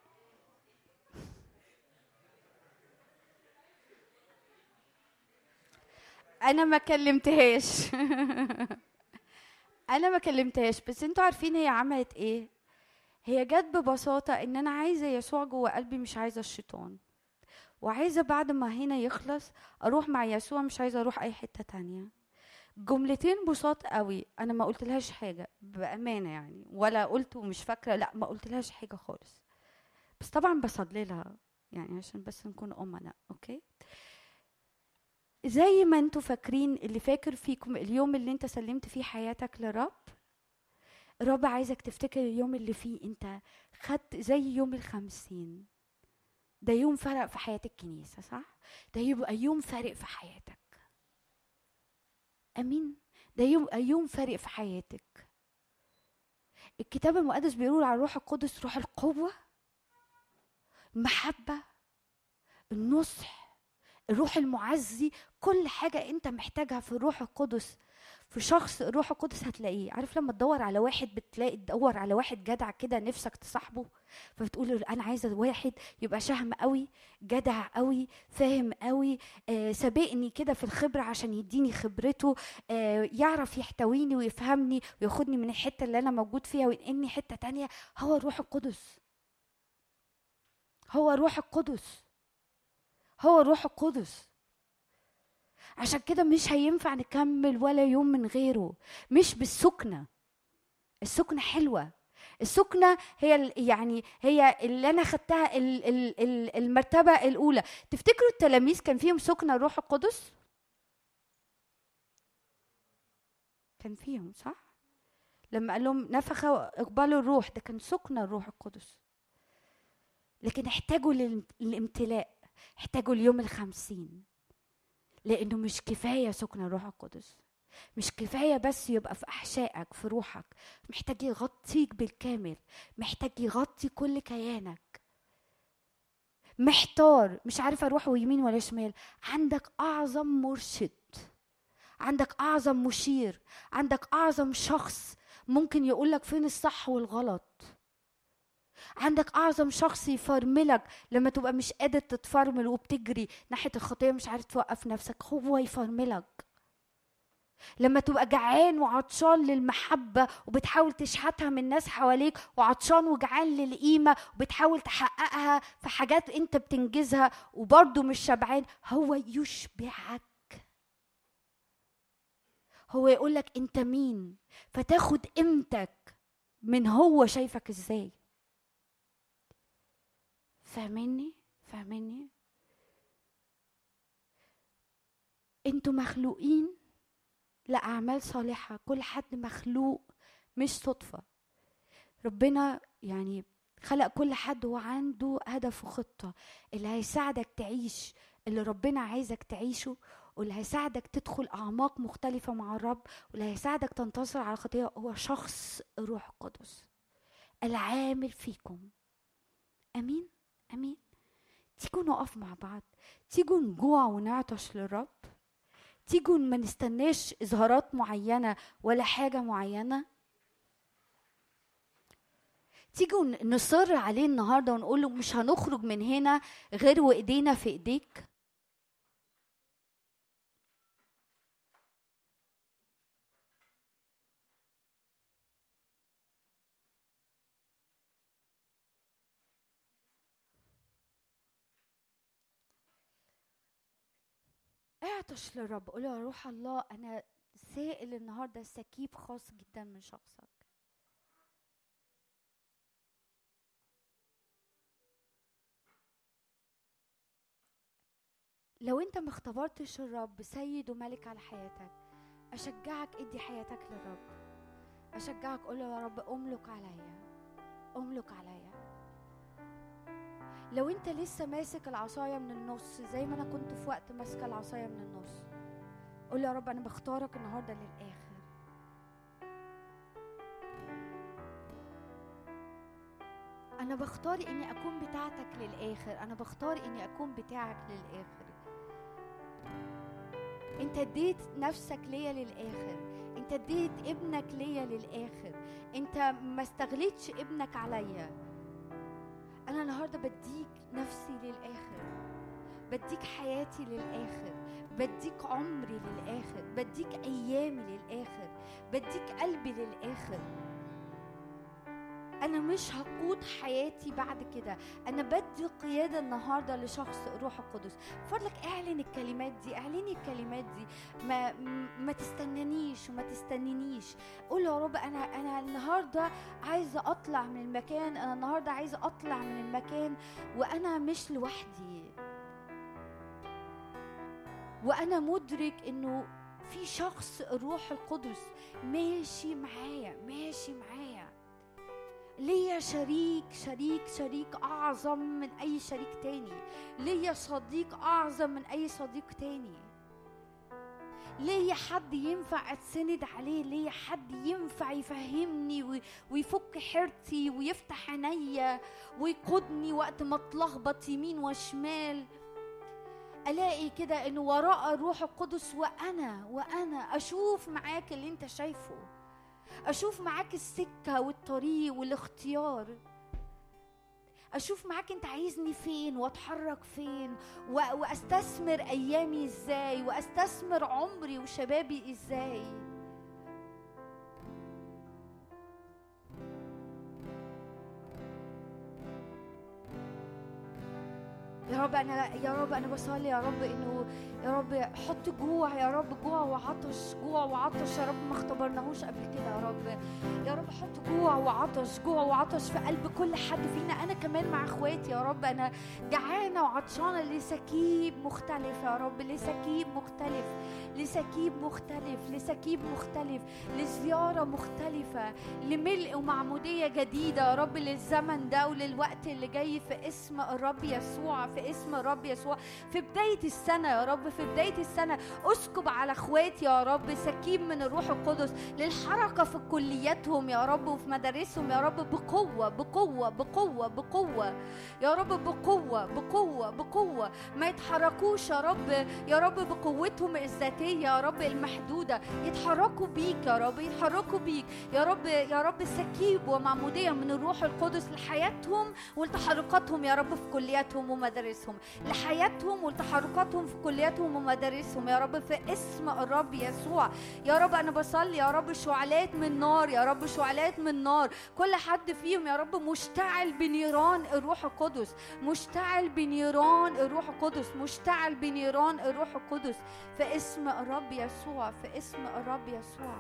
انا ما كلمتهاش انا ما كلمتهاش بس انتوا عارفين هي عملت ايه؟ هي جت ببساطه ان انا عايزه يسوع جوه قلبي، مش عايزه الشيطان، وعايزه بعد ما هنا يخلص اروح مع يسوع، مش عايزه اروح اي حته تانية. جملتين بساط قوي. انا ما قلتلهاش حاجه بامانه يعني، ولا قلت ومش فاكره، لا ما قلتلهاش حاجه خالص، بس طبعا بصلي لها يعني عشان بس نكون امنا. اوكي، زي ما انتوا فاكرين، اللي فاكر فيكم اليوم اللي انت سلمت فيه حياتك للرب، الرب عايزك تفتكر اليوم اللي فيه انت خدت زي يوم الخمسين. ده يوم فرق في حياة الكنيسة، صح؟ ده يبقى يوم فارق في حياتك. امين. ده يبقى يوم فارق في حياتك. الكتاب المقدس بيقول على الروح القدس روح القوة، المحبة، النصح، الروح المعزي، كل حاجة انت محتاجها في الروح القدس، في شخص الروح القدس هتلاقيه. عارف لما تدور على واحد بتلاقي تدور على واحد جدع كده نفسك تصاحبه، فبتقول له انا عايزه واحد يبقى شهم قوي، جدع قوي، فاهم قوي، آه سابقني كده في الخبره عشان يديني خبرته، آه يعرف يحتويني ويفهمني وياخدني من الحته اللي انا موجود فيها وينقلني حته تانية. هو الروح القدس، هو الروح القدس، هو الروح القدس. عشان كده مش هينفع نكمل ولا يوم من غيره. مش بالسكنة، السكنة حلوة، السكنة هي يعني هي اللي أنا خدتها المرتبة الأولى. تفتكروا التلاميذ كان فيهم سكنة الروح القدس؟ كان فيهم صح؟ لما قال لهم نفخ اقبلوا الروح، ده كان سكنة الروح القدس. لكن احتاجوا للامتلاء، احتاجوا اليوم الخمسين، لأنه مش كفاية سكن الروح القدس، مش كفاية بس يبقى في أحشائك في روحك، محتاج يغطيك بالكامل، محتاج يغطي كل كيانك. محتار مش عارف أروح يمين ولا شمال، عندك أعظم مرشد، عندك أعظم مشير، عندك أعظم شخص ممكن يقولك فين الصح والغلط، عندك أعظم شخص يفرملك لما تبقى مش قادر تتفرمل وبتجري ناحية الخطية مش عارف توقف نفسك، هو يفرملك. لما تبقى جعان وعطشان للمحبة وبتحاول تشحتها من الناس حواليك، وعطشان وجعان للقيمة وبتحاول تحققها في حاجات انت بتنجزها وبرضه مش شبعان، هو يشبعك. هو يقولك انت مين، فتاخد قيمتك من هو شايفك ازاي. فاهميني فاهميني انتوا مخلوقين لأعمال صالحة، كل حد مخلوق مش صدفة. ربنا يعني خلق كل حد وعنده هدف وخطة اللي هيساعدك تعيش اللي ربنا عايزك تعيشه، واللي هيساعدك تدخل أعماق مختلفة مع الرب، واللي هيساعدك تنتصر على الخطية هو شخص الروح القدس العامل فيكم. أمين أمين. تيجوا نقف مع بعض، تيجوا نجوع ونعطش للرب، تيجوا ما نستناش إظهارات معينة ولا حاجة معينة، تيجوا نصر عليه النهاردة ونقول له مش هنخرج من هنا غير وإيدينا في إيديك. اعطش للرب، قول له يا روح الله انا سائل النهارده سكيب خاص جدا من شخصك. لو انت ما اختبرتش الرب سيد وملك على حياتك، اشجعك ادي حياتك للرب، اشجعك قول له يا رب املك عليا، املك عليا. لو انت لسه ماسك العصايه من النص زي ما انا كنت في وقت ماسكه العصايه من النص، قول يا رب انا بختارك النهارده للاخر. انا بختار اني اكون بتاعتك للاخر، انا بختار اني اكون بتاعك للاخر. انت اديت نفسك ليا للاخر، انت اديت ابنك ليا للاخر، انت ما استغلتش ابنك عليا. أنا النهاردة بديك نفسي للآخر، بديك حياتي للآخر، بديك عمري للآخر، بديك أيامي للآخر، بديك قلبي للآخر. أنا مش هقود حياتي بعد كده، أنا بدي قيادة النهاردة لشخص روح القدس. فضلك اعلن الكلمات دي، اعلني الكلمات دي، ما ما تستننيش وما تستننيش. قول يا رب أنا أنا النهاردة عايزة أطلع من المكان، أنا النهاردة عايزة أطلع من المكان وأنا مش لوحدي، وأنا مدرك إنه في شخص الروح القدس ماشي معايا ماشي معايا ليا شريك شريك شريك أعظم من أي شريك تاني، ليا صديق أعظم من أي صديق تاني، ليا حد ينفع أتسند عليه، ليا حد ينفع يفهمني ويفك حيرتي ويفتح عينيا ويقودني وقت ما اتلخبط يمين وشمال. الاقي كده انه وراء الروح القدس وانا وانا اشوف معاك اللي انت شايفه، اشوف معاك السكه والطريق والاختيار، اشوف معاك انت عايزني فين واتحرك فين، واستثمر ايامي ازاي، واستثمر عمري وشبابي ازاي. يا رب انا يا رب انا بصلي يا رب انه يا رب حط جوع، يا رب جوع وعطش، جوع وعطش يا رب ما اختبرناهوش قبل كده. يا رب يا رب حط جوع وعطش، جوع وعطش في قلب كل حد فينا، انا كمان مع اخواتي. يا رب انا جعانه وعطشانه لسكيب مختلف يا رب، لسكيب مختلف، لسكيب مختلف، لسكيب مختلف، لزياره مختلفه، لملء ومعموديه جديده يا رب للزمن ده وللوقت اللي جاي، في اسم الرب يسوع، في اسم الرب يسوع. في بدايه السنه يا رب، في بدايه السنه اسكب على اخواتي يا رب سكيب من الروح القدس للحركه في كلياتهم يا رب وفي مدارسهم يا رب، بقوه بقوه بقوه بقوه يا رب، بقوه بقوه بقوه، ما يتحركوش يا رب يا رب بقوتهم الذاتيه يا رب المحدوده، يتحركوا بيك يا رب، يتحركوا بيك يا رب يا رب سكيب ومعموديه من الروح القدس لحياتهم ولتحركاتهم يا رب في كلياتهم ومدارسهم، لحياتهم ولتحركاتهم في كلياتهم ومدارسهم يا رب، في اسم الرب يسوع. يا رب انا بصلي يا رب شعلات من نار يا رب، شعلات من نار، كل حد فيهم يا رب مشتعل بنيران الروح القدس، مشتعل بنيران الروح القدس، مشتعل بنيران الروح القدس، في اسم الرب يسوع، في اسم الرب يسوع.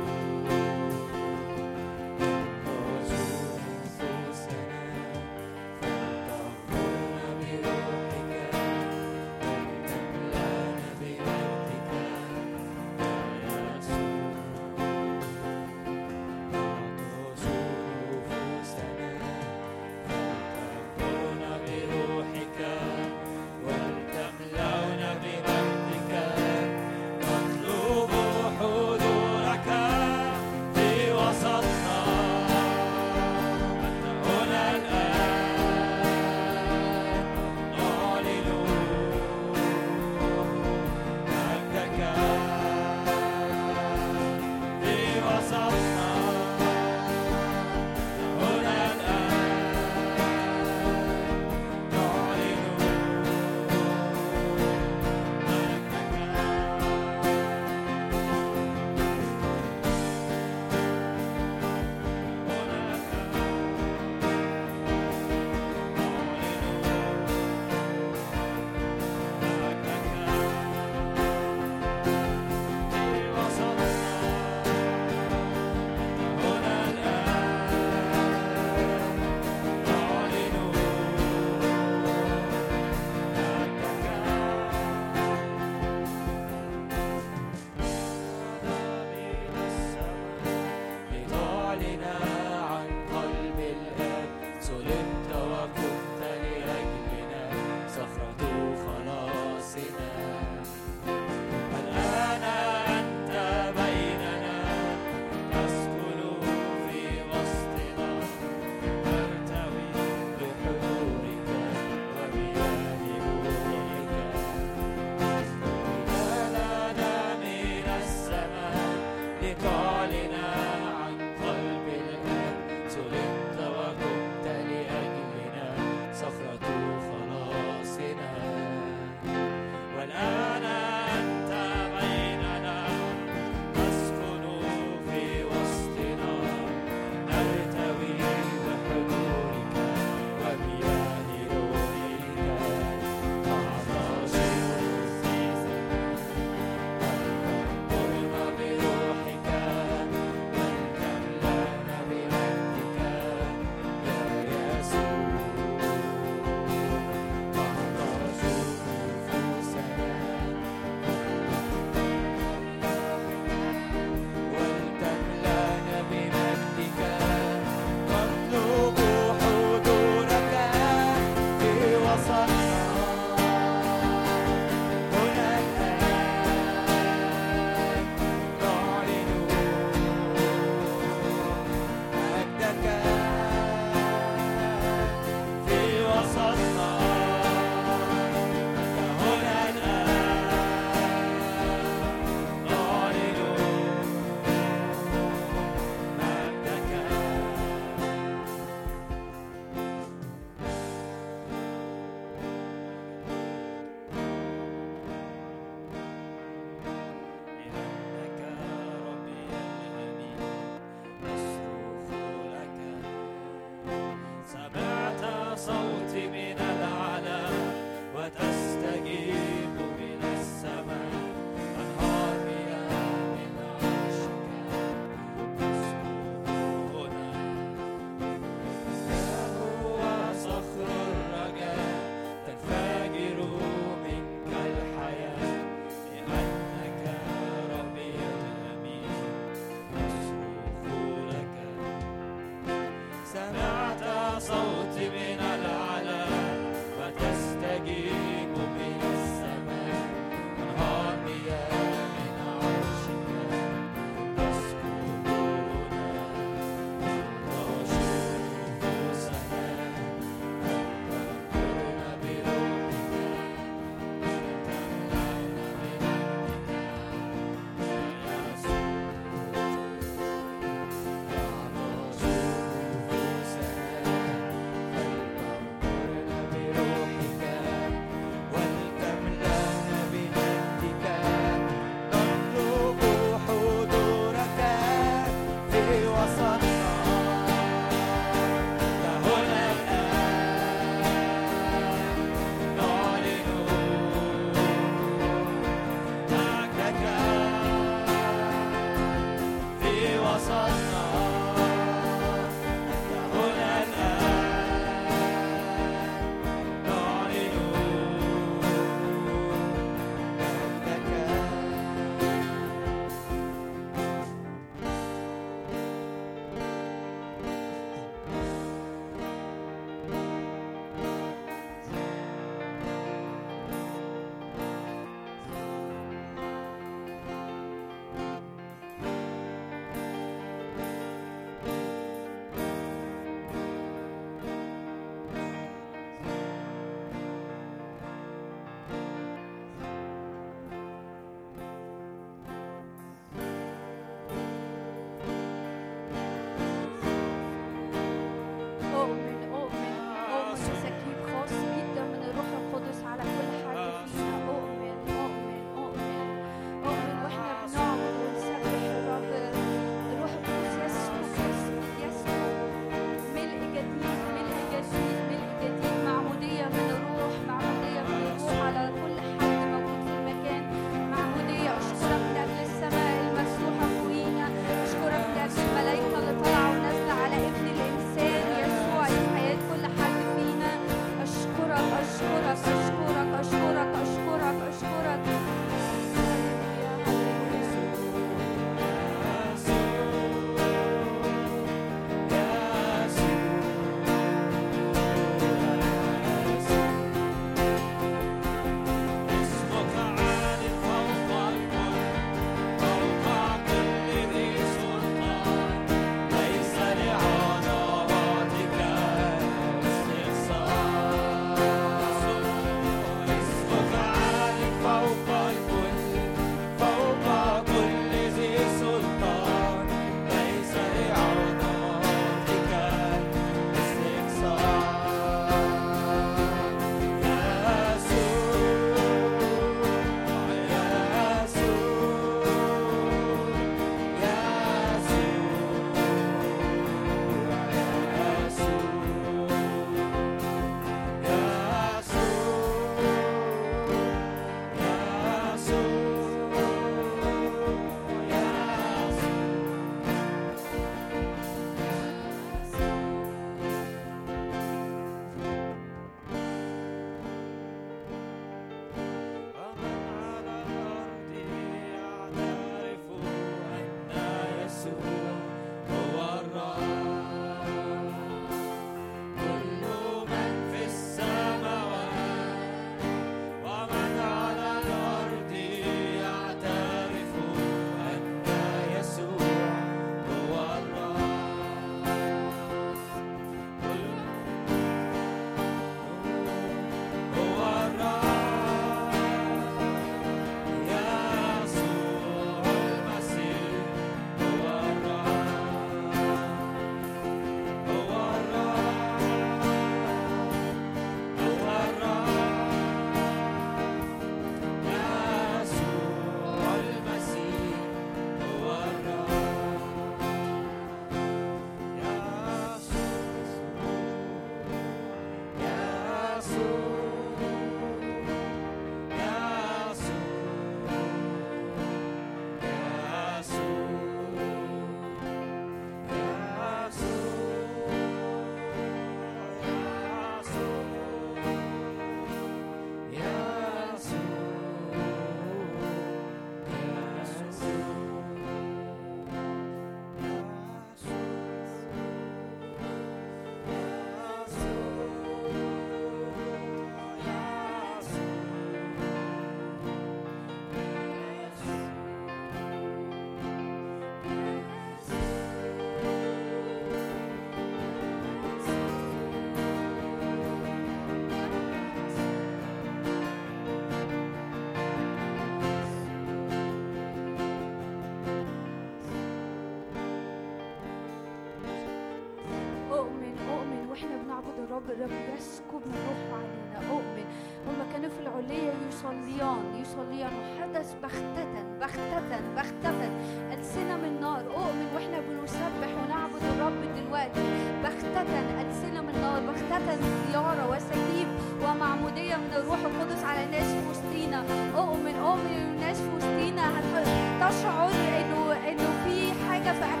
الرب الرب يسكب من روحه علينا. أؤمن هم كانوا في العلية يصليان يصليان وحدث بختة بختة بختة ألسنة من نار. أؤمن وإحنا بنسبح ونعبد الرب دلوقتي بختة ألسنة من نار، بختة زيارة وسكيب ومعمودية من الروح القدس على الناس في وسطينا. أؤمن أؤمن الناس في وسطينا تشعر إنه إنه في حاجة في أجسادها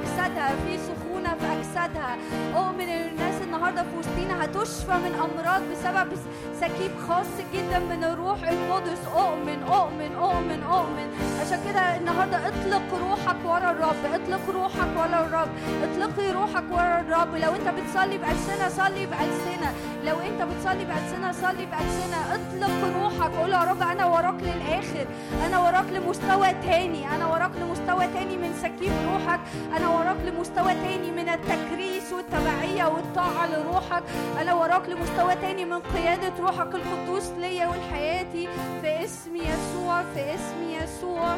في سخونة في أجسادها. أؤمن إن الناس النهاردة في وسطينا هتشفى من أمراض بسبب سكيب خاص جدا من الروح القدس. أؤمن أؤمن أؤمن أؤمن. عشان كده النهاردة اطلق روحك ورا الرب، اطلق روحك ورا الرب، اطلقي روحك ورا الرب. لو انت بتصلي بألسنة صلي بألسنة، لو انت بتصلي بألسنة صلي بألسنة. اطلق روحك، قول يا رب انا وراك للآخر، انا وراك لمستوى تاني، انا وراك لمستوى تاني من سكيب روحك، انا وراك لمستوى تاني من التكريس والتبعية والطاعة لروحك، انا وراك لمستوى تاني من قيادة روحك القدوس ليا ولحياتي في اسم يسوع، في اسم يسوع.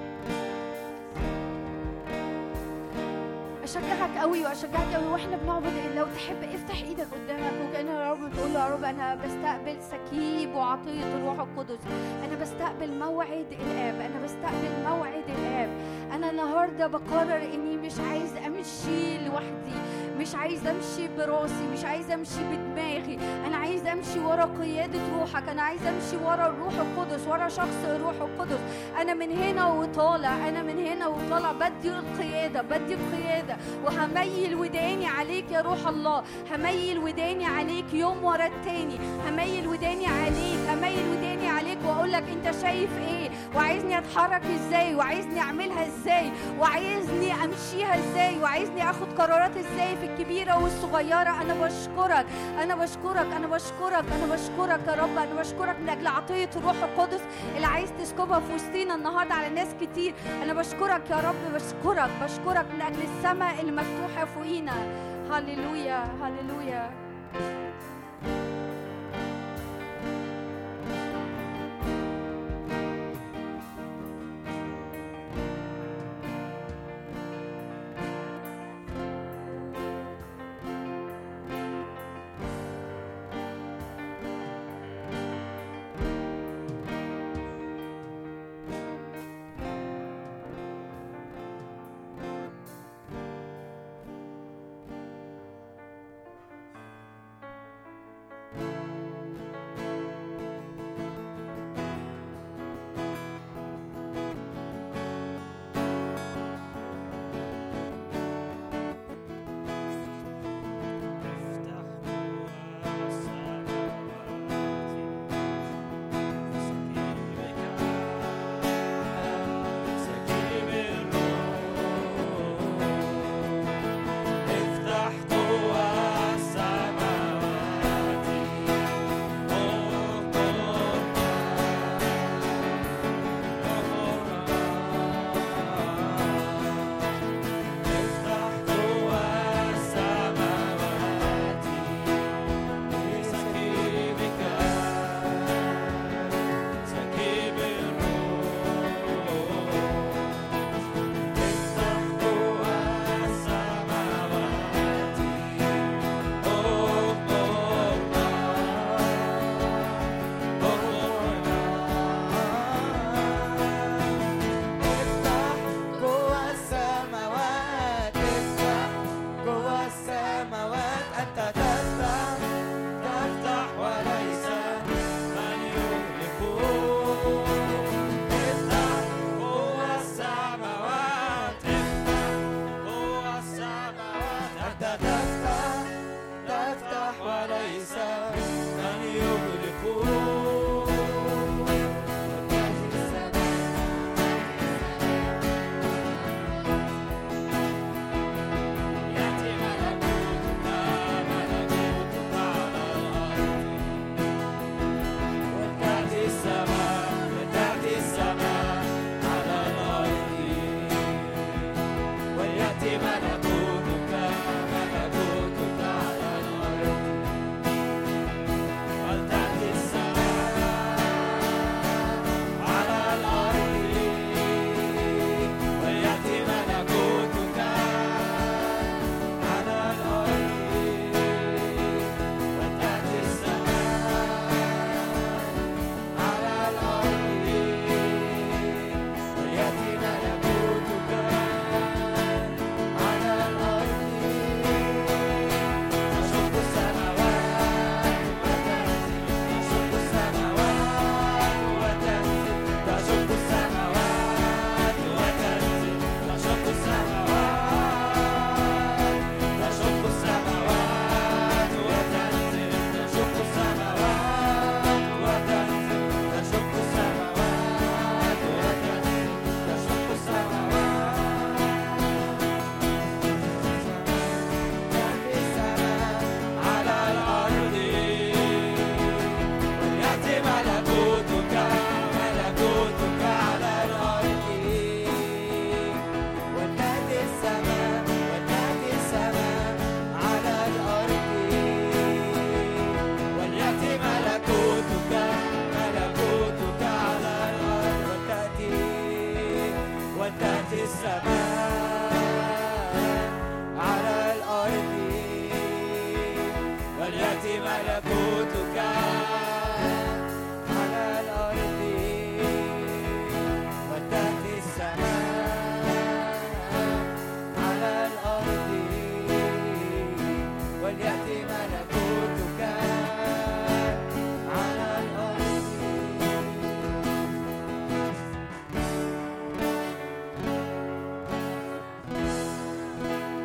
أشجعك قوي وأشجعك قوي واحنا بنعبد. لو تحب افتح ايدك قدامك وكأن يا رب تقول له يا رب أنا بستقبل سكيب وعطية الروح القدس، أنا بستقبل موعد الآب، أنا بستقبل موعد الآب. أنا النهاردة بقرر إني مش عايز أمشي لوحدي، مش عايز أمشي براسي، مش عايز أمشي بدماغي، أنا عايز أمشي ورا قيادة روحك، أنا عايز أمشي ورا الروح القدس، ورا شخص الروح القدس. أنا من هنا وطالع، أنا من هنا وطالع بدي القيادة، بدي القيادة، وهميل وداني عليك يا روح الله، هميل وداني عليك يوم ورا التاني، هميل وداني عليك، هميل وداني عليك وأقول لك أنت شايف إيه، وعايزني أتحرك إزاي، وعايزني أعملها إزاي، وعايزني أمشيها إزاي، وعايزني أخد قرارات إزاي في الكبيرة والصغيرة. أنا بشكرك، أنا بشكرك، أنا بشكرك، أنا بشكرك يا رب، أنا بشكرك من أجل عطية الروح القدس اللي عايز تسكبها في وسطينا النهاردة على ناس كتير. أنا بشكرك يا رب، بشكرك، بشكرك من أجل السماء اللي مفتوحة فوقينا. هللويا هللويا.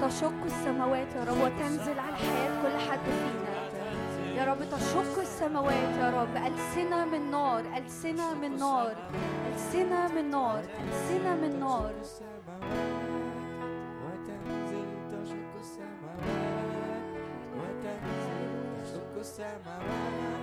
تشق السماوات يا رب وتنزل على حياة كل حد فينا يا رب. تشق السماوات يا رب، ألسنة من نار، ألسنة من نار، ألسنة من نار، ألسنة من نار. وتنزل تشق السماوات وتنزل تشق السماوات.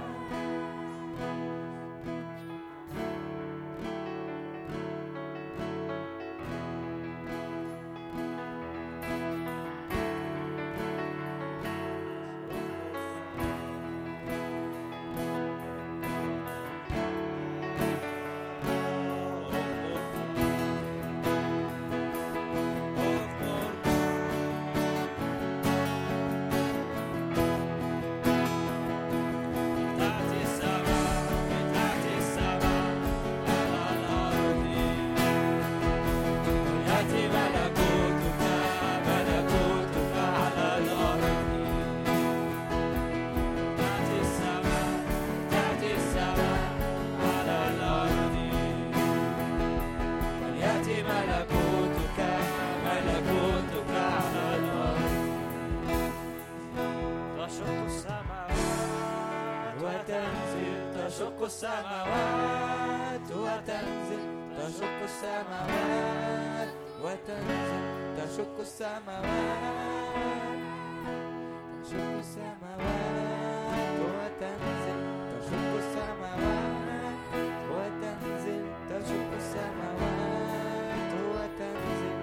تشق السماوات وتنزل تشق السماوات وتنزل تشق السماوات تشق السماوات وتنزل تشق السماوات وتنزل تشق السماوات وتنزل.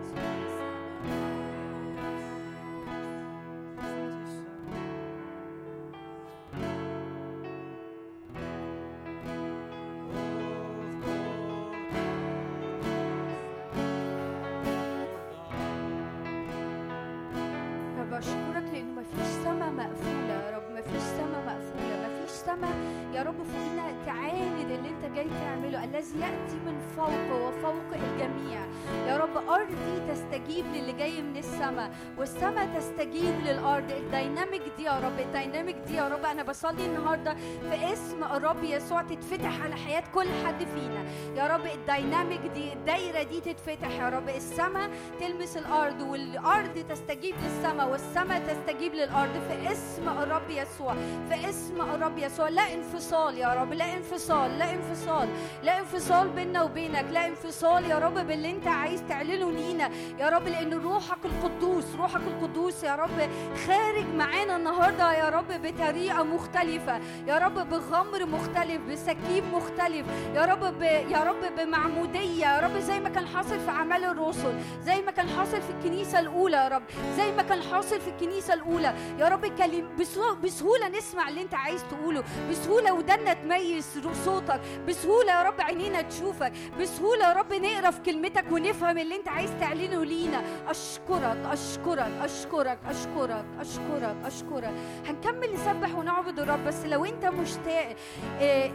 بشكرك لأنه مفيش سما مقفولة يا رب، مفيش سما مقفولة، مفيش سما يا رب فوقنا تعاند اللي انت جاي تعمله، الذي يأتي من فوق وفوق الجميع يا رب. أرضي تستجيب للي جاي من السما والسما تستجيب للأرض. الديناميك دي يا رب، الديناميك دي يا رب أنا بصلي النهاردة في اسم الرب يسوع تتفتح على حياة كل حد فينا يا رب. الديناميك دي، الدايرة دي تتفتح يا رب، السما تلمس الأرض والأرض تستجيب للسما والسما تستجيب للأرض في اسم الرب يسوع، في اسم الرب يسوع. لا انفصال يا رب، لا انفصال، لا انفصال، لا انفصال بيننا وبينك، لا انفصال يا رب باللي انت عايز تعلنه لينا يا رب، لأن روحك القدوس، روحك القدوس يا رب خارج معانا النهاردة يا رب بطريقة مختلفة يا رب، بغمر مختلف، بسكيب مختلف يا رب، ب... يا رب بمعمودية يا رب، زي ما كان حاصل في أعمال الرسل، زي ما كان حاصل في الكنيسة الأولى يا رب، زي ما كان حاصل في الكنيسة الأولى يا رب. كلم بسهولة نسمع اللي انت عايز تقوله، بسهولة ودنا تميز صوتك، بسهولة يا رب عينينا تشوفك، بسهولة يا رب نقرأ في كلمتك ونفهم اللي انت عايز تعلنه لينا. أشكرك أشكرك أشكرك أشكرك أشكرك أشكرك. هنكمل نسبح ونعبد الرب، بس لو انت مشتاق اه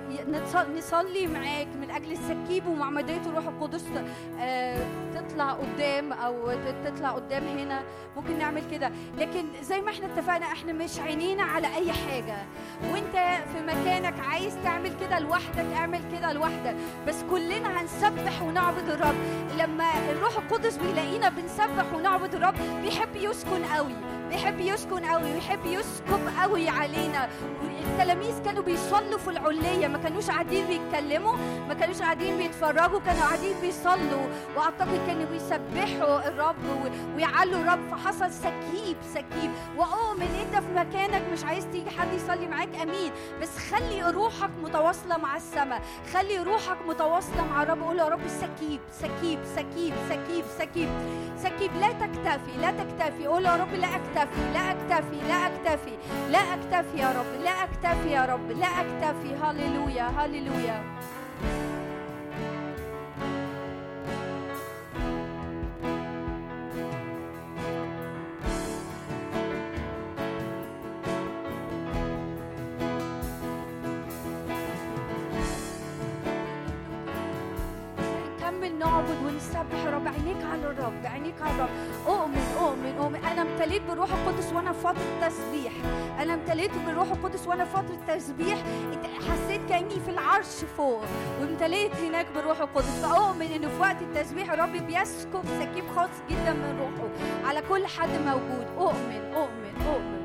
نصلي معاك من أجل السكيب ومعمودية الروح القدس اه تطلع قدام أو تطلع قدام هنا، ممكن نعمل كده. لكن زي ما احنا اتفقنا احنا مش عينينا على أي حاجة، وانت في مكانك عايز تعمل كده لوحدك اعمل كده لوحدك، بس كلنا هنسبح ونعبد الرب. لما الروح القدس بيلاقينا بنسبح ونعبد الرب بيحب يسكن قوي، بيحب يسكن قوي، بيحب يسكب قوي علينا. التلاميذ كانوا بيصلوا في العلية، ما كانوش قاعدين بيتكلموا، ما كانوش قاعدين بيتفرجوا، كانوا قاعدين بيصلوا، واعتقد كانوا بيسبحوا الرب ويعلوا الرب، فحصل سكيب سكيب. واؤمن انت في مكانك مش عايز تيجي حد يصلي معاك، امين، بس خلي روحك متواصله مع السماء، خلي روحك متواصله مع الرب. قول يا رب سكيب سكيب سكيب سكيب سكيب سكيب. لا تكتفي لا تكتفي، قول يا رب لا اكتفي لا اكتفي لا اكتفي لا اكتفي يا رب، لا اكتفي يا رب، لا اكتفي. هاليلويا هاليلويا. نعبد ونسبح الرب. عينيك على الرب، عينيك على الرب. أؤمن أؤمن أؤمن أنا امتليت بالروح القدس وأنا في فترة تسبيح، أنا امتليت بالروح القدس وأنا في فترة تسبيح، حسيت كأني في العرش فوق وامتليت هناك بالروح القدس. فأؤمن إنه في وقت التسبيح الرب بيسكب سكيب خاص جدا من روحه على كل حد موجود. أؤمن أؤمن أؤمن.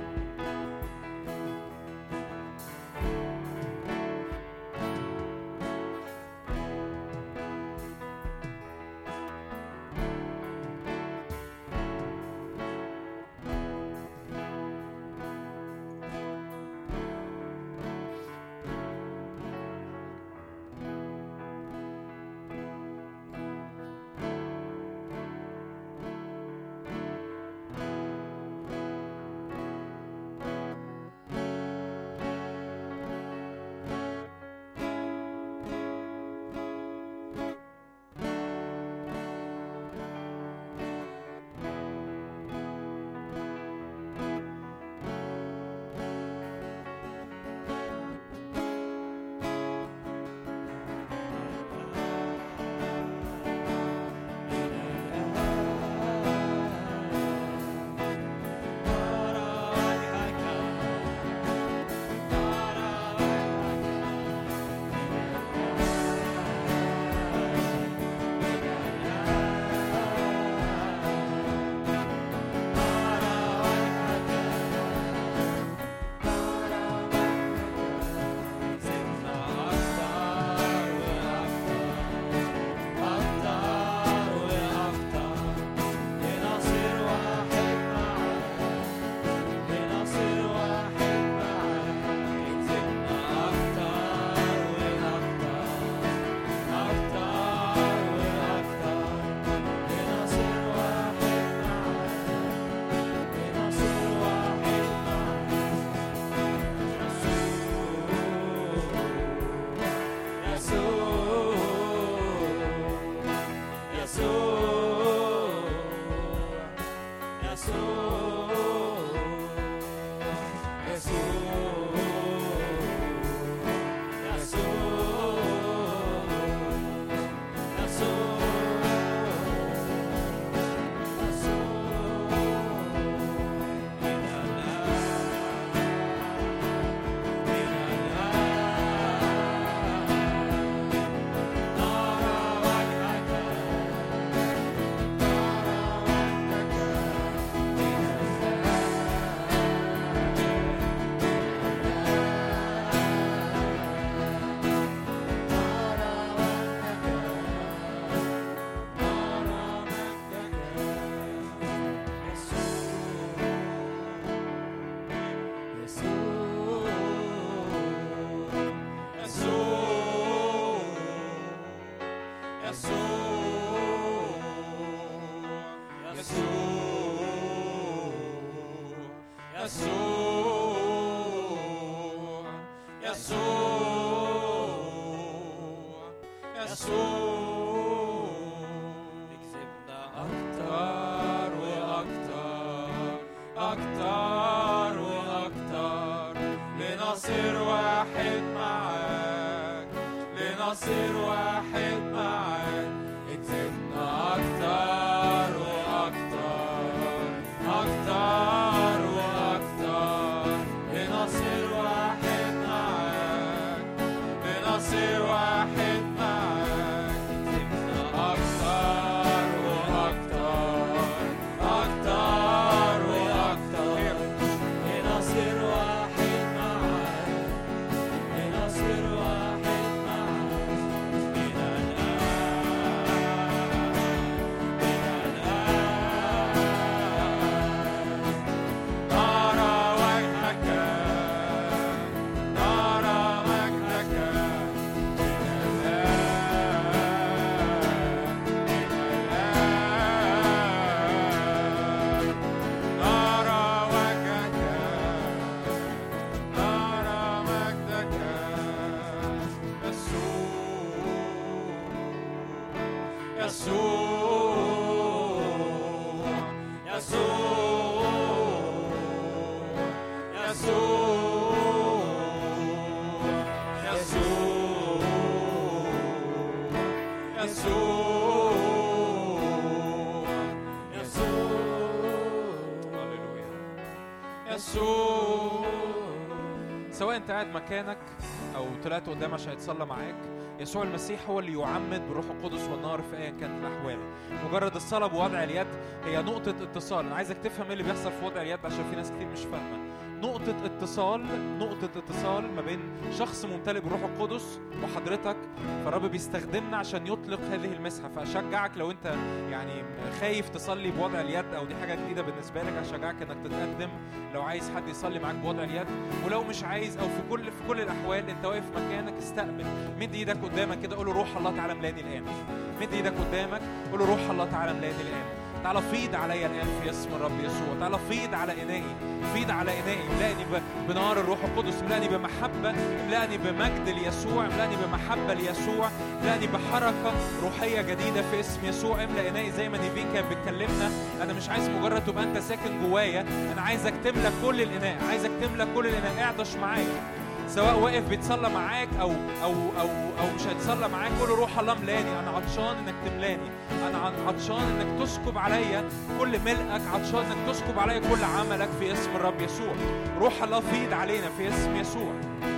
سواء انت قاعد مكانك او طلعت قدام عشان يتصلى معاك، يسوع المسيح هو اللي يعمد بالروح القدس والنار في ايا كانت الاحوال. مجرد الصلاه بوضع اليد هي نقطه اتصال. انا عايزك تفهم ايه اللي بيحصل في وضع اليد عشان في ناس كتير مش فاهمه. نقطة اتصال، نقطة اتصال ما بين شخص ممتلئ بالروح القدس وحضرتك. فالرب بيستخدمنا عشان يطلق هذه المسحة. فأشجعك لو أنت يعني خايف تصلي بوضع اليد أو دي حاجة جديدة بالنسبة لك، أشجعك إنك تتقدم لو عايز حد يصلي معاك بوضع اليد. ولو مش عايز أو في كل في كل الأحوال أنت واقف مكانك، استقبل. مد إيدك قدامك كده، قول له روح الله تعالى ملاني الآن. مد إيدك قدامك، قول له روح الله تعالى ملاني الآن. تعالى فيض عليا الآن في اسم الرب يسوع. تعالى فيض على إنائي، فيض على إنائي. املأني بنار الروح القدس، املأني بمحبة، املأني بمجد ليسوع، املأني بمحبة ليسوع، املأني بحركة روحية جديدة في اسم يسوع. املأ إنائي زي ما نيفين كانت بتكلمنا. أنا مش عايز مجرد تبقى أنت ساكن جوايا، أنا عايزك تملأ كل الإناء، عايزك تملأ كل الإناء. اعطش معايا، سواء واقف بيتصلى معاك أو أو أو أو مش هيتصلى معاك، قول له روح الله ملاني. أنا عطشان إنك تملاني، أنا عطشان إنك تسكب عليا كل ملئك، عطشان إنك تسكب عليا كل عملك في اسم الرب يسوع. روح الله فيض علينا في اسم يسوع.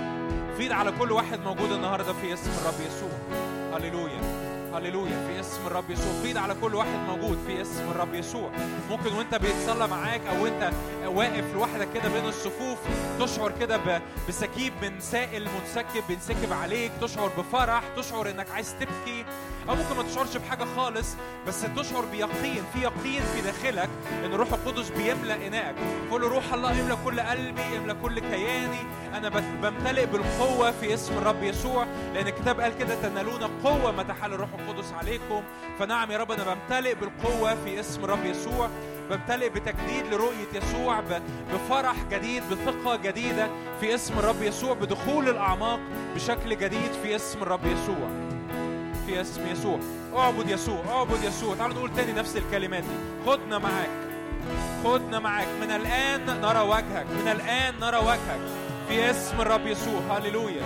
فيض على كل واحد موجود النهارده في اسم الرب يسوع. هللويا هللويا في اسم الرب يسوع. فيض على كل واحد موجود في اسم الرب يسوع. ممكن وانت بيتصلى معاك او انت واقف لوحدك كده بين الصفوف تشعر كده بسكيب من سائل منسكب بينسكب عليك، تشعر بفرح، تشعر انك عايز تبكي، او ممكن ما تشعرش بحاجه خالص بس تشعر بيقين، في يقين في داخلك ان الروح القدس بيملأ اناءك. قول روح الله املأ كل قلبي، املأ كل كياني. انا بمتلئ بالقوه في اسم الرب يسوع، لان الكتاب قال كده تنالون قوه ما تحل الروح القدس عليكم. فنعم يا رب انا بمتلئ بالقوه في اسم الرب يسوع، بمتلئ بتجديد لرؤيه يسوع، بفرح جديد، بثقه جديده في اسم الرب يسوع، بدخول الاعماق بشكل جديد في اسم الرب يسوع. في اسم يسوع اعبد يسوع، اعبد يسوع. تعالوا نقول تاني نفس الكلمات دي. خدنا معاك، خدنا معاك. من الآن نرى وجهك، من الآن نرى وجهك في اسم الرب يسوع. هاليلويا.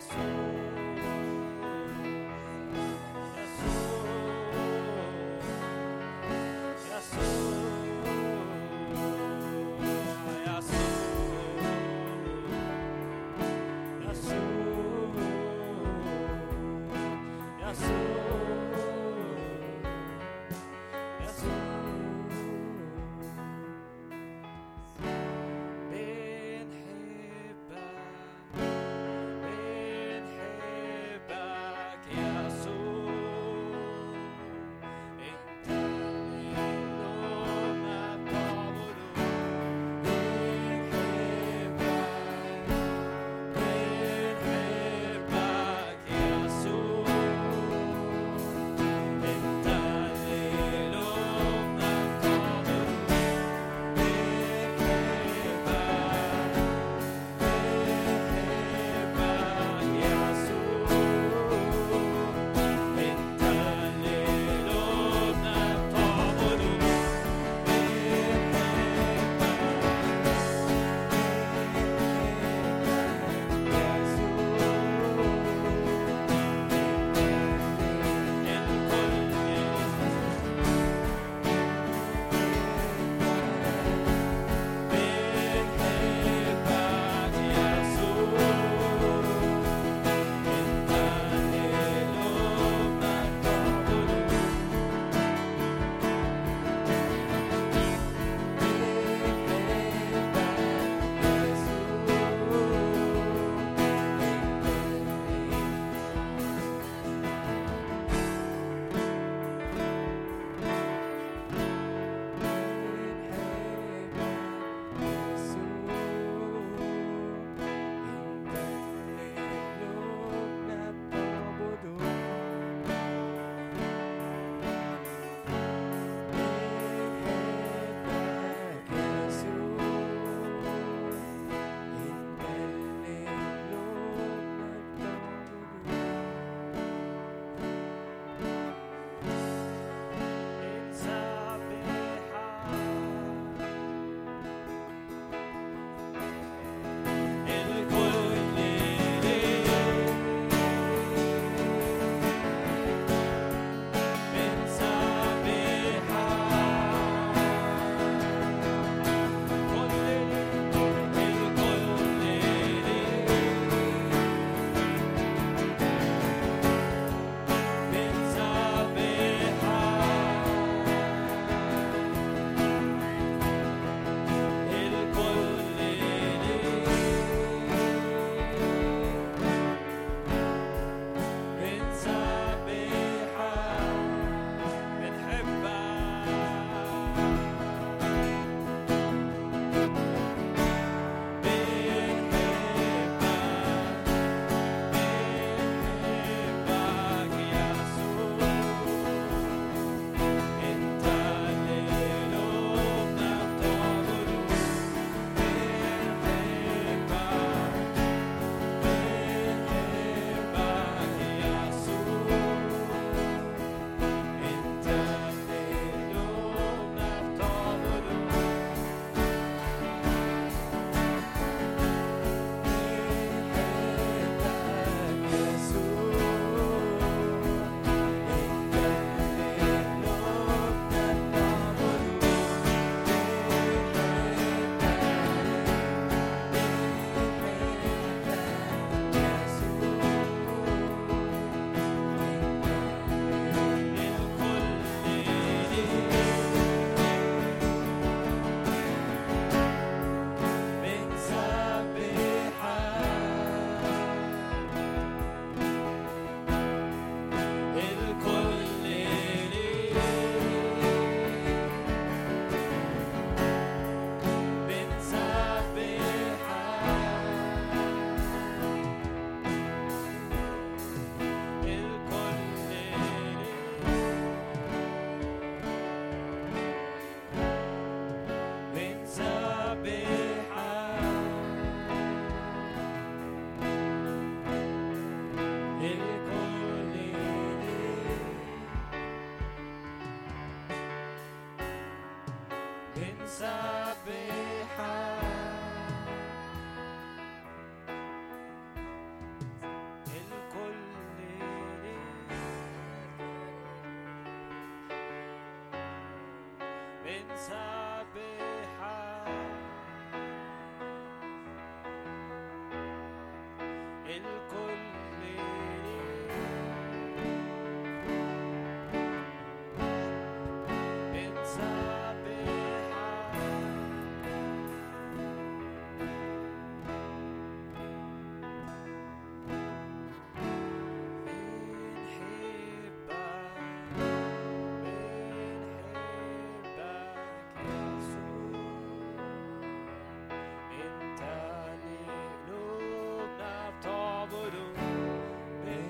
بنسبحك بنسبحك الكل بنحبك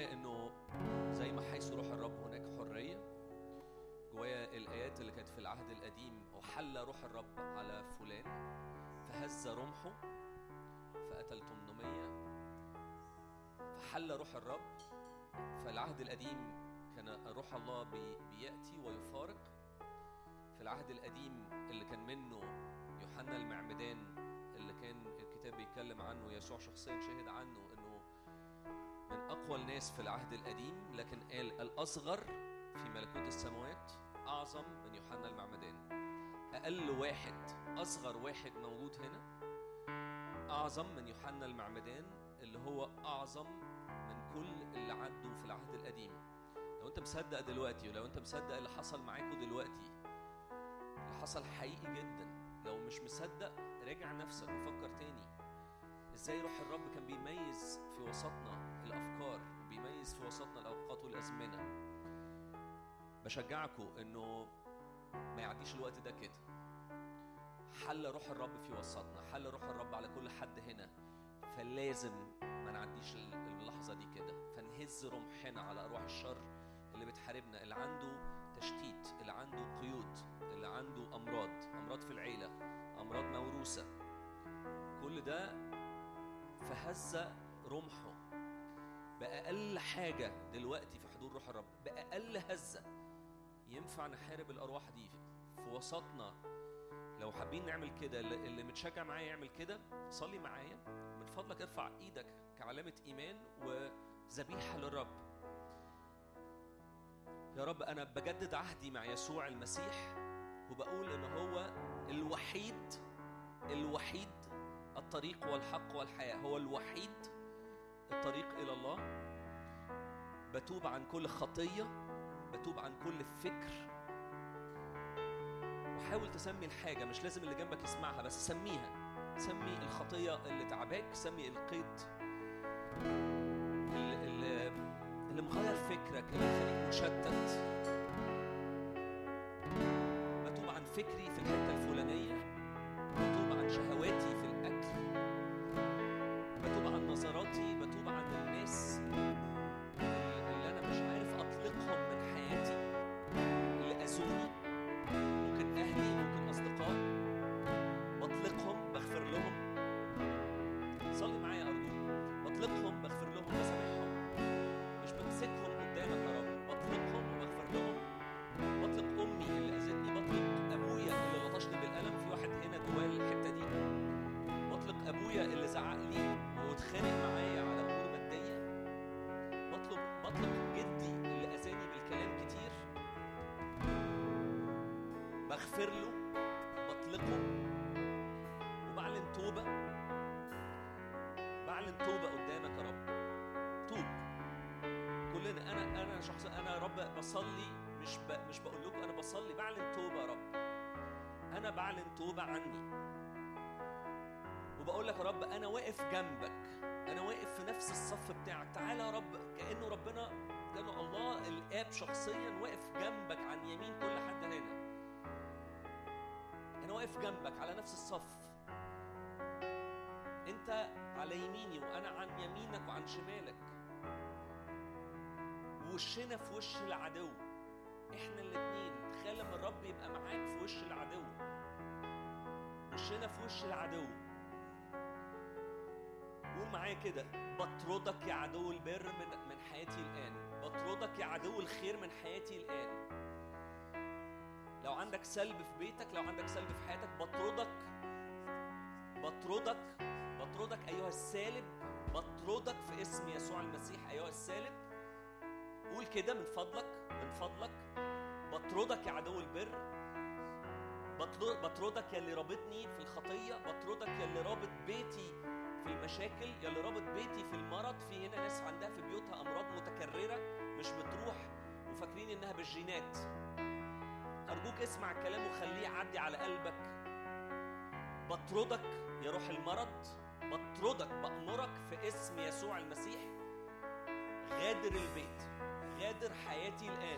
جوايا انه زي ما حيث روح الرب هناك حريه. جوايا الايات اللي كانت في العهد القديم، وحل روح الرب على فلان فهز رمحه فقتل ثمانمية، فحل روح الرب. فالعهد القديم كان روح الله بي بياتي ويفارق. في العهد القديم اللي كان منه يوحنا المعمدان، اللي كان الكتاب بيتكلم عنه، يسوع شخصيا شهد عنه انه من اقوى الناس في العهد القديم، لكن قال الاصغر في ملكوت السماوات اعظم من يوحنا المعمدان. اقل واحد، اصغر واحد موجود هنا اعظم من يوحنا المعمدان، اللي هو اعظم من كل اللي عدوا في العهد القديم. لو انت مصدق دلوقتي، ولو انت مصدق اللي حصل معاكوا دلوقتي، اللي حصل حقيقي جدا، لو مش مصدق راجع نفسك وفكر تاني ازاي روح الرب كان بيميز في وسطنا الافكار، وبيميز في وسطنا الاوقات والازمنه. بشجعكم انه ما يعديش الوقت ده كده. حل روح الرب في وسطنا، حل روح الرب على كل حد هنا، فلازم ما نعديش اللحظه دي كده، فنهز رمحنا على ارواح الشر اللي بتحاربنا، اللي عنده تشتيت، اللي عنده قيود، اللي عنده امراض، امراض في العيله، امراض موروثه، كل ده فهز رمحه. بأقل حاجة دلوقتي في حضور روح الرب، بأقل هزة ينفع نحارب الأرواح دي في وسطنا. لو حابين نعمل كده، اللي متشجع معايا يعمل كده، صلي معايا من فضلك، ارفع ايدك كعلامة إيمان وذبيحة للرب. يا رب أنا بجدد عهدي مع يسوع المسيح، وبقول إن هو الوحيد الوحيد الطريق والحق والحياة، هو الوحيد الطريق إلى الله. بتوب عن كل خطية، بتوب عن كل فكر. وحاول تسمي الحاجة، مش لازم اللي جنبك يسمعها، بس سميها. سمي الخطية اللي تعباك، سمي القيد اللي, اللي, اللي مغير فكرك، اللي مخليك مشتت. بتوب عن فكري في الحتة الفلانية، بتوب عن شهواتي في الأكل، بتوب عن نظراتي، بتوب عن الناس اللي أنا مش عارف أطلقهم من حياتي، اللي أذوني، ممكن أهلي، ممكن أصدقاء، بطلقهم، بغفر لهم. صلي معايا أرجوك، بطلقهم، بغفر لهم، بسامحهم، مش بمسكهم قدامك يا رب، بطلقهم وبغفر لهم. بطلق أمي اللي أذتني، بطلق أبويا اللي لطشني بالقلم، في واحد هنا جواه الحتة دي. بطلق أبويا اللي زعق لي واتخانق معايا على أمور مادية. بطلق بطلق جدي اللي أذاني بالكلام كتير، بغفر له، بطلقه، وبعلن توبة، بعلن توبة قدامك يا رب. توب كلنا. أنا أنا شخص، أنا يا رب بصلي، مش ب... مش بقول لكم أنا بصلي، بعلن توبة يا رب. أنا بعلن توبة عني، وبقول لك يا رب أنا واقف جنبك، أنا واقف في نفس الصف بتاعك. تعالى يا رب، كأنه ربنا، كأنه الله الآب شخصيا واقف جنبك عن يمين كل حد هنا. أنا واقف جنبك على نفس الصف، أنت على يميني وأنا عن يمينك وعن شمالك، ووشنا في وش العدو، إحنا الاتنين. تخيل لما الرب يبقى معاك في وش العدو، وشنا في وش العدو. قول معايا كده، بطردك يا عدو البر من من حياتي الآن، بطردك يا عدو الخير من حياتي الآن. لو عندك سلب في بيتك، لو عندك سلب في حياتك، بطردك بطردك بطردك أيها السالب، بطردك في اسم يسوع المسيح أيها السالب. قول كده من فضلك، من فضلك، بطردك يا عدو البر، بطردك يا اللي رابطني في الخطية، بطردك يا اللي رابط بيتي في المشاكل، يا اللي رابط بيتي في المرض. في هنا ناس عندها في بيوتها أمراض متكررة مش بتروح، وفاكرين إنها بالجينات. أرجوك اسمع الكلام وخليه يعدي على قلبك. بطردك يا روح المرض، بطردك، بأمرك في اسم يسوع المسيح. غادر البيت، غادر حياتي الآن،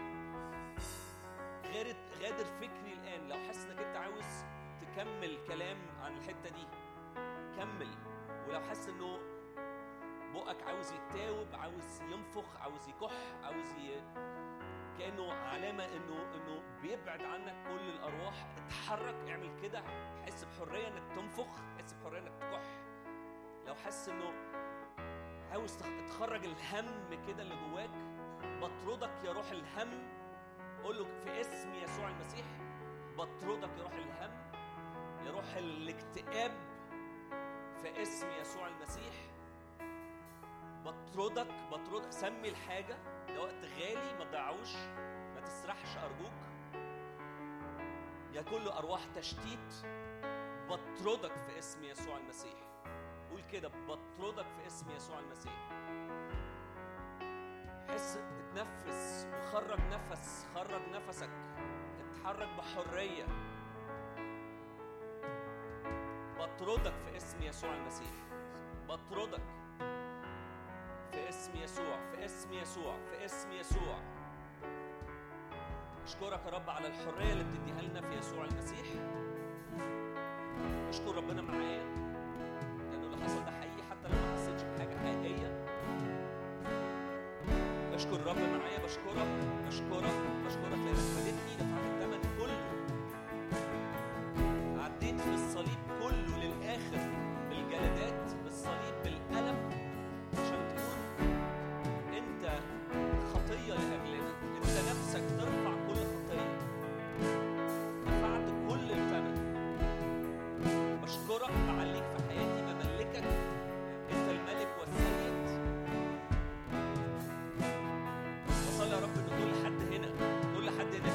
غادر غادر فكري الآن. لو حاسس إنك أنت عاوز تكمل كلام عن الحتة دي كمل، ولو حاسس إنه بقك عاوز يتاوب، عاوز ينفخ، عاوز يكح، عاوز ي... كأنه علامة إنه إنه بيبعد عنك كل الأرواح. اتحرك، اعمل كده، حس بحرية إنك تنفخ، حس بحرية إنك تكح. لو حس إنه عاوز تخرج الهم كده اللي جواك، بطردك يا روح الهم. قول له في اسم يسوع المسيح، بطردك يا روح الهم، يا روح الاكتئاب، في اسم يسوع المسيح بطردك بطردك. سمي الحاجة، ده وقت غالي ما تضيعوش، ما تسرحش أرجوك. يا كل أرواح تشتيت بطردك في اسم يسوع المسيح. قول كده، بطردك في اسم يسوع المسيح. حس، اتنفس وخرج نفس، خرج نفسك، اتحرك بحرية. بطردك في اسم يسوع المسيح، بطردك في اسم يسوع، في اسم يسوع، في اسم يسوع. أشكرك يا رب على الحرية اللي بتديها لنا في يسوع المسيح. أشكر ربنا معايا لأنه اللي حصل ده حقيقي حتى لو ما حسيتش بحاجة حقيقية. أشكر رب معايا، بشكرك بشكرك بشكرك لأنك فادتني، دفعت الثمن كله، عديت في الصليب كله للآخر، بالجلدات، بالصليب، بالألم، عشان تكون أنت خطية لأجلنا، أنت نفسك ترفع كل خطية، دفعت كل الثمن. بشكرك، بعليك في حياتي، بملكك، أنت الملك والسيد. بصلي يا رب إن كل حد هنا، كل حد هنا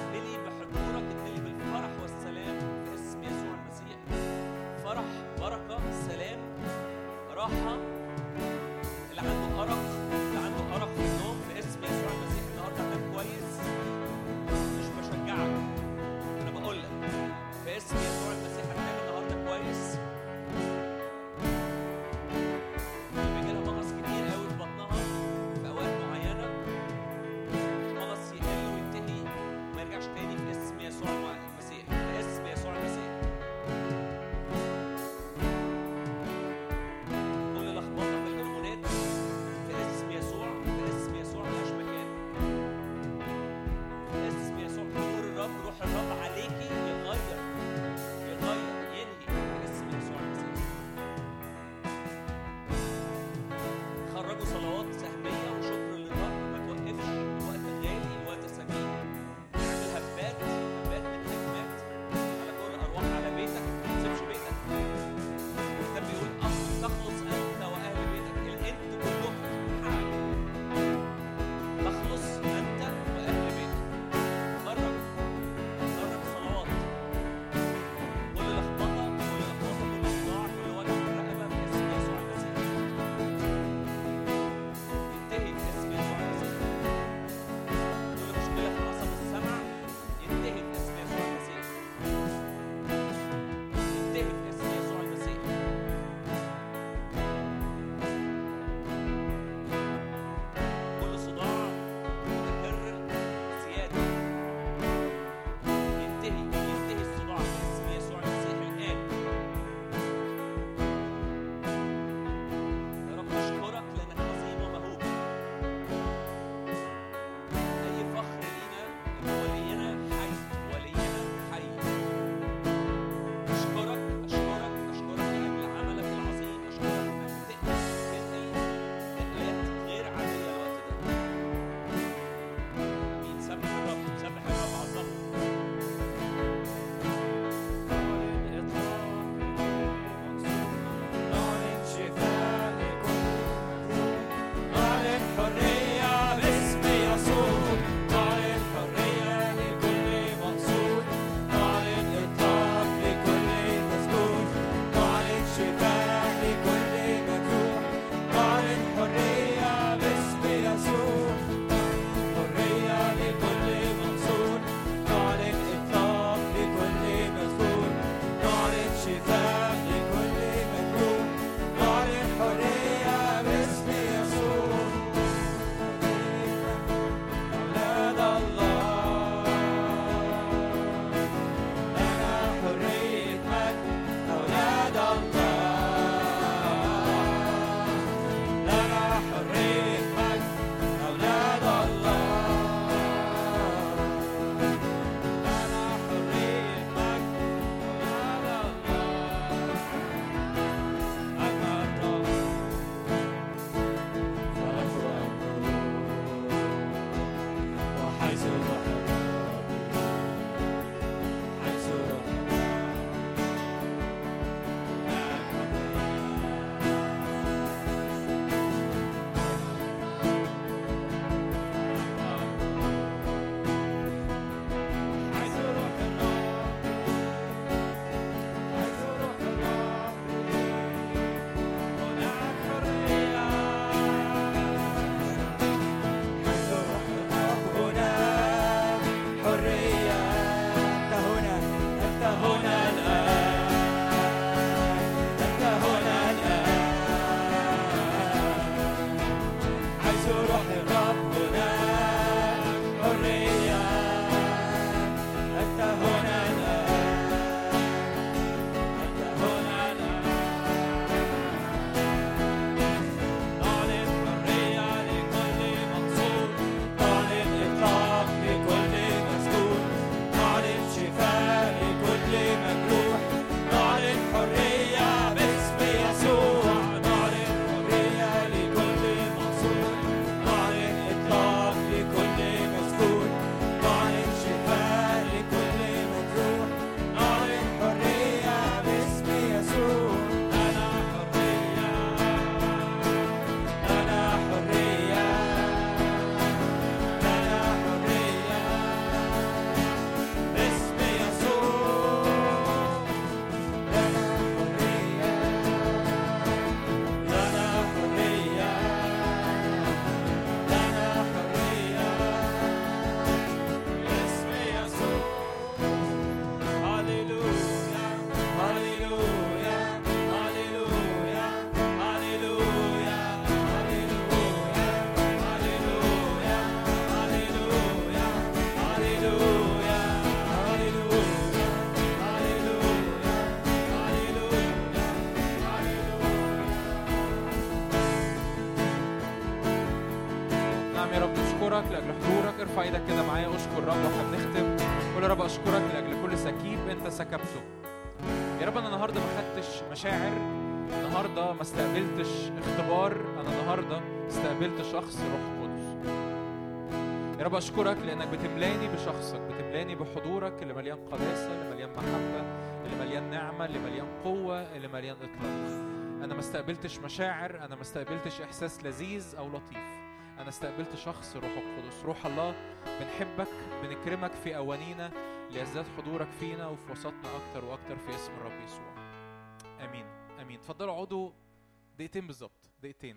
أشكرك لأجل حضورك. ارفع إيدك كده معايا، أشكر رب واحنا بنختم. قول يا رب أشكرك لأجل كل سكيب أنت سكبته. يا رب أنا النهاردة ما خدتش مشاعر، النهاردة ما استقبلتش اختبار، أنا النهاردة استقبلت شخص روح قدس. يا رب أشكرك لأنك بتملاني بشخصك، بتملاني بحضورك اللي مليان قداسة، اللي مليان محبة، اللي مليان نعمة، اللي مليان قوة، اللي مليان إطلاق. أنا ما استقبلتش مشاعر، أنا ما استقبلتش إحساس لذيذ أو لطيف، أنا استقبلت شخص روح القدس. روح الله بنحبك، بنكرمك في أوانينا ليزداد حضورك فينا وفي وسطنا أكتر وأكتر في اسم الرب يسوع. آمين آمين. تفضلوا اقعدوا دقيقتين بالظبط، دقيقتين.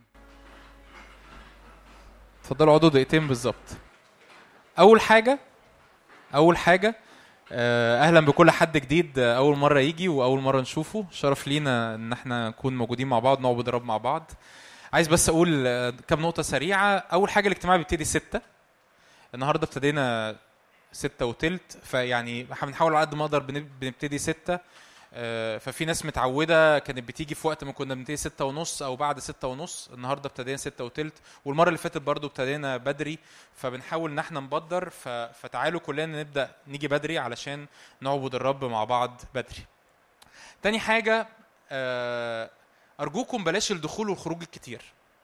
تفضلوا اقعدوا دقيقتين بالظبط. أول حاجة أول حاجة أهلا بكل حد جديد أول مرة يجي وأول مرة نشوفه. شرف لينا إن احنا نكون موجودين مع بعض، نعبد الرب مع بعض. عايز بس أقول كم نقطة سريعة. أول حاجة الاجتماع بيبتدي ستة، النهاردة ابتدينا ستة وتلت، فيعني احنا بنحاول على قد ما اقدر بنبتدي ستة. ففي ناس متعودة كانت بتيجي في وقت ما كنا بنبتدي ستة ونص أو بعد ستة ونص، النهاردة ابتدينا ستة وتلت، والمرة اللي فاتت برضو ابتدينا بدري، فبنحاول ان احنا نبدر. فتعالوا كلنا نبدأ نيجي بدري علشان نعبد الرب مع بعض بدري. تاني حاجة أرجوكم بلاش الدخول والخروج الكتير.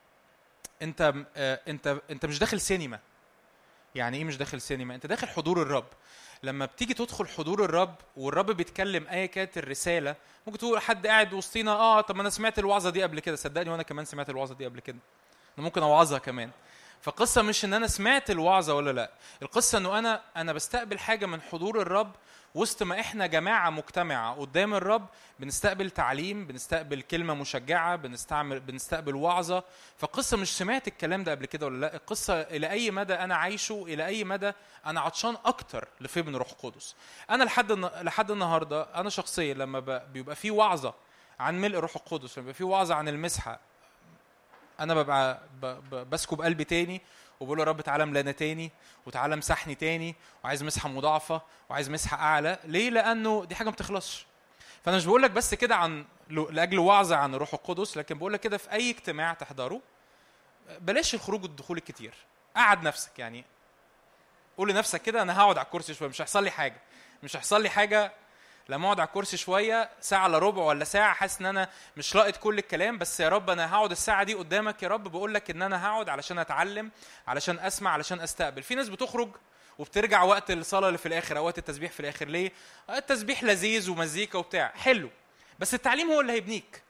انت انت انت مش داخل سينما. يعني ايه مش داخل سينما؟ انت داخل حضور الرب. لما بتيجي تدخل حضور الرب والرب بيتكلم ايه كانت الرساله، ممكن تقول حد قاعد وسطينا اه طب انا سمعت الوعظه دي قبل كده. صدقني وانا كمان سمعت الوعظه دي قبل كده، انا ممكن اوعظها كمان. فقصه مش ان انا سمعت الوعظه ولا لا، القصه انه انا انا بستقبل حاجه من حضور الرب وسط ما احنا جماعه مجتمعه قدام الرب، بنستقبل تعليم، بنستقبل كلمه مشجعه، بنستعمل بنستقبل وعظه. فقصه مش سمعت الكلام ده قبل كده ولا لا، القصه الى اي مدى انا عايشه، الى اي مدى انا عطشان اكتر لفيض روح القدس. انا لحد لحد النهارده انا شخصيا لما بيبقى في وعظه عن ملء روح القدس، لما بيبقى في وعظه عن المسحه، انا ببقى بسكب قلبي تاني وبقول يا رب تعالى ملانا تاني وتعالى مسحني تاني، وعايز مسحه مضاعفه وعايز مسحه اعلى. ليه؟ لانه دي حاجه ما بتخلصش. فانا مش بقول لك بس كده عن لاجل وعظه عن الروح القدس، لكن بقول لك كده في اي اجتماع تحضره بلاش الخروج والدخول الكتير. قعد نفسك، يعني قول لنفسك كده انا هقعد على الكرسي شويه، مش هيحصل لي حاجه مش هيحصل لي حاجه لما اقعد على الكرسي شويه ساعه الا ربع ولا ساعه، حاسس ان انا مش لاقط كل الكلام، بس يا رب انا هقعد الساعه دي قدامك يا رب، بقول لك ان انا هقعد علشان اتعلم، علشان اسمع، علشان استقبل. في ناس بتخرج وبترجع وقت الصلاه اللي في الاخر او وقت التسبيح في الاخر. ليه؟ التسبيح لذيذ ومزيكا وبتاع حلو، بس التعليم هو اللي هيبنيك.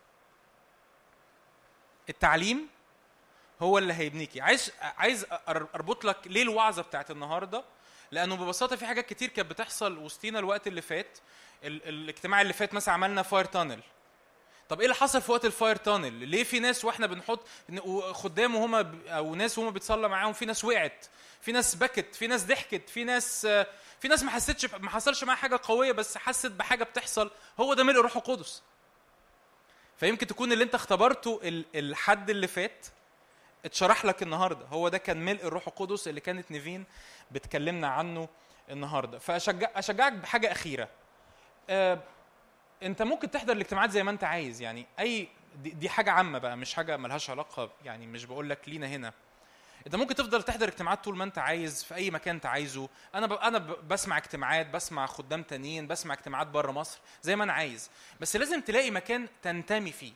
التعليم هو اللي هيبنيكي. عايز عايز اربط لك ليه الوعظه بتاعت النهارده، لانه ببساطه في حاجات كتير كانت بتحصل وسطينا الوقت اللي فات. الاجتماع اللي فات مثلا عملنا فاير تانل. طب ايه اللي حصل في وقت الفاير تانل؟ ليه في ناس واحنا بنحط خدام وهما او ناس وهما بيتصلى معاهم، في ناس وقعت، في ناس بكت، في ناس ضحكت، في ناس في ناس ما حسيتش ما حصلش معاها حاجه قويه بس حست بحاجه بتحصل. هو ده ملء روح القدس. فيمكن تكون اللي انت اختبرته الحد اللي فات اتشرح لك النهارده، هو ده كان ملء الروح القدس اللي كانت نيفين بتكلمنا عنه النهارده. فاشجع اشجعك بحاجه اخيره. آه، انت ممكن تحضر الاجتماعات زي ما انت عايز، يعني اي دي, دي حاجه عامه بقى، مش حاجه ملهاش علاقه، يعني مش بقول لك لينا هنا. انت ممكن تفضل تحضر اجتماعات طول ما انت عايز في اي مكان انت عايزه. انا ب... انا ب... بسمع اجتماعات، بسمع خدام تانيين، بسمع اجتماعات بره مصر زي ما انا عايز، بس لازم تلاقي مكان تنتمي فيه.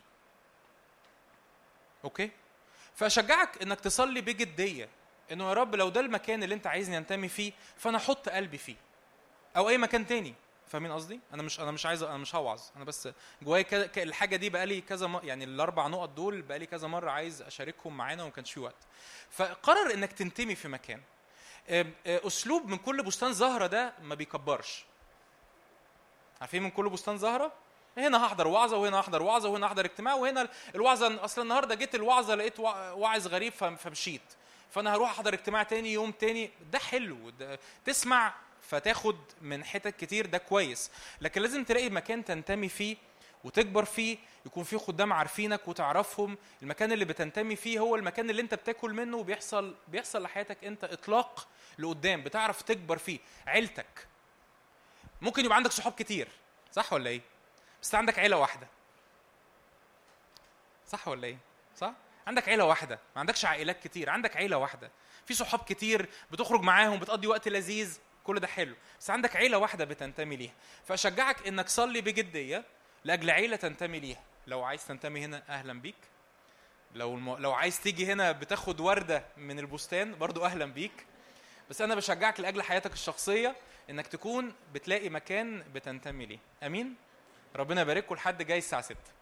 اوكي؟ فاشجعك انك تصلي بجديه انه يا رب لو ده المكان اللي انت عايزني انتمي فيه فانا احط قلبي فيه، او اي مكان تاني. فاهمين قصدي؟ انا مش انا مش عايز انا مش هوعظ، انا بس جوايا ك... الحاجه دي بقالي كذا م... يعني الاربع نقط دول بقالي كذا مره عايز اشاركهم معانا وما كانش في وقت. فقرر انك تنتمي في مكان. اسلوب من كل بستان زهره ده ما بيكبرش. عارفين من كل بستان زهره؟ هنا هحضر وعظه وهنا هحضر وعظه وهنا هحضر اجتماع وهنا الوعظه اصلا النهارده جيت الوعظه لقيت واعظ غريب فمشيت، فانا هروح احضر اجتماع تاني يوم تاني. ده حلو، ده تسمع فتاخد من حتت كتير، ده كويس، لكن لازم تلاقي مكان تنتمي فيه وتكبر فيه، يكون فيه خدام عارفينك وتعرفهم. المكان اللي بتنتمي فيه هو المكان اللي انت بتاكل منه وبيحصل بيحصل لحياتك انت اطلاق لقدام، بتعرف تكبر فيه. عيلتك ممكن يبقى عندك صحاب كتير، صح ولا ايه؟ بس عندك عيله واحده، صح ولا ايه؟ صح؟ عندك عيله واحده، ما عندكش عائلات كتير، عندك عيله واحده. في صحاب كتير بتخرج معاهم، بتقضي وقت لذيذ، كل ده حلو، بس عندك عيله واحده بتنتمي ليها. فاشجعك انك صلي بجديه لاجل عيله تنتمي ليها. لو عايز تنتمي هنا اهلا بيك، لو الم... لو عايز تيجي هنا بتاخد ورده من البستان برضو اهلا بيك. بس انا بشجعك لاجل حياتك الشخصيه انك تكون بتلاقي مكان بتنتمي ليه. امين. ربنا يبارككم. لحد جاي الساعه ستة.